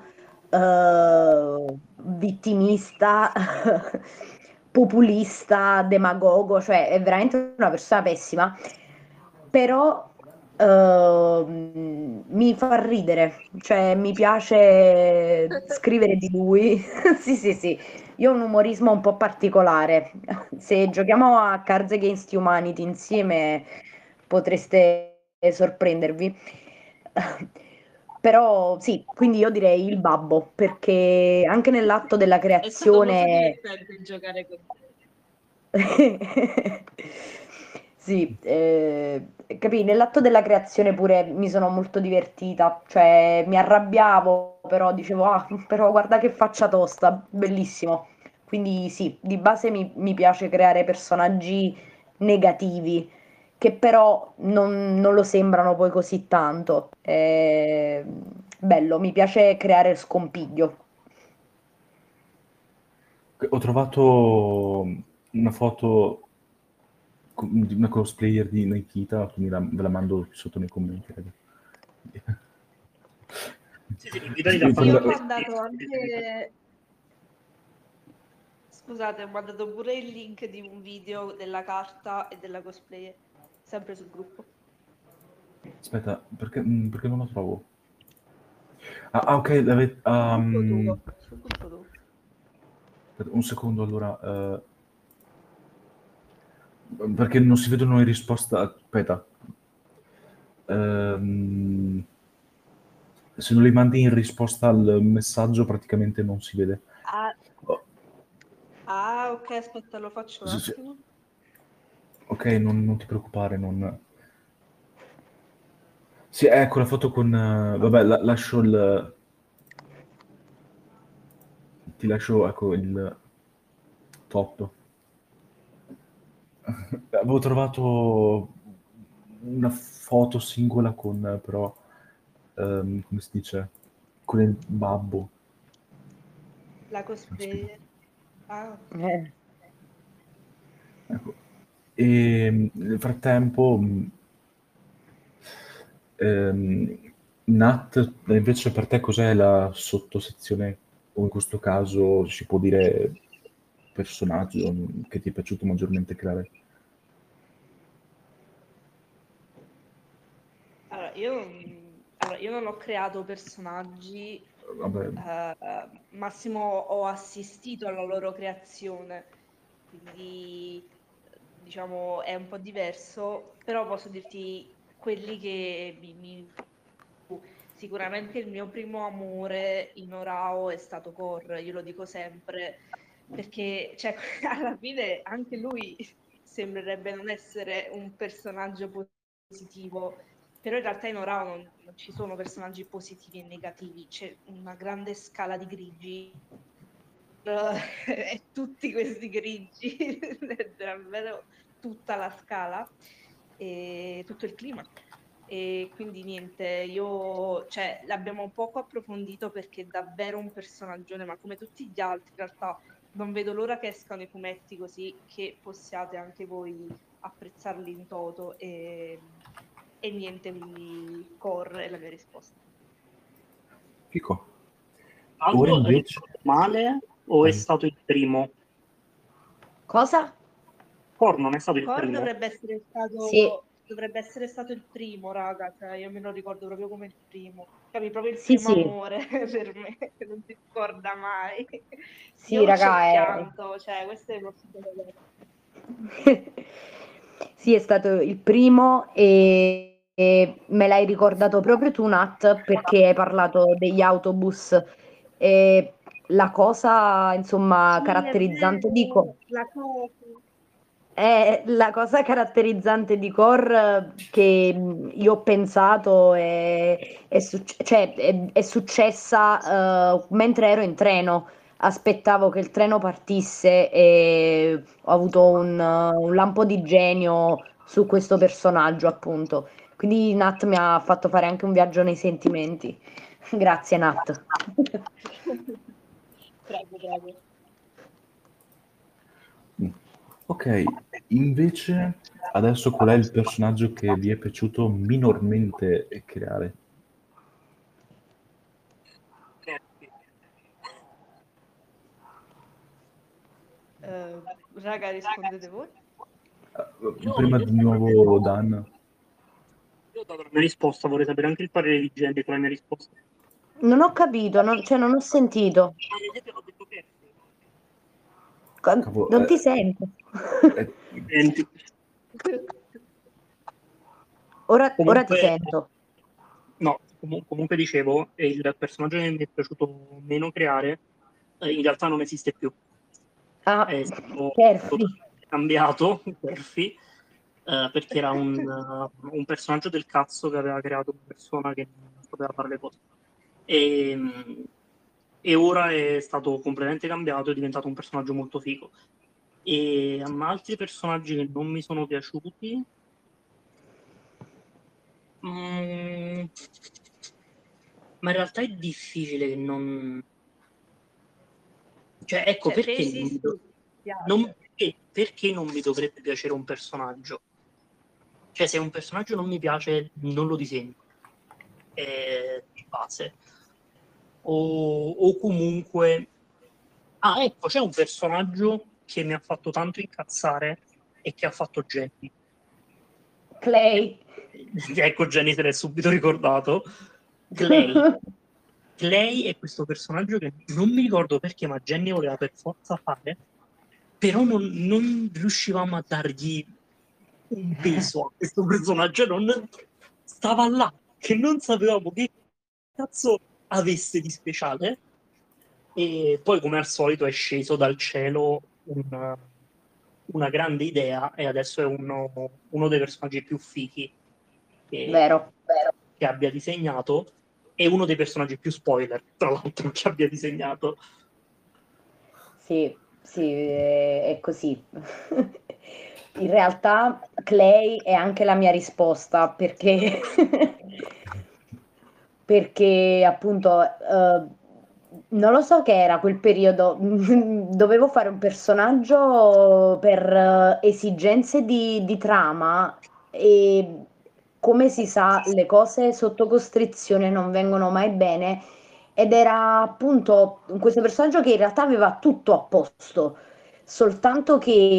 vittimista, populista, demagogo, cioè è veramente una persona pessima, però mi fa ridere, cioè mi piace scrivere di lui. Sì, sì, sì, io ho un umorismo un po' particolare. Se giochiamo a Cards Against Humanity insieme potreste sorprendervi. Però sì, quindi io direi il babbo, perché anche nell'atto della È stato molto creazione. divertente giocare con te. Sì, capì, nell'atto della creazione pure mi sono molto divertita, cioè mi arrabbiavo, però dicevo, ah, però guarda che faccia tosta, bellissimo. Quindi sì, di base mi piace creare personaggi negativi, che però non lo sembrano poi così tanto. Bello, mi piace creare scompiglio. Ho trovato una foto di una cosplayer di Nikita, quindi ve la mando qui sotto nei commenti, raga. Sì, invitati a Io ho fare mandato anche... Scusate, ho mandato pure il link di un video della carta e della cosplayer, sempre sul gruppo. Aspetta, perché non lo trovo? Ok, Sul gruppo tuo. un secondo allora. Perché non si vedono in risposta. Aspetta. Se non li mandi in risposta al messaggio praticamente non si vede. Ok, aspetta, lo faccio un Sì, sì. attimo. Ok, non ti preoccupare, non. Sì, ecco la foto con. Vabbè, lascio il. Ti lascio, ecco, il top. Avevo trovato una foto singola con, però, come si dice, con il babbo. La cosplayer. Ah, Ecco. E nel frattempo Nat, invece per te cos'è la sottosezione, o in questo caso si può dire personaggio che ti è piaciuto maggiormente creare? allora, io non ho creato personaggi, Vabbè, massimo ho assistito alla loro creazione, quindi diciamo è un po' diverso, però posso dirti quelli che sicuramente il mio primo amore in Orao è stato Cor, io lo dico sempre, perché cioè, alla fine anche lui sembrerebbe non essere un personaggio positivo, però in realtà in Orao non ci sono personaggi positivi e negativi, c'è una grande scala di grigi e tutti questi grigi, è davvero tutta la scala e tutto il clima. E quindi niente, cioè, l'abbiamo poco approfondito perché è davvero un personaggio, ma come tutti gli altri, in realtà non vedo l'ora che escano i fumetti così che possiate anche voi apprezzarli in toto e niente, quindi Core è la mia risposta. fico. Aldo, Ora invece... male o è stato il primo? Cosa? Cor non è stato il Core primo. Sì. dovrebbe essere stato il primo, raga, cioè io me lo ricordo proprio come il primo, capì? Proprio il Sì, primo sì. amore per me, che non si scorda mai. Sì, Io ci ho raga, pianto, cioè questo è lo sì, è stato il primo e me l'hai ricordato proprio tu, Nat, perché hai parlato degli autobus. E la cosa, insomma, caratterizzante di la cosa. la cosa caratterizzante di Core che io ho pensato è successa mentre ero in treno. Aspettavo che il treno partisse e ho avuto un lampo di genio su questo personaggio, appunto. Quindi Nat mi ha fatto fare anche un viaggio nei sentimenti. Grazie, Nat. Prego. Ok, invece adesso qual è il personaggio che vi è piaciuto minormente creare? Raga, rispondete voi? Prima di nuovo Dan. Io ho dato la mia risposta, vorrei sapere anche il parere di gente con la mia risposta. Non ho capito, cioè non ho sentito. L'ho detto che Cavolo, Non ti sento. senti. Ora ti Comunque, sento. no, comunque dicevo, il personaggio che mi è piaciuto meno creare in realtà non esiste più. Ah, È stato Kerfi. cambiato, Kerfi, perché era un personaggio del cazzo che aveva creato una persona che non poteva fare le cose. E ora è stato completamente cambiato, è diventato un personaggio molto figo. E altri personaggi che non mi sono piaciuti... ma in realtà è difficile che non... Cioè, ecco, Cioè, te perché esisti, perché non mi dovrebbe piacere un personaggio? Cioè, se un personaggio non mi piace, non lo disegno. Di base. O comunque... Ah, ecco, c'è un personaggio che mi ha fatto tanto incazzare e che ha fatto Jenny. Clay. Ecco, Jenny se l'è subito ricordato. Clay è questo personaggio che non mi ricordo perché, ma Jenny voleva per forza fare, però non riuscivamo a dargli un peso a questo personaggio, non stava là, che non sapevamo che cazzo avesse di speciale, e poi come al solito è sceso dal cielo una grande idea e adesso è uno dei personaggi più fichi Vero. che abbia disegnato e uno dei personaggi più spoiler, tra l'altro, che abbia disegnato. Sì, è così. In realtà Clay è anche la mia risposta perché perché appunto non lo so che era quel periodo, dovevo fare un personaggio per esigenze di trama e come si sa le cose sotto costrizione non vengono mai bene ed era appunto questo personaggio che in realtà aveva tutto a posto, soltanto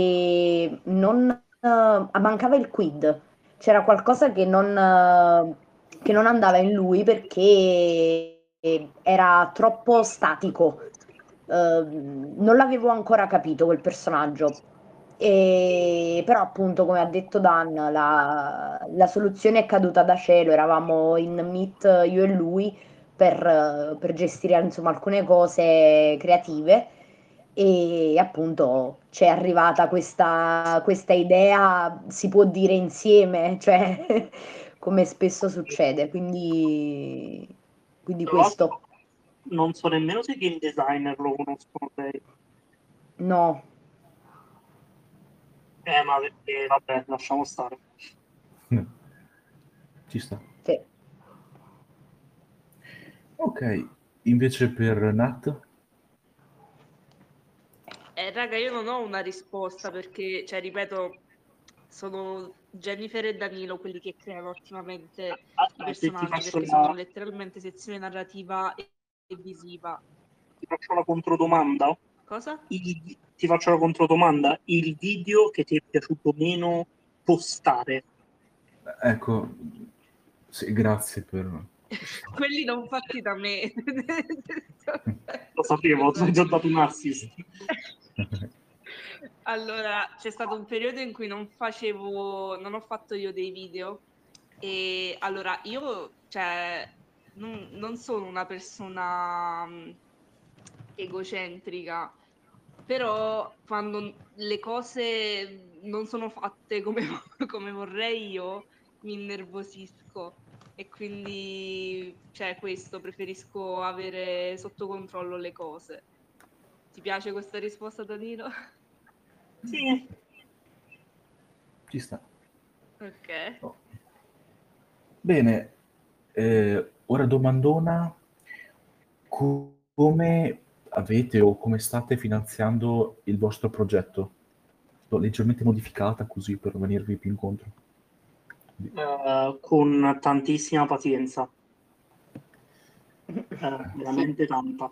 che mancava il quid, c'era qualcosa che non andava in lui perché era troppo statico. Non l'avevo ancora capito quel personaggio. Però appunto come ha detto Dan la soluzione è caduta da cielo, eravamo in meet io e lui per gestire insomma alcune cose creative e appunto c'è arrivata questa idea, si può dire insieme, cioè come spesso succede, quindi Tra l'altro questo. non so nemmeno se i game designer lo conoscono bene. No, Ma perché, vabbè, lasciamo stare. Ci sta. sì. Ok, invece per Nat? Raga, io non ho una risposta perché, cioè, ripeto, sono Jennifer e Danilo quelli che creano ottimamente i Aspetta, se personaggi perché sono letteralmente sezione narrativa e visiva. ti faccio la controdomanda. Cosa? Ti faccio la controdomanda. Il video che ti è piaciuto meno postare? Ecco, sì, grazie per... Quelli non fatti da me. Lo sapevo, ti ho già dato un assist. Allora, c'è stato un periodo in cui non ho fatto io dei video e allora io, cioè, non sono una persona egocentrica, però quando le cose non sono fatte come, come vorrei io, mi innervosisco e quindi, cioè, questo, preferisco avere sotto controllo le cose. Ti piace questa risposta, Danilo? Sì, Ci sta. Ok. Oh. Bene, ora domandona, come avete o come state finanziando il vostro progetto? L'ho leggermente modificata così per venirvi più incontro. con tantissima pazienza, Sì. veramente tanta.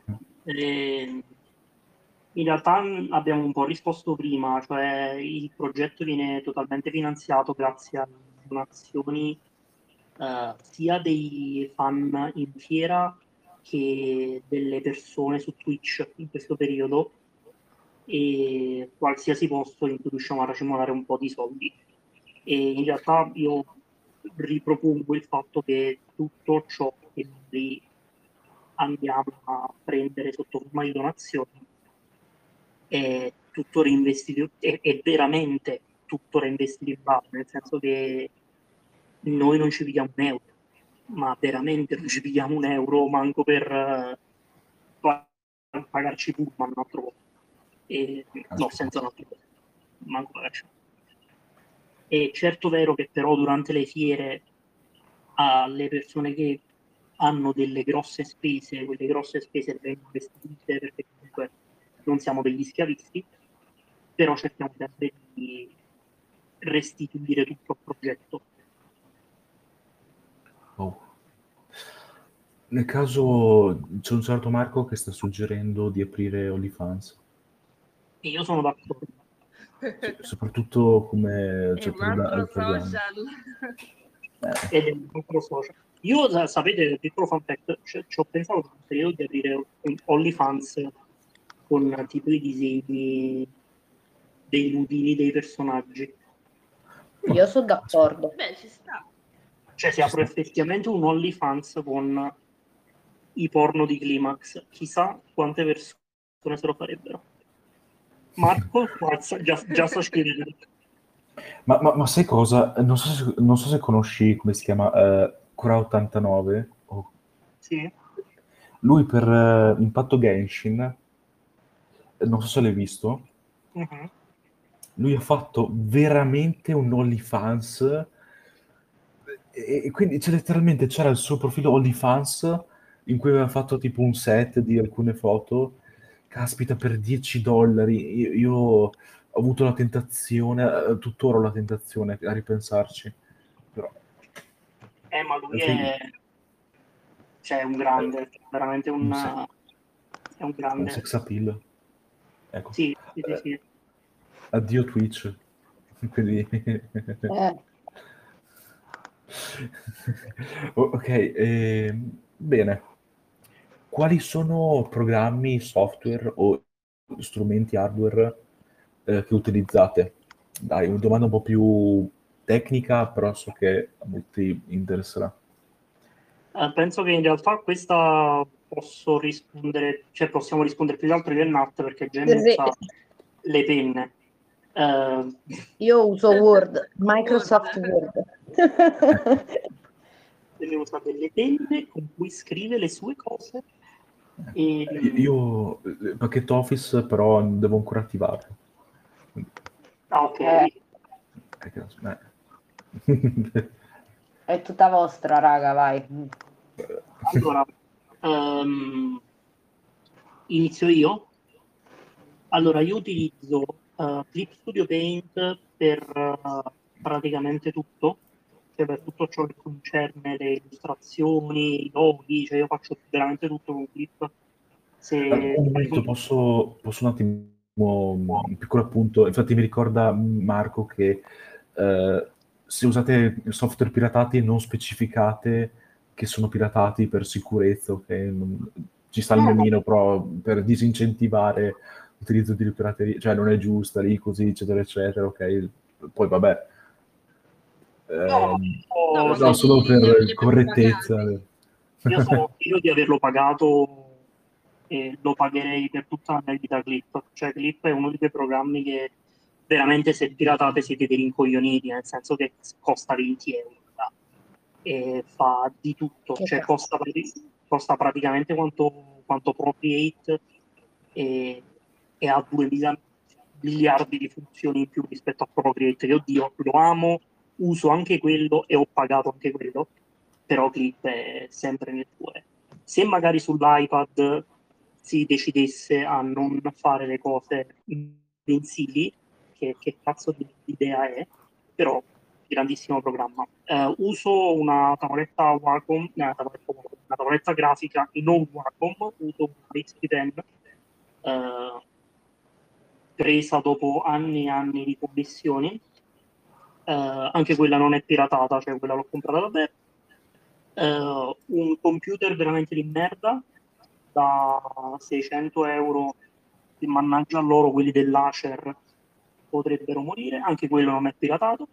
In realtà abbiamo un po' risposto prima, cioè il progetto viene totalmente finanziato grazie a donazioni sia dei fan in fiera che delle persone su Twitch in questo periodo e qualsiasi posto in cui riusciamo a racimolare un po' di soldi. E in realtà io ripropongo il fatto che tutto ciò che noi andiamo a prendere sotto forma di donazioni è tutto reinvestito, è veramente tutto reinvestito in base, nel senso che noi non ci pigliamo un euro, ma veramente non ci pigliamo un euro manco per pagarci Pullman un altro po'. No, senza un altro po', manco pagarci. È certo vero che però durante le fiere alle persone che hanno delle grosse spese, quelle grosse spese vengono restituite perché comunque non siamo degli schiavisti, però cerchiamo sempre di restituire tutto al progetto. Oh. Nel caso c'è un certo Marco che sta suggerendo di aprire OnlyFans. E io sono d'accordo. Sì, soprattutto come... È Cioè, un altro per Gianni. social. Ed è un altro social. Io, sapete, piccolo fun fact, ci ho pensato per un periodo di aprire un OnlyFans con tipo i disegni dei nudini dei personaggi. Io sono d'accordo. Beh, ci sta. Cioè si apre effettivamente un OnlyFans con i porno di Climax. Chissà quante persone se lo farebbero. Marco, già sto scrivendo. Ma sai cosa? Non so se conosci come si chiama Cura89. Sì. Lui per Impatto Genshin, non so se l'hai visto, Mhm. lui ha fatto veramente un OnlyFans E quindi letteralmente c'era il suo profilo OnlyFans in cui aveva fatto tipo un set di alcune foto. Caspita, per $10. Io ho avuto la tentazione, tuttora ho la tentazione a ripensarci. Però, Ma lui sì, è un grande, veramente un, se- è un un grande. sex appeal. Ecco. Sì, sì, sì, sì. Addio Twitch. Quindi... Ok, bene. Quali sono programmi, software o strumenti hardware che utilizzate? Dai, una domanda un po' più tecnica, però so che a molti interesserà. Penso che in realtà questa posso rispondere, cioè possiamo rispondere più che altro io e Nat perché Jenny Sì. usa le penne. Io uso Word, Microsoft Word. Jenny usa delle penne con cui scrive le sue cose. E, Io il pacchetto Office però devo ancora attivarlo. ok. È tutta vostra, raga, vai. Allora, inizio io. Allora, io utilizzo Clip Studio Paint per praticamente tutto, cioè per tutto ciò che concerne le illustrazioni, i loghi, cioè io faccio veramente tutto con Clip. Se Un momento, posso un attimo, un piccolo appunto, infatti mi ricorda Marco che se usate software piratati non specificate che sono piratati per sicurezza, ok? Ci sta il nomino, però per disincentivare l'utilizzo di pirateria, cioè non è giusta lì così, eccetera, eccetera, ok? Poi vabbè, No, ma no, solo li per abbiamo correttezza. pagati. io sono fiero di averlo pagato e lo pagherei per tutta la mia vita Clip. Cioè Clip è uno di quei programmi che veramente se piratate siete dei rincoglioniti, nel senso che costa 20 euro e fa di tutto, Che cioè cazzo. costa praticamente quanto Procreate e ha 2000 miliardi di funzioni in più rispetto a Procreate, che oddio, lo amo, uso anche quello e ho pagato anche quello, però Clip è sempre nel cuore. Se magari sull'iPad si decidesse a non fare le cose mensili, che cazzo di idea è, però grandissimo programma. Uso una tavoletta Wacom, una tavoletta grafica non Wacom, uso una XP Pen presa dopo anni e anni di commissioni. Anche quella non è piratata, cioè quella l'ho comprata davvero. Un computer veramente di merda da 600 euro, che mannaggia loro, quelli dell'Acer potrebbero morire, anche quello non è piratato.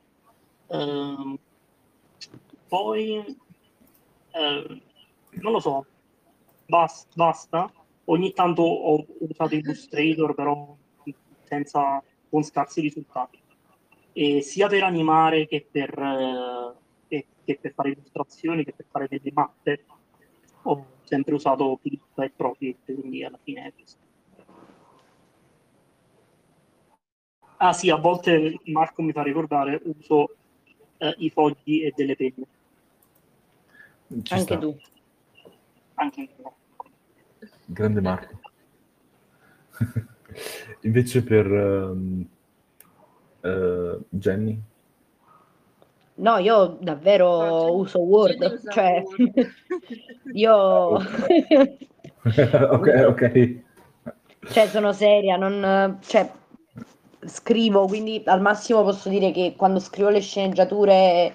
Poi non lo so, basta. Ogni tanto ho usato Illustrator, però con scarsi risultati. E sia per animare che per fare illustrazioni, che per fare delle mappe, ho sempre usato Clip e Procreate, quindi alla fine è questo. Ah sì, a volte Marco mi fa ricordare, uso i fogli e delle penne. Ci Anche sta. tu. Anche io. Grande Marco. Invece per Jenny? No, io davvero uso Word, Jenny usa cioè Word. io Ok, ok. cioè sono seria, non cioè scrivo, quindi al massimo posso dire che quando scrivo le sceneggiature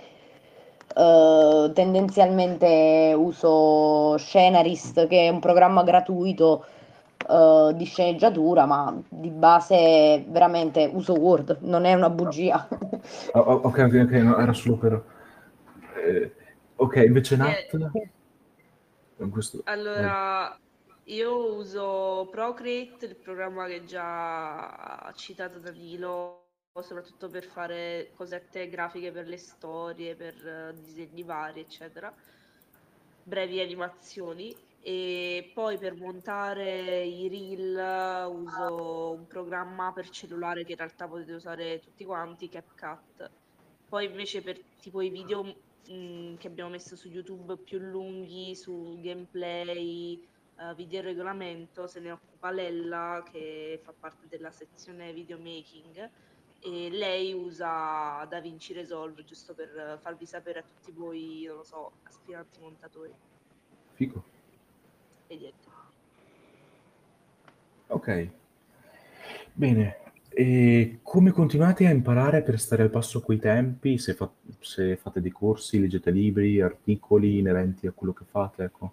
tendenzialmente uso Scenarist, che è un programma gratuito di sceneggiatura, ma di base veramente uso Word, non è una bugia. Ok, no, era solo per... ok, invece Nat? Vai. Allora, io uso Procreate, il programma che già ha citato Danilo, soprattutto per fare cosette grafiche per le storie, per disegni vari, eccetera, brevi animazioni. E poi per montare i reel uso un programma per cellulare che in realtà potete usare tutti quanti, CapCut. Poi invece per tipo i video che abbiamo messo su YouTube più lunghi su gameplay, video regolamento, se ne occupa Lella, che fa parte della sezione videomaking, e lei usa DaVinci Resolve, giusto per farvi sapere a tutti voi, non lo so, aspiranti montatori. Fico. E niente. Ok. Bene. E come continuate a imparare per stare al passo coi tempi? Se fate dei corsi, leggete libri, articoli inerenti a quello che fate, ecco.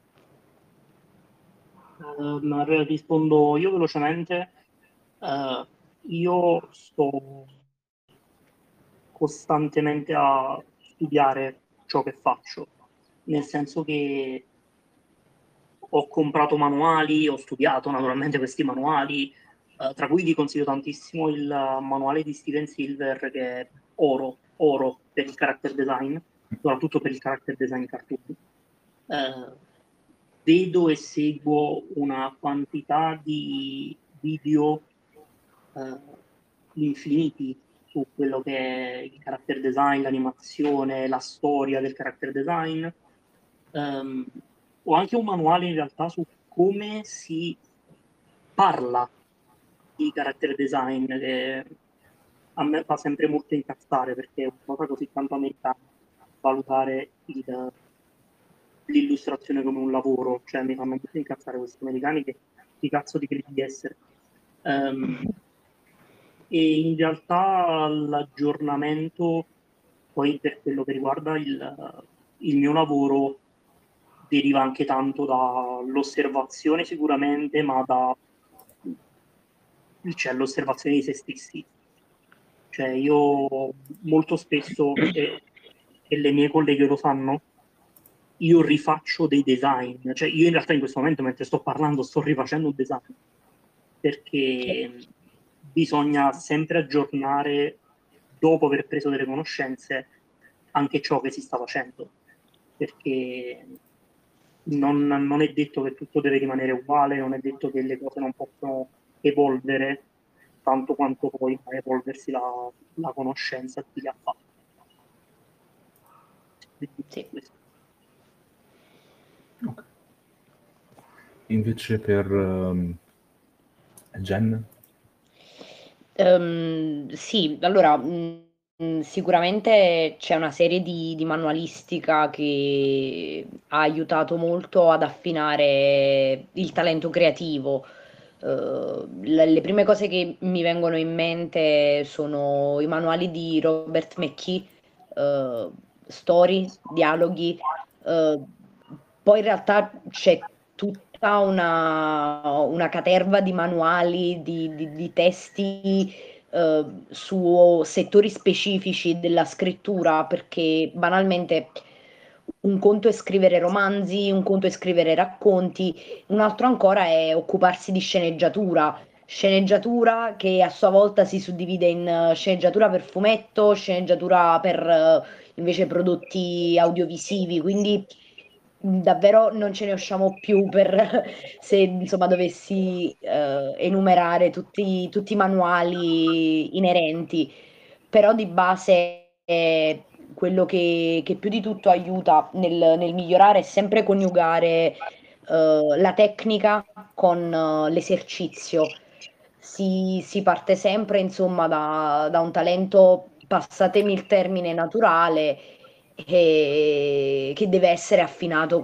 Rispondo io velocemente. Io sto costantemente a studiare ciò che faccio, nel senso che ho comprato manuali, ho studiato naturalmente questi manuali, tra cui vi consiglio tantissimo il manuale di Steven Silver, che è oro per il character design, soprattutto per il character design cartoon. Vedo e seguo una quantità di video infiniti su quello che è il character design, l'animazione, la storia del character design. Ho anche un manuale in realtà su come si parla di character design, che a me fa sempre molto incazzare, perché è una cosa così tanto americana valutare l'illustrazione come un lavoro, cioè mi fanno molto incazzare questi americani che chi cazzo ti credi di essere. E in realtà l'aggiornamento, poi per quello che riguarda il mio lavoro, deriva anche tanto dall'osservazione sicuramente, ma cioè, l'osservazione di se stessi. Cioè io molto spesso, e le mie colleghe lo sanno, io rifaccio dei design, cioè io in realtà in questo momento mentre sto parlando sto rifacendo un design, perché bisogna sempre aggiornare, dopo aver preso delle conoscenze, anche ciò che si sta facendo, perché non è detto che tutto deve rimanere uguale, non è detto che le cose non possono evolvere tanto quanto poi fa evolversi la conoscenza di chi le ha fatto. Sì. Ok. Invece per Jen? Sì, allora sicuramente c'è una serie di manualistica che ha aiutato molto ad affinare il talento creativo. Le prime cose che mi vengono in mente sono i manuali di Robert McKee, storie, dialoghi. Poi in realtà c'è tutta una caterva di manuali, di testi su settori specifici della scrittura, perché banalmente un conto è scrivere romanzi, un conto è scrivere racconti, un altro ancora è occuparsi di sceneggiatura. Sceneggiatura che a sua volta si suddivide in sceneggiatura per fumetto, sceneggiatura per invece prodotti audiovisivi, quindi davvero non ce ne usciamo più per se insomma dovessi enumerare tutti i manuali inerenti, però di base quello che più di tutto aiuta nel migliorare è sempre coniugare la tecnica con l'esercizio. Si parte sempre, insomma, da un talento, passatemi il termine, naturale, che deve essere affinato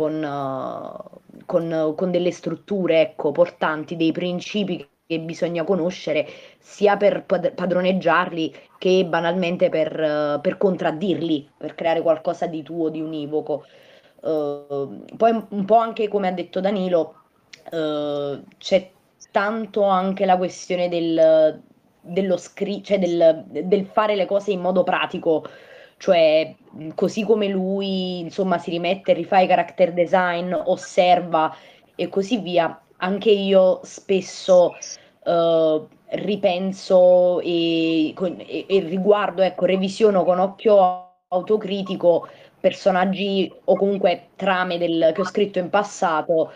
con delle strutture, ecco, portanti, dei principi che bisogna conoscere sia per padroneggiarli che banalmente per contraddirli, per creare qualcosa di tuo, di univoco. Poi un po' anche come ha detto Danilo, c'è tanto anche la questione cioè del fare le cose in modo pratico, cioè così come lui insomma si rimette, rifà i character design, osserva e così via, anche io spesso ripenso e riguardo, ecco, revisiono con occhio autocritico personaggi o comunque trame che ho scritto in passato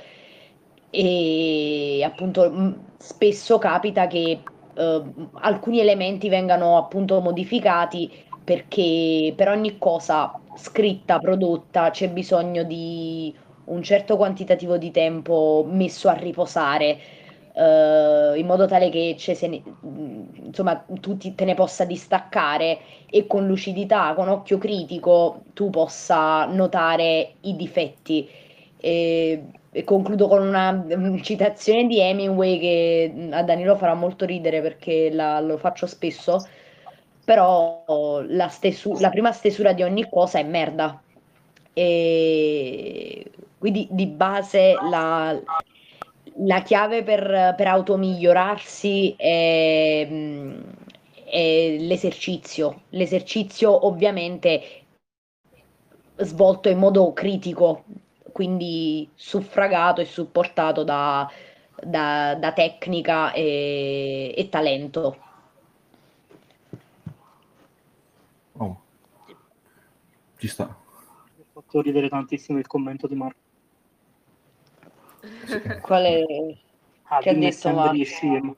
e appunto spesso capita che alcuni elementi vengano appunto modificati perché per ogni cosa scritta, prodotta, c'è bisogno di un certo quantitativo di tempo messo a riposare, in modo tale che insomma, te ne possa distaccare e con lucidità, con occhio critico, tu possa notare i difetti. E concludo con una citazione di Hemingway che a Danilo farà molto ridere perché lo faccio spesso, però la prima stesura di ogni cosa è merda. E quindi di base la chiave per automigliorarsi è l'esercizio. L'esercizio ovviamente svolto in modo critico, quindi suffragato e supportato da tecnica e talento. Oh, ci sta. Mi ha fatto ridere tantissimo il commento di Marco. Qual è che ha Dean è detto sempre Marco? scemo.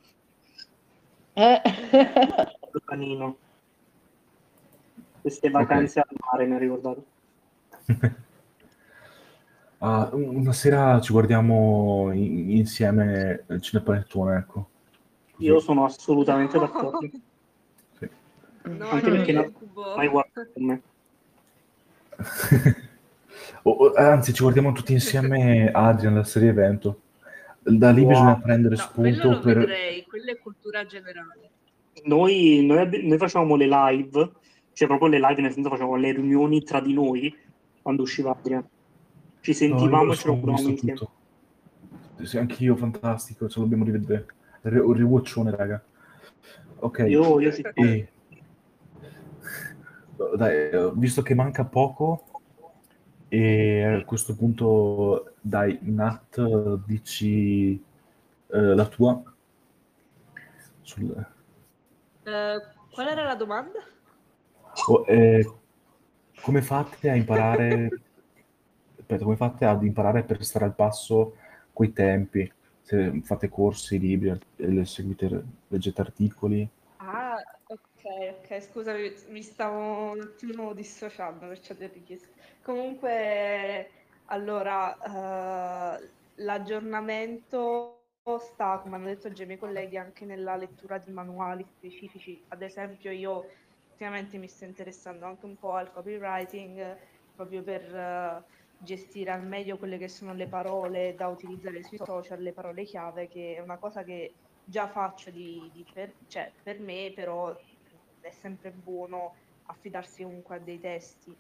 Canino. Queste vacanze al mare mi ha ricordato. Una sera ci guardiamo insieme il Cinepanettone, ecco. Così. Io sono assolutamente d'accordo. Sì. No, Anche io perché mi non occupo. mai guardato con me. Anzi, ci guardiamo tutti insieme Adrian, la serie evento. Da lì Wow. bisogna prendere No, quello spunto lo per... vedrei, quella è cultura generale. Noi facevamo le live, cioè proprio le live, nel senso facevamo le riunioni tra di noi quando usciva Adrian. Ci No, sentivamo io e ce lo ho guardavamo visto insieme. tutto. Sì, anch'io, fantastico, ce lo dobbiamo rivedere. Un rewatchone, raga. Ok. Io ci E... Dai, visto che manca poco, e a questo punto, dai, Nat, dici la tua sul... Qual era la domanda? come fate a imparare? Aspetta, come fate ad imparare per stare al passo coi tempi? Se fate corsi, libri, seguite, leggete articoli? Ah, ok, scusami, mi stavo un attimo dissociando perciò ti ho richiesto. Comunque, allora, l'aggiornamento sta, come hanno detto già i miei colleghi, anche nella lettura di manuali specifici. Ad esempio, io ultimamente mi sto interessando anche un po' al copywriting, proprio per gestire al meglio quelle che sono le parole da utilizzare sui social, le parole chiave, che è una cosa che già faccio cioè, per me, però è sempre buono affidarsi comunque a dei testi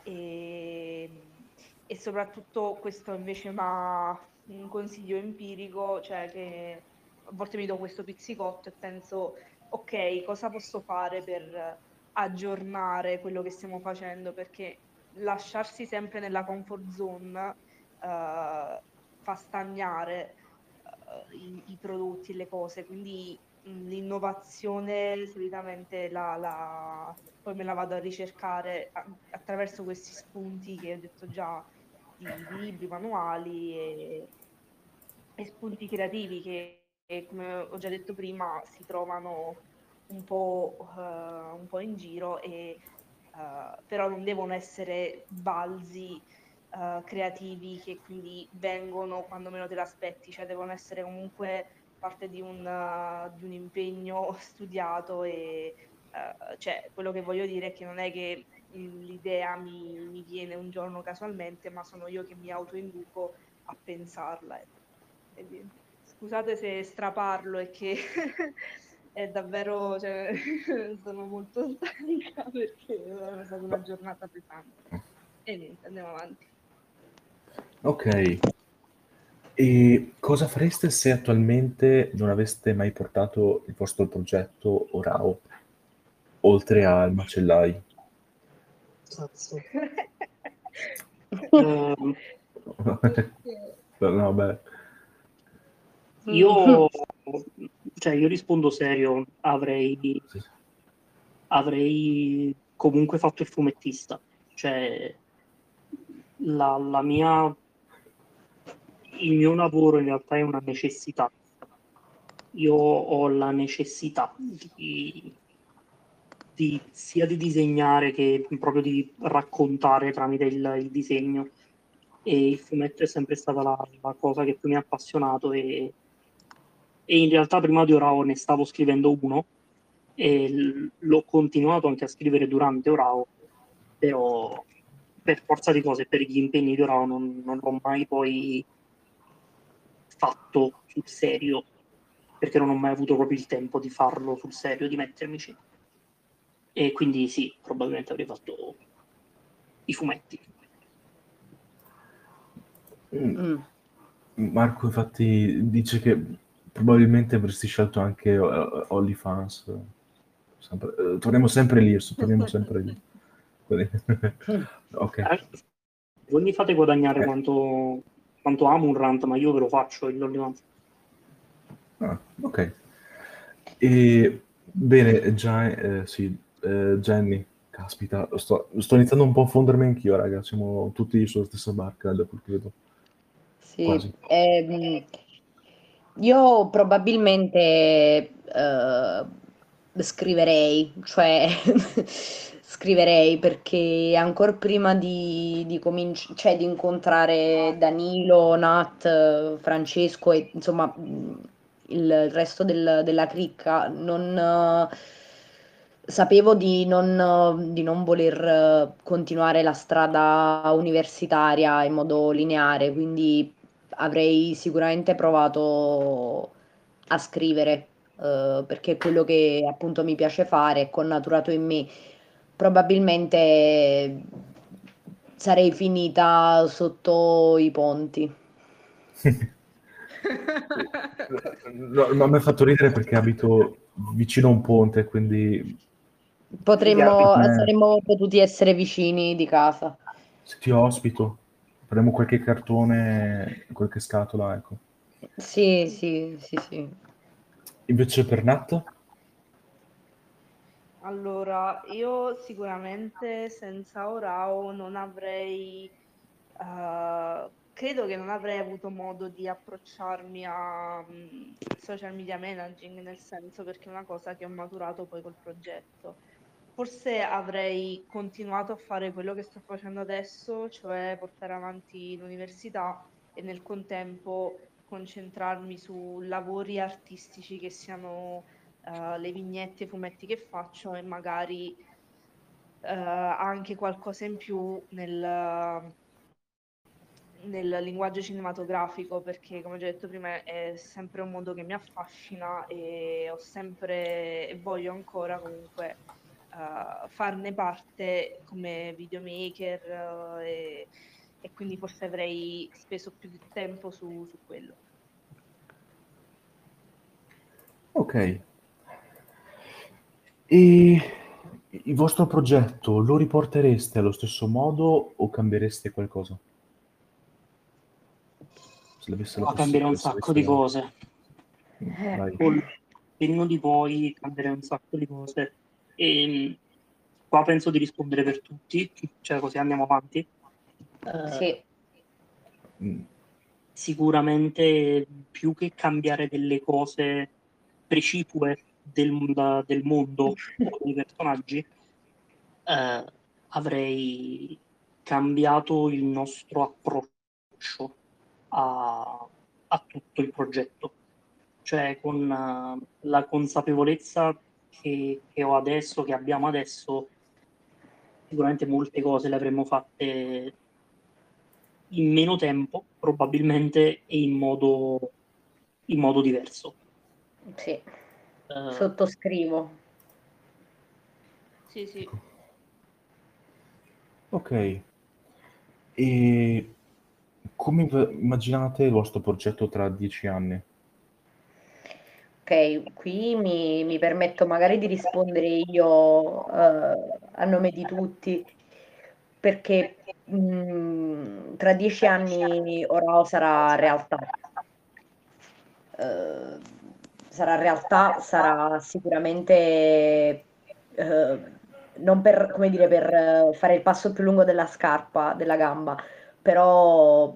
e soprattutto questo invece ma un consiglio empirico, cioè che a volte mi do questo pizzicotto e penso ok, cosa posso fare per aggiornare quello che stiamo facendo, perché lasciarsi sempre nella comfort zone fa stagnare i prodotti e le cose, quindi l'innovazione solitamente poi me la vado a ricercare attraverso questi spunti che ho detto già di libri, manuali e spunti creativi che, come ho già detto prima, si trovano un po' in giro però non devono essere balzi creativi che quindi vengono quando meno te l'aspetti, cioè devono essere comunque parte di un impegno studiato e cioè, quello che voglio dire è che non è che l'idea mi viene un giorno casualmente, ma sono io che mi autoinduco a pensarla. Quindi, scusate se straparlo e che è davvero, cioè, sono molto stanca perché è stata una giornata pesante. E niente, andiamo avanti. Ok. E cosa fareste se attualmente non aveste mai portato il vostro progetto Orao, oltre al macellaio? Cazzo. No, beh. Io rispondo serio, Sì. avrei comunque fatto il fumettista. Cioè, la mia... Il mio lavoro in realtà è una necessità. Io ho la necessità sia di disegnare che proprio di raccontare tramite il disegno. E il fumetto è sempre stata la cosa che più mi ha appassionato e in realtà prima di Orao ne stavo scrivendo uno e l'ho continuato anche a scrivere durante Orao, però per forza di cose, per gli impegni di Orao non l'ho mai poi fatto sul serio, perché non ho mai avuto proprio il tempo di farlo sul serio, di mettermici. E quindi sì, probabilmente avrei fatto i fumetti. Marco infatti dice che probabilmente avresti scelto anche OnlyFans. Torniamo sempre lì, torniamo sempre lì. Ok. Voi mi fate guadagnare quanto amo un rant, ma io ve lo faccio il OnlyFans. Ok. E bene, già, sì, Jenny, caspita, sto iniziando un po' a fondermi anch'io, raga, siamo tutti sulla stessa barca da quel che vedo. Sì, Quasi. io probabilmente scriverei, cioè scriverei perché ancora prima cioè, di incontrare Danilo, Nat, Francesco e insomma il resto della cricca, non sapevo di non voler continuare la strada universitaria in modo lineare, quindi avrei sicuramente provato a scrivere, perché è quello che appunto mi piace fare, è connaturato in me. Probabilmente sarei finita sotto i ponti. No, ma mi ha fatto ridere perché abito vicino a un ponte, quindi Saremmo potuti essere vicini di casa. se ti ospito, prendiamo qualche cartone, qualche scatola, ecco. Sì, sì, sì, sì. Invece per Nat? Allora, io sicuramente senza Orao non avrei, credo che non avrei avuto modo di approcciarmi a social media managing, nel senso perché è una cosa che ho maturato poi col progetto. Forse avrei continuato a fare quello che sto facendo adesso, cioè portare avanti l'università e nel contempo concentrarmi su lavori artistici che siano le vignette, i fumetti che faccio e magari anche qualcosa in più nel linguaggio cinematografico, perché come ho già detto prima è sempre un mondo che mi affascina e ho sempre e voglio ancora comunque farne parte come videomaker e quindi forse avrei speso più tempo su quello. Ok. E il vostro progetto lo riportereste allo stesso modo o cambiereste qualcosa? Se l'avesse la Cambierei un possibilità, se sacco aveste di cose. Vai. Col senno di poi cambierei un sacco di cose. E qua penso di rispondere per tutti, cioè così andiamo avanti. Sì. Sicuramente più che cambiare delle cose precipue del mondo o dei personaggi, avrei cambiato il nostro approccio a tutto il progetto. Cioè con la consapevolezza che ho adesso, che abbiamo adesso, sicuramente molte cose le avremmo fatte in meno tempo, probabilmente, e in modo diverso. Sì, sottoscrivo. Sì, sì. Ok. E come immaginate il vostro progetto tra 10 anni? Ok, qui mi permetto magari di rispondere io a nome di tutti, perché tra 10 anni Orao sarà realtà. Eh, sarà realtà, sarà sicuramente non per, come dire, per fare il passo più lungo della scarpa, della gamba, però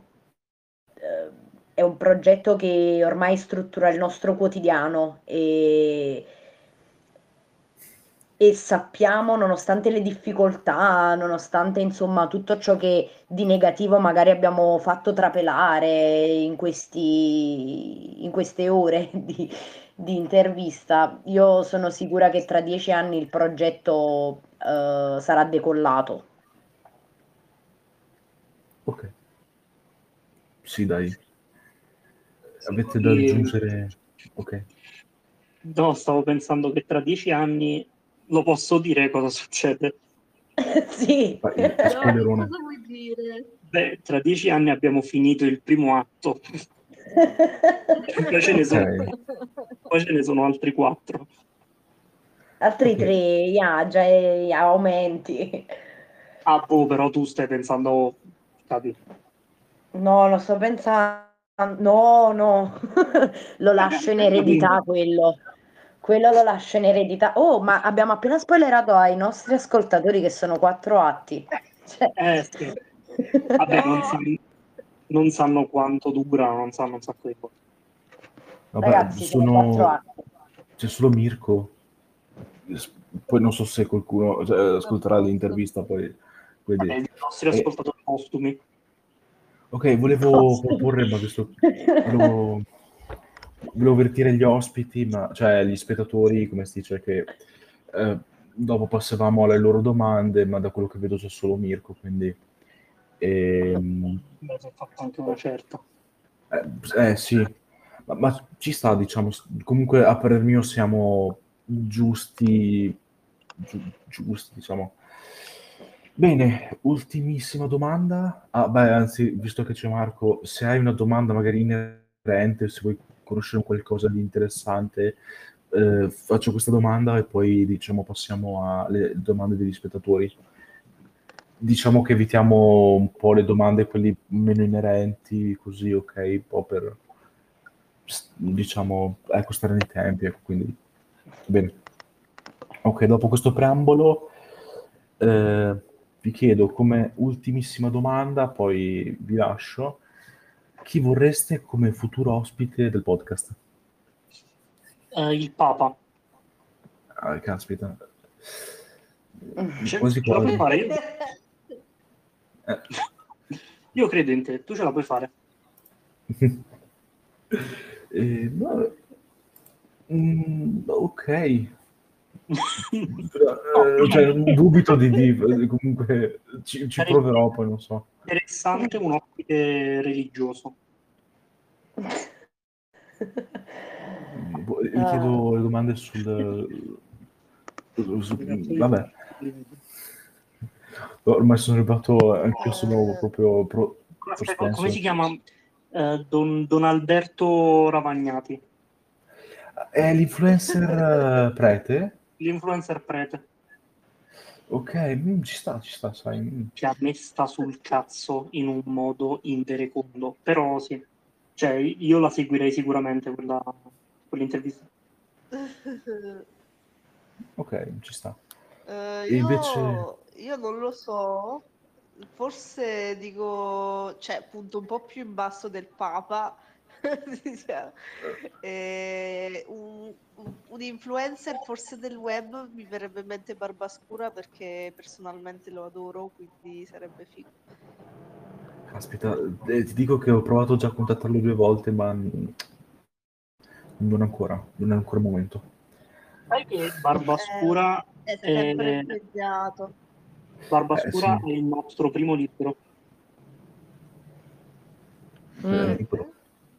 è un progetto che ormai struttura il nostro quotidiano e sappiamo, nonostante le difficoltà, nonostante insomma tutto ciò che di negativo magari abbiamo fatto trapelare in in queste ore di intervista, io sono sicura che tra 10 anni il progetto sarà decollato. Ok, sì, dai. Sì, Avete da aggiungere? Ok. no, stavo pensando che tra 10 anni lo posso dire cosa succede. Sì. Vai, No, spoilerone. cosa vuoi dire? Beh, tra 10 anni abbiamo finito il primo atto, poi ce ne sono, Ok, poi ce ne sono altri 4. Altri ok. 3, già aumenti. Ah, boh, però tu stai pensando, capi? No, lo sto pensando. No, no, lo lascio in eredità quello. Quello lo lascio in eredità. Oh, ma abbiamo appena spoilerato ai nostri ascoltatori che sono 4 atti. Cioè... Sì. Vabbè, No, non sanno quanto dura, non sanno un sacco di cose. Vabbè, Ragazzi, sono 4 atti. c'è solo Mirko. Poi non so se qualcuno ascolterà l'intervista, poi Vabbè, dire. i nostri ascoltatori postumi. Ok, volevo proporre, ma visto volevo, volevo avvertire gli ospiti, cioè gli spettatori, come si dice, che dopo passavamo alle loro domande, ma da quello che vedo c'è solo Mirko, quindi Beh, si è fatto anche una certa. sì, ma ci sta, diciamo, comunque a parer mio siamo giusti, giusti, diciamo. Bene, ultimissima domanda. Ah, beh, anzi, visto che c'è Marco, se hai una domanda magari inerente, se vuoi conoscere qualcosa di interessante, faccio questa domanda e poi, diciamo, passiamo alle domande degli spettatori. Diciamo che evitiamo un po' le domande, quelli meno inerenti, così, ok, un po' per, diciamo, ecco, stare nei tempi, ecco, quindi, bene. Ok, dopo questo preambolo, vi chiedo come ultimissima domanda, poi vi lascio, chi vorreste come futuro ospite del podcast? Il Papa. Ah, caspita. Ce Quasi la puoi quasi. fare? Eh. Io credo in te, tu ce la puoi fare. No, ok. Cioè, dubito comunque ci proverò, poi non so. Interessante un ospite religioso. Vi chiedo le domande vabbè, ormai sono arrivato, anche sono proprio Aspetta, come si propenso. chiama? Don Alberto Ravagnati, È l'influencer prete? l'influencer prete, Ok, ci sta, sai. che a me sta sul cazzo in un modo inverecondo, però sì, cioè io la seguirei sicuramente quell'intervista. Ok, ci sta. E invece... io non lo so, forse dico, cioè, punto un po' più in basso del Papa, cioè, un influencer forse del web mi verrebbe in mente Barbascura perché personalmente lo adoro, quindi sarebbe figo. Caspita, ti dico che ho provato già a contattarlo 2 volte, ma non è ancora il momento. Sai che Barbascura È è, sempre impegnato. Barbascura Sì, è il nostro primo libro. libro.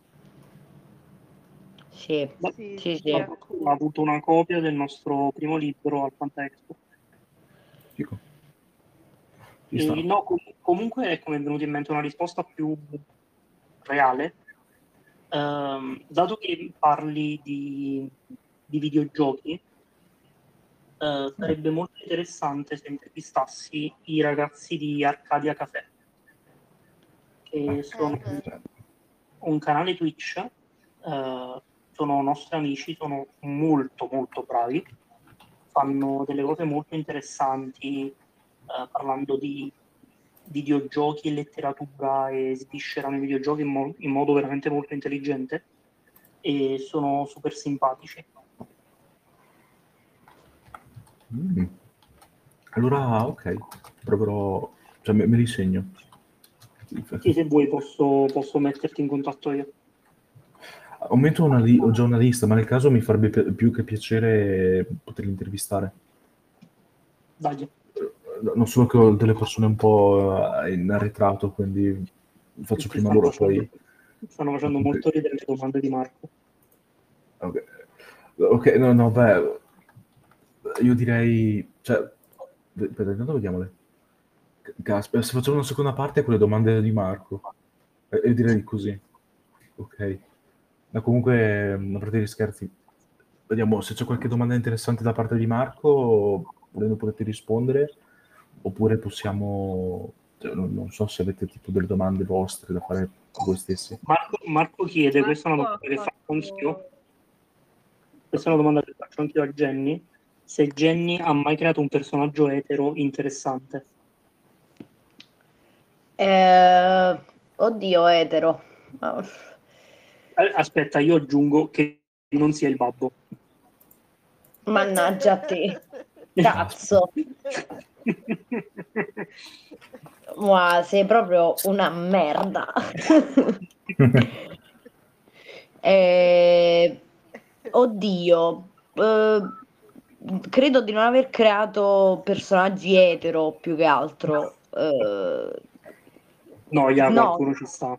Sì, Sì, sì, sì, sì. Barbascura ha avuto una copia del nostro primo libro al Fanta Expo. Fico. Ci sta. No, comunque ecco, mi è venuta in mente una risposta più reale. Dato che parli di videogiochi, sarebbe molto interessante se intervistassi i ragazzi di Arcadia Café, che sono un canale Twitch, sono nostri amici, sono molto molto bravi, fanno delle cose molto interessanti, parlando di videogiochi e letteratura, e sviscerano i videogiochi in modo veramente molto intelligente, e sono super simpatici. Mm. Allora, ok, proverò, cioè mi risegno. Sì, se vuoi posso metterti in contatto io. Aumento ho già una lista, ma nel caso mi farebbe più che piacere poterli intervistare. Dai. Non sono che ho delle persone un po' in arretrato, quindi faccio Tutti prima loro, poi... stanno facendo molto ridere le domande di Marco. Ok, okay, no, beh, io direi... Cioè, aspetta, intanto vediamole. Caspita, se facciamo una seconda parte con le domande di Marco. Io direi così. Ok. Ma comunque, a parte gli scherzi, vediamo se c'è qualche domanda interessante da parte di Marco, volendo poterti rispondere, oppure possiamo... cioè, non so se avete tipo delle domande vostre da fare voi stessi. Marco chiede, questa è una domanda che faccio anch'io. Questa è una domanda che faccio anch'io a Jenny. Se Jenny ha mai creato un personaggio etero interessante. Oddio, etero. Aspetta, io aggiungo che non sia il babbo. Mannaggia a te. Cazzo. Wow, sei proprio una merda. Oddio, credo di non aver creato personaggi etero più che altro. No, No. qualcuno ci sta.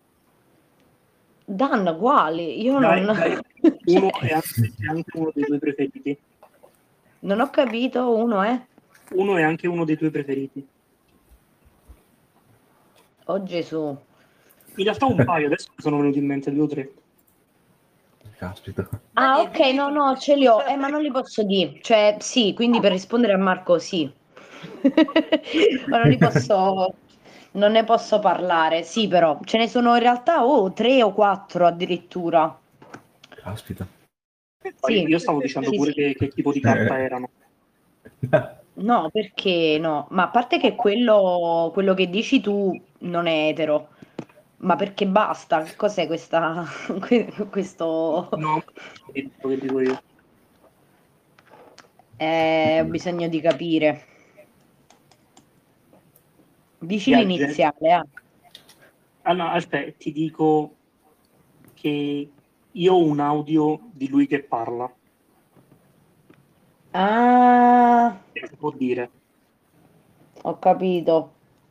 Dan, quali? Io Dai, non... uno è anche uno dei tuoi preferiti. Non ho capito, uno è? Uno è anche uno dei tuoi preferiti. Oh Gesù. In realtà un paio, adesso mi sono venuti in mente 2 o 3. Caspita. Ah, ok, no, ce li ho, ma non li posso dire. Cioè, sì, quindi per rispondere a Marco, sì. Ma non li posso... Non ne posso parlare, sì, però ce ne sono in realtà 3 o 4 addirittura. Caspita. Sì. Io stavo dicendo Sì, pure sì. che tipo di carta erano. No, perché no? Ma a parte che quello che dici tu non è etero, ma perché basta? Che cos'è questo? No, quello che dico io. Ho bisogno di capire. Dici Yeah, l'iniziale, no, aspetta, ti dico che io ho un audio di lui che parla. Ah, Si può dire. ho capito.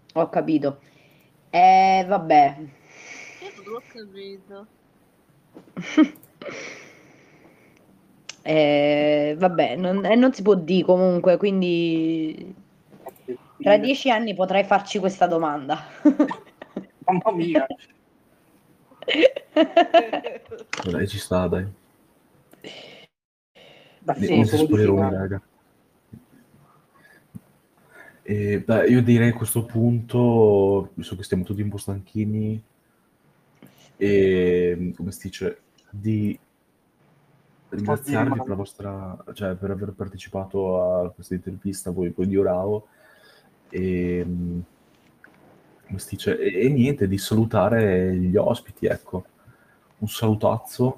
Vabbè. Io non l'ho capito. Vabbè, non si può dire comunque, quindi tra 10 anni potrai farci questa domanda. Mamma mia. Dai, ci sta, dai. Dai, Non sono si solo 10 spoileroni, anni. raga. Beh, io direi a questo punto, visto che stiamo tutti un po' stanchini, come si dice, di ringraziarvi per la vostra, cioè per aver partecipato a questa intervista, voi di Orao, e come si dice, e niente, di salutare gli ospiti, ecco. Un salutazzo.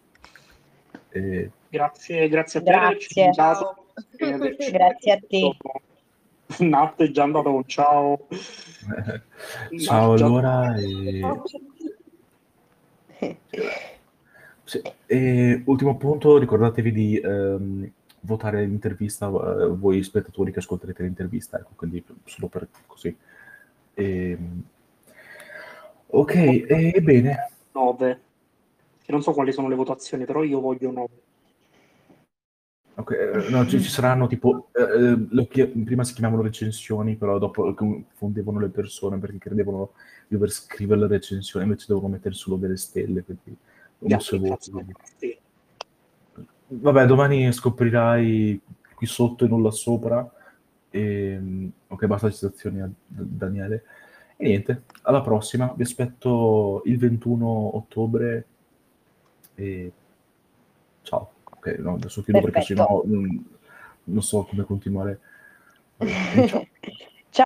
Grazie a te per averci Grazie. invitato. Grazie a te. Nat è già andato con ciao. Ciao allora. Sì. E ultimo punto, ricordatevi di votare l'intervista, voi spettatori che ascolterete l'intervista, ecco, quindi solo per così. Ok, bene. 9. Che non so quali sono le votazioni, però io voglio 9. Ok, no, ci saranno tipo, prima si chiamavano recensioni, però dopo confondevano le persone perché credevano di dover scrivere la recensione, invece dovevano mettere solo delle stelle, quindi non so voti. Sì. Vabbè, domani scoprirai qui sotto e non là sopra. Ok, basta citazioni a Daniele. E niente, alla prossima. Vi aspetto il 21 ottobre. E ciao. Ok, no, adesso chiudo perché Perfetto. sennò non so come continuare. Ciao.